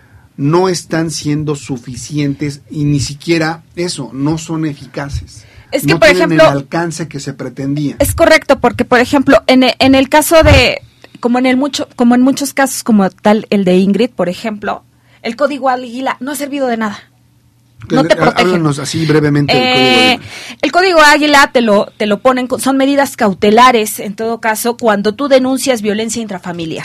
no están siendo suficientes y ni siquiera eso, no son eficaces. Es que, no por tienen ejemplo, el alcance que se pretendía. Es correcto, porque, por ejemplo, en el, en el caso de, como en el mucho, como en muchos casos, como tal el de Ingrid, por ejemplo, el Código Águila no ha servido de nada. No te protege. Háblanos así brevemente del eh, Código Águila. El Código Águila te lo, te lo ponen, son medidas cautelares, en todo caso, cuando tú denuncias violencia intrafamiliar.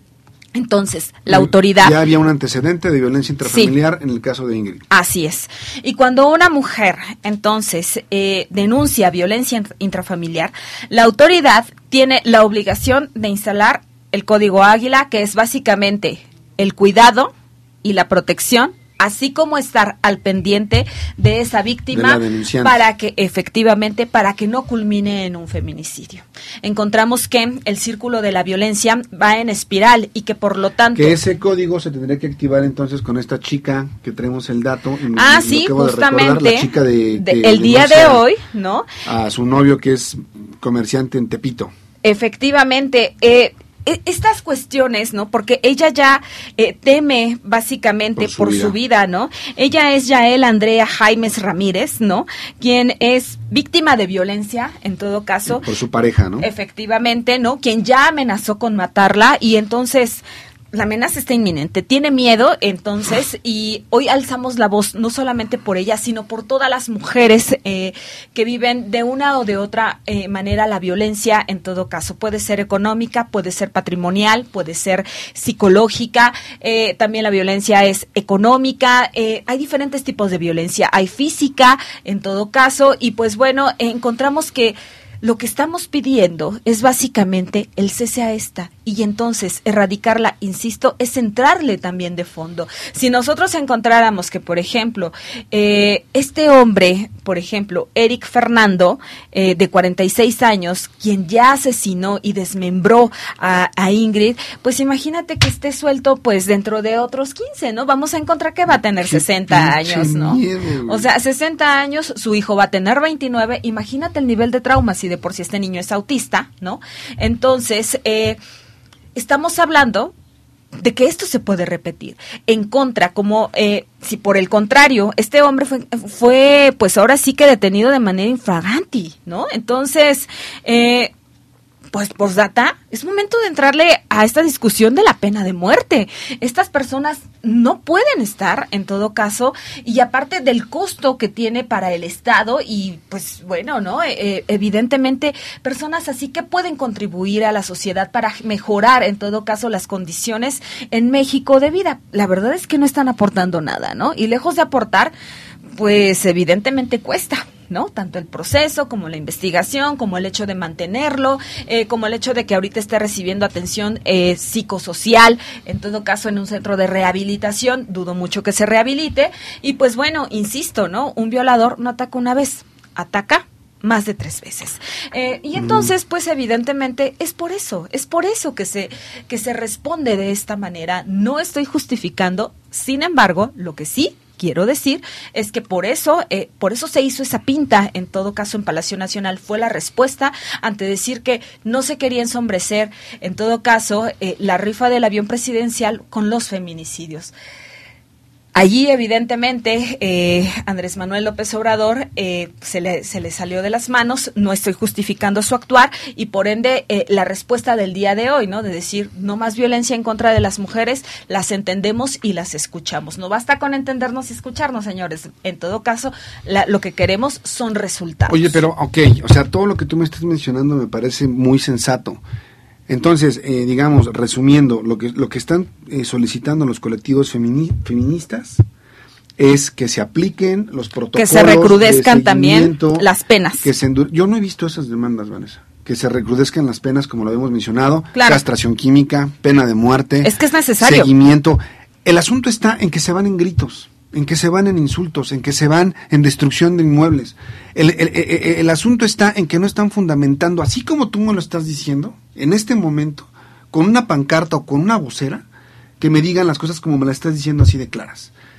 Entonces, la autoridad... Ya había un antecedente de violencia intrafamiliar, sí, en el caso de Ingrid. Así es. Y cuando una mujer, entonces, eh, denuncia violencia intrafamiliar, la autoridad tiene la obligación de instalar el Código Águila, que es básicamente el cuidado y la protección, así como estar al pendiente de esa víctima de para que efectivamente, para que no culmine en un feminicidio. Encontramos que el círculo de la violencia va en espiral y que por lo tanto... Que ese código se tendría que activar entonces con esta chica que traemos el dato. Y ah, sí, justamente. Recordar, la chica de, de, que el día de hoy, ¿no? A su novio que es comerciante en Tepito. Efectivamente, eh... estas cuestiones, ¿no? Porque ella ya eh, teme básicamente por, su, por vida. su vida, ¿no? Ella es Yael Andrea Jaimes Ramírez, ¿no? Quien es víctima de violencia, en todo caso. Por su pareja, ¿no? Efectivamente, ¿no? Quien ya amenazó con matarla y entonces... la amenaza está inminente, tiene miedo, entonces, y hoy alzamos la voz, no solamente por ella, sino por todas las mujeres eh, que viven de una o de otra eh, manera la violencia, en todo caso. Puede ser económica, puede ser patrimonial, puede ser psicológica, eh, también la violencia es económica, eh, hay diferentes tipos de violencia, hay física, en todo caso, y pues bueno, eh, encontramos que lo que estamos pidiendo es básicamente el cese a esta y entonces erradicarla, insisto, es entrarle también de fondo. Si nosotros encontráramos que, por ejemplo, eh, este hombre, por ejemplo, Eric Fernando, eh, de cuarenta y seis años, quien ya asesinó y desmembró a, a Ingrid, pues imagínate que esté suelto pues dentro de otros quince, ¿no? Vamos a encontrar que va a tener sesenta años, ¿no? Miedo. O sea, sesenta años, su hijo va a tener veintinueve, imagínate el nivel de trauma, si de por sí este niño es autista, ¿no? Entonces, eh, estamos hablando de que esto se puede repetir en contra, como eh, si por el contrario este hombre fue, fue pues ahora sí que detenido de manera infraganti, ¿no? Entonces, eh, pues postdata, es momento de entrarle a esta discusión de la pena de muerte. Estas personas no pueden estar, en todo caso, y aparte del costo que tiene para el Estado y, pues, bueno, ¿no? Eh, evidentemente, personas así que pueden contribuir a la sociedad para mejorar, en todo caso, las condiciones en México de vida. La verdad es que no están aportando nada, ¿no? Y lejos de aportar, pues, evidentemente cuesta, ¿no? Tanto el proceso como la investigación, como el hecho de mantenerlo, eh, como el hecho de que ahorita esté recibiendo atención eh, psicosocial, en todo caso en un centro de rehabilitación, dudo mucho que se rehabilite, y pues bueno, insisto, ¿no? Un violador no ataca una vez, ataca más de tres veces. Eh, y entonces, pues evidentemente es por eso, es por eso que se, que se responde de esta manera. No estoy justificando, sin embargo, lo que sí quiero decir es que por eso, eh, por eso se hizo esa pinta, en todo caso en Palacio Nacional, fue la respuesta ante decir que no se quería ensombrecer, en todo caso, eh, la rifa del avión presidencial con los feminicidios. Allí, evidentemente, eh, Andrés Manuel López Obrador eh, se, le, se le salió de las manos, no estoy justificando su actuar, y por ende eh, la respuesta del día de hoy, ¿no? De decir, no más violencia en contra de las mujeres, las entendemos y las escuchamos. No basta con entendernos y escucharnos, señores. En todo caso, la, lo que queremos son resultados. Oye, pero, ok, o sea, todo lo que tú me estás mencionando me parece muy sensato. Entonces, eh, digamos, resumiendo, lo que lo que están eh, solicitando los colectivos femini- feministas es que se apliquen los protocolos, que se recrudezcan también las penas. Que se endur- Yo no he visto esas demandas, Vanessa. Que se recrudezcan las penas, como lo habíamos mencionado, claro. Castración química, pena de muerte. Es que es necesario. Seguimiento. El asunto está en que se van en gritos, en que se van en insultos, en que se van en destrucción de inmuebles. El, el, el, el asunto está en que no están fundamentando, así como tú me lo estás diciendo, en este momento, con una pancarta o con una vocera, que me digan las cosas como me las estás diciendo así de claras.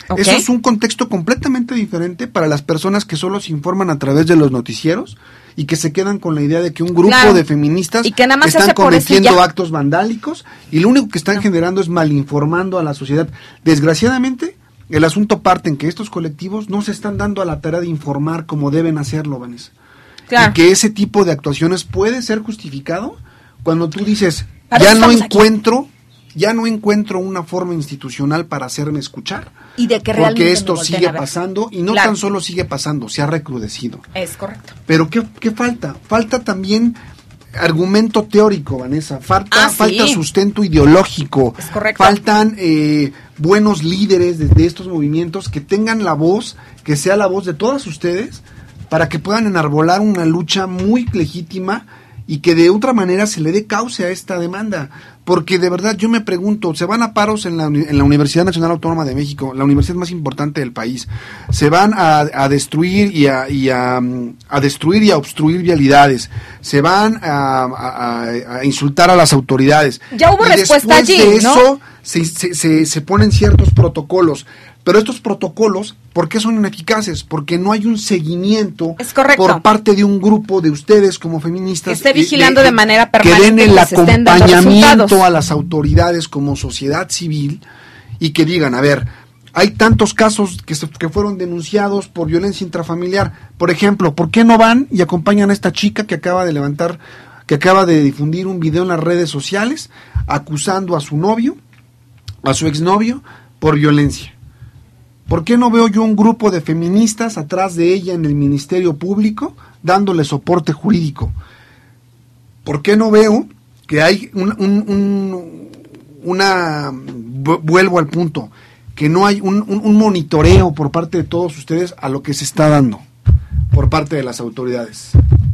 Okay. Eso es un contexto completamente diferente para las personas que solo se informan a través de los noticieros y que se quedan con la idea de que un grupo claro. de feministas y que nada más están cometiendo ya. actos vandálicos y lo único que están no. generando es malinformando a la sociedad. Desgraciadamente, el asunto parte en que estos colectivos no se están dando a la tarea de informar como deben hacerlo, Vanessa. Claro. Y que ese tipo de actuaciones puede ser justificado cuando tú dices, ya no encuentro, aquí. ya no encuentro una forma institucional para hacerme escuchar. Y de que porque esto sigue pasando y no claro. tan solo sigue pasando, se ha recrudecido. Es correcto. Pero ¿qué, qué falta? Falta también argumento teórico, Vanessa. Falta, ah, falta sí. sustento ideológico. Es correcto. Faltan eh, buenos líderes de, de estos movimientos que tengan la voz, que sea la voz de todas ustedes, para que puedan enarbolar una lucha muy legítima y que de otra manera se le dé cauce a esta demanda. Porque de verdad yo me pregunto, se van a paros en la, en la Universidad Nacional Autónoma de México, la universidad más importante del país, se van a, a destruir y a, y a, a destruir y a obstruir vialidades, se van a, a, a insultar a las autoridades. Ya hubo y respuesta allí, de eso, ¿no? se, se, se, se ponen ciertos protocolos. Pero estos protocolos, ¿por qué son ineficaces? Porque no hay un seguimiento por parte de un grupo de ustedes como feministas. Que esté vigilando de, de, de manera Que permanente. den el que acompañamiento a las autoridades como sociedad civil y que digan, a ver, hay tantos casos que, se, que fueron denunciados por violencia intrafamiliar. Por ejemplo, ¿por qué no van y acompañan a esta chica que acaba de levantar, que acaba de difundir un video en las redes sociales acusando a su novio, a su exnovio, por violencia? ¿Por qué no veo yo un grupo de feministas atrás de ella en el Ministerio Público dándole soporte jurídico? ¿Por qué no veo que hay un, un, un, una... vuelvo al punto, que no hay un, un, un monitoreo por parte de todos ustedes a lo que se está dando por parte de las autoridades?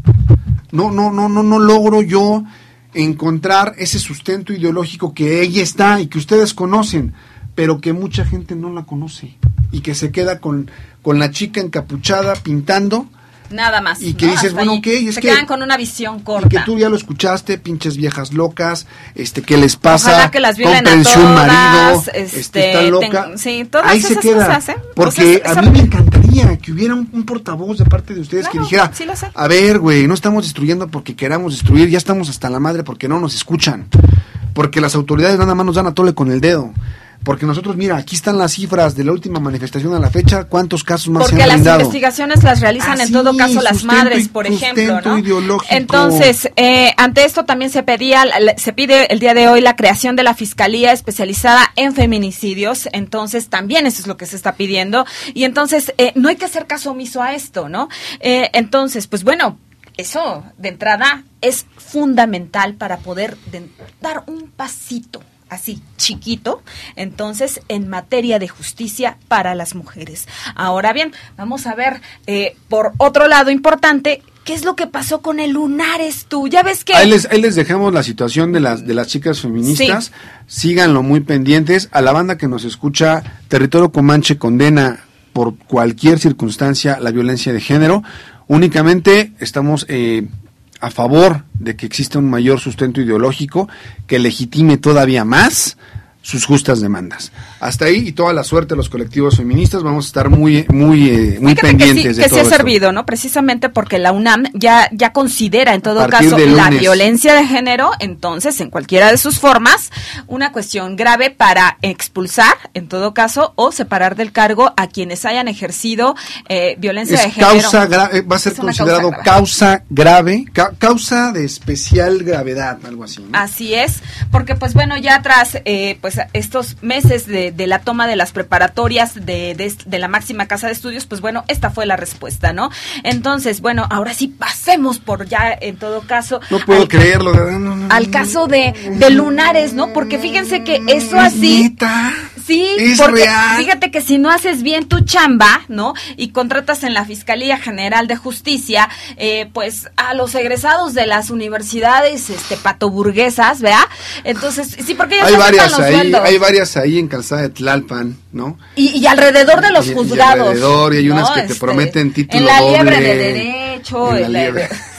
No, no, no, no, no logro yo encontrar ese sustento ideológico que ella está y que ustedes conocen, pero que mucha gente no la conoce y que se queda con, con la chica encapuchada pintando. Nada más. Y que ¿no? dices, Hasta bueno, ahí. ¿qué? Y es se que, quedan con una visión corta. Y que tú ya lo escuchaste, pinches viejas locas, este, ¿qué les pasa? Ojalá que las violen Cómprense a todas, un marido, este, este, está loca. Ten, sí, todas ahí esas se queda, cosas, ¿eh? Porque o sea, a mí me encantaría que hubiera un, un portavoz de parte de ustedes claro, que dijera, sí lo sé. a ver, güey, no estamos destruyendo porque queramos destruir, ya estamos hasta la madre porque no nos escuchan, porque las autoridades nada más nos dan a tole con el dedo. Porque nosotros, mira, aquí están las cifras de la última manifestación a la fecha, cuántos casos más porque se han brindado. Porque las investigaciones las realizan ah, en todo sí, caso las madres, por ejemplo, ¿no? Ideológico. Entonces, eh, ante esto también se pedía, se pide el día de hoy la creación de la Fiscalía especializada en feminicidios, entonces también eso es lo que se está pidiendo, y entonces eh, no hay que hacer caso omiso a esto, ¿no? Eh, entonces, pues bueno, eso de entrada es fundamental para poder de, dar un pasito así chiquito, entonces en materia de justicia para las mujeres. Ahora bien, vamos a ver eh, por otro lado importante, ¿qué es lo que pasó con el Lunares tú? Ya ves que... Ahí les, ahí les dejamos la situación de las, de las chicas feministas, sí. Síganlo muy pendientes. A la banda que nos escucha, Territorio Comanche condena por cualquier circunstancia la violencia de género. Únicamente estamos... Eh, a favor de que exista un mayor sustento ideológico que legitime todavía más sus justas demandas. Hasta ahí y toda la suerte de los colectivos feministas, vamos a estar muy muy eh, muy Fíjate pendientes que sí, de que todo sí ha esto. servido, ¿no? Precisamente porque la UNAM ya ya considera en todo caso la violencia de género, entonces en cualquiera de sus formas, una cuestión grave para expulsar, en todo caso, o separar del cargo a quienes hayan ejercido eh, violencia es de género. Causa gra- va a ser es considerado causa grave, causa, grave ca- causa de especial gravedad, algo así, ¿no? Así es, porque pues bueno, ya tras eh, pues estos meses de, de la toma de las preparatorias de, de, de la máxima casa de estudios, pues bueno, esta fue la respuesta, ¿no? Entonces, bueno, ahora sí pasemos por ya, en todo caso... No puedo al, creerlo. No, no, no, al caso de, de Lunares, ¿no? Porque fíjense que eso así... ¿Neta? Sí, es porque real. Fíjate que si no haces bien tu chamba, ¿no? Y contratas en la Fiscalía General de Justicia, eh, pues a los egresados de las universidades este, patoburguesas, ¿verdad? Entonces, sí, porque ellos hay varias los ahí, sueldos. hay varias ahí en Calzada de Tlalpan, ¿no? Y, y alrededor de los y, juzgados. Y alrededor, y hay ¿no? unas que este, te prometen título en la doble. liebre de derecho. En la en liebre.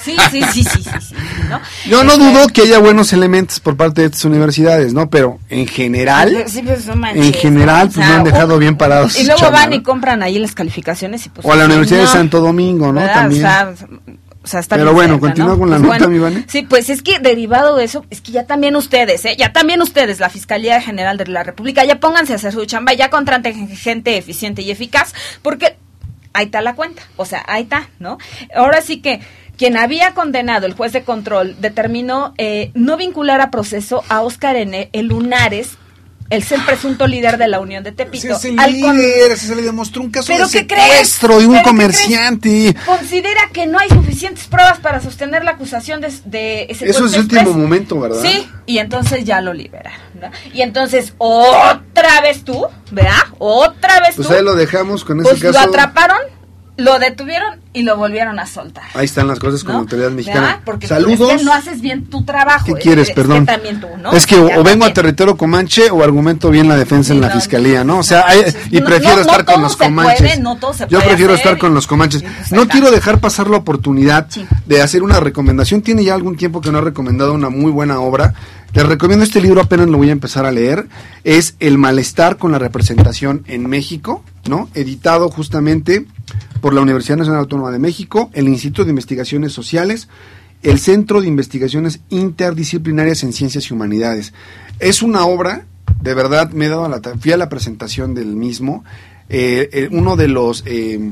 Sí, sí, sí, sí, sí, sí, ¿no? Yo no Este, dudo que haya buenos elementos por parte de estas universidades, ¿no? Pero en general, sí, pues, no manches, en general, ¿no? pues O sea, no han dejado o- bien parados. Y luego chama, van ¿no? y compran ahí las calificaciones y pues... O a la sí, Universidad no, de Santo Domingo, ¿no? ¿verdad? También. O sea, o sea, está Pero bien bueno, cerca, continúa ¿no? con la Pues nota, bueno, mi Vane. Sí, pues es que derivado de eso, es que ya también ustedes, ¿eh? Ya también ustedes, la Fiscalía General de la República, ya pónganse a hacer su chamba, ya contraten gente eficiente y eficaz, porque ahí está la cuenta, o sea, ahí está, ¿no? Ahora sí que quien había condenado, el juez de control, determinó eh, no vincular a proceso a Óscar N. El Lunares, el ser presunto líder de la Unión de Tepito. Ese es el al con- líder, ese se le demostró un caso ¿Pero de qué crees? secuestro y un ¿Pero qué comerciante. Considera que no hay suficientes pruebas para sostener la acusación de, de ese Eso es el último momento, ¿verdad? Sí, y entonces ya lo liberaron, ¿no? Y entonces otra vez tú, ¿verdad? Otra vez Pues tú. ahí lo dejamos con ese Pues caso. lo atraparon, lo detuvieron y lo volvieron a soltar. Ahí están las cosas con ¿no? la autoridad mexicana. ¿Verdad? Porque Saludos. es que no haces bien tu trabajo. ¿Qué es- quieres, es perdón? que también tú, ¿no? Es que o, Ya o vengo a también. territorio comanche o argumento bien la defensa en la no, fiscalía, ¿no? O sea, hay- y No, prefiero no, estar no con todo los se puede, comanches. no todo se Yo puede prefiero hacer. estar con los comanches. Sí, pues, No ahí quiero está. dejar pasar la oportunidad Sí. de hacer una recomendación. Tiene ya algún tiempo que no he recomendado una muy buena obra. Les recomiendo este libro, apenas lo voy a empezar a leer. Es El malestar con la representación en México, ¿no? Editado justamente por la Universidad Nacional Autónoma de México, el Instituto de Investigaciones Sociales, el Centro de Investigaciones Interdisciplinarias en Ciencias y Humanidades. Es una obra, de verdad, me he dado a la, ta- fui a la presentación del mismo. Eh, eh, uno de los eh,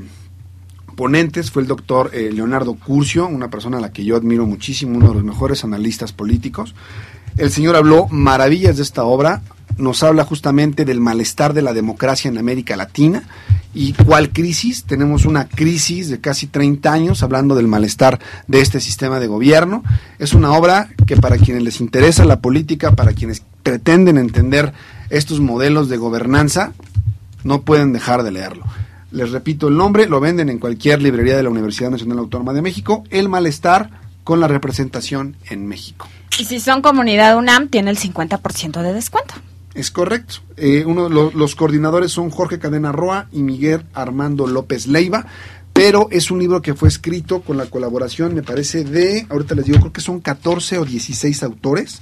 ponentes fue el doctor eh, Leonardo Curcio, una persona a la que yo admiro muchísimo, uno de los mejores analistas políticos. El señor habló maravillas de esta obra, nos habla justamente del malestar de la democracia en América Latina y cuál crisis. Tenemos una crisis de casi treinta años hablando del malestar de este sistema de gobierno. Es una obra que para quienes les interesa la política, para quienes pretenden entender estos modelos de gobernanza, no pueden dejar de leerlo. Les repito el nombre, lo venden en cualquier librería de la Universidad Nacional Autónoma de México, El malestar con la representación en México. Y si son comunidad UNAM, tiene el cincuenta por ciento de descuento. Es correcto. Eh, uno, lo, los coordinadores son Jorge Cadena Roa y Miguel Armando López Leiva, pero es un libro que fue escrito con la colaboración, me parece, de, ahorita les digo, creo que son catorce o dieciséis autores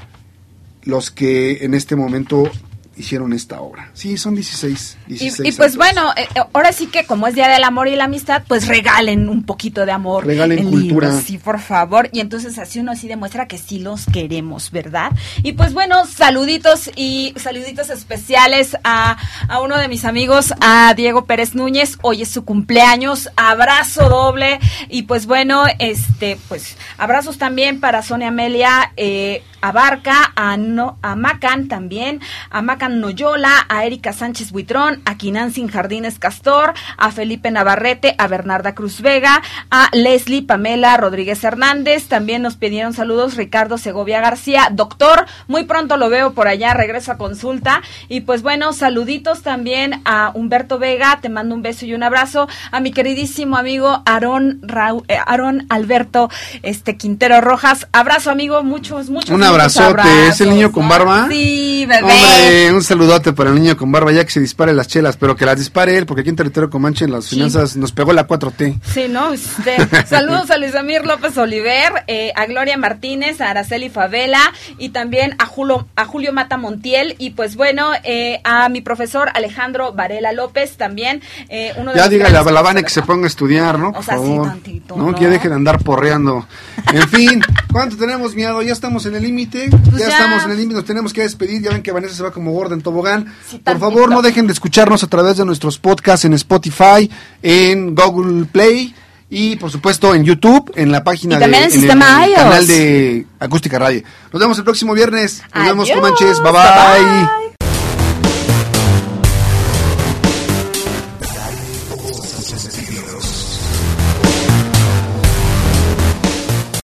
los que en este momento hicieron esta obra. Sí, son dieciséis. dieciséis Y, y pues autores. bueno, eh, eh, ahora sí que como es Día del Amor y la Amistad, pues regalen un poquito de amor. Regalen en cultura. libros, sí, por favor. Y entonces así uno sí demuestra que sí los queremos, ¿verdad? Y pues bueno, saluditos y saluditos especiales a, a uno de mis amigos, a Diego Pérez Núñez. Hoy es su cumpleaños. Abrazo doble. Y pues bueno, este, pues abrazos también para Sonia Amelia eh, Abarca, a, no, a Macan también, a Macan Noyola, a Erika Sánchez Buitrón, a Quinanzin Jardines Castor, a Felipe Navarrete, a Bernarda Cruz Vega, a Leslie Pamela Rodríguez Hernández. También nos pidieron saludos Ricardo Segovia García. Doctor, muy pronto lo veo por allá, regreso a consulta. Y pues bueno, saluditos también a Humberto Vega, te mando un beso y un abrazo. A mi queridísimo amigo Aarón, Raúl, eh, Aarón Alberto este Quintero Rojas. Abrazo, amigo, muchos, muchos Un abrazote, abrazos, ¿es el niño con ¿no? barba? Sí, bebé. Hombre, un saludote para el niño con barba, ya que se dispare las chelas, pero que las dispare él, porque aquí en territorio comanche en las Sí. finanzas nos pegó la cuatro T. Sí, ¿no? Este, saludos a Luis Amir López Oliver, eh, a Gloria Martínez, a Araceli Favela y también a Julio, a Julio Mata Montiel y pues bueno, eh, a mi profesor Alejandro Varela López también. Eh, uno de Ya los dígale a grandes Balabane que se ponga a estudiar, ¿no? Por O sea, sí, favor. tantito, ¿no? ¿no? Que ya dejen de andar porreando. En fin, ¿cuánto tenemos, miado? Ya estamos en el límite. Pues ya, ya. estamos en el límite, nos tenemos que despedir. Ya ven que Vanessa se va como gorda en tobogán. Sí, Por tantito. favor, no dejen de escucharnos a través de nuestros podcasts en Spotify, en Google Play y, por supuesto, en YouTube, en la página Y también de en sistema el iOS. canal de Acústica Radio. Nos vemos el próximo viernes. Nos vemos, Adiós. Comanches. Bye bye. Bye, bye.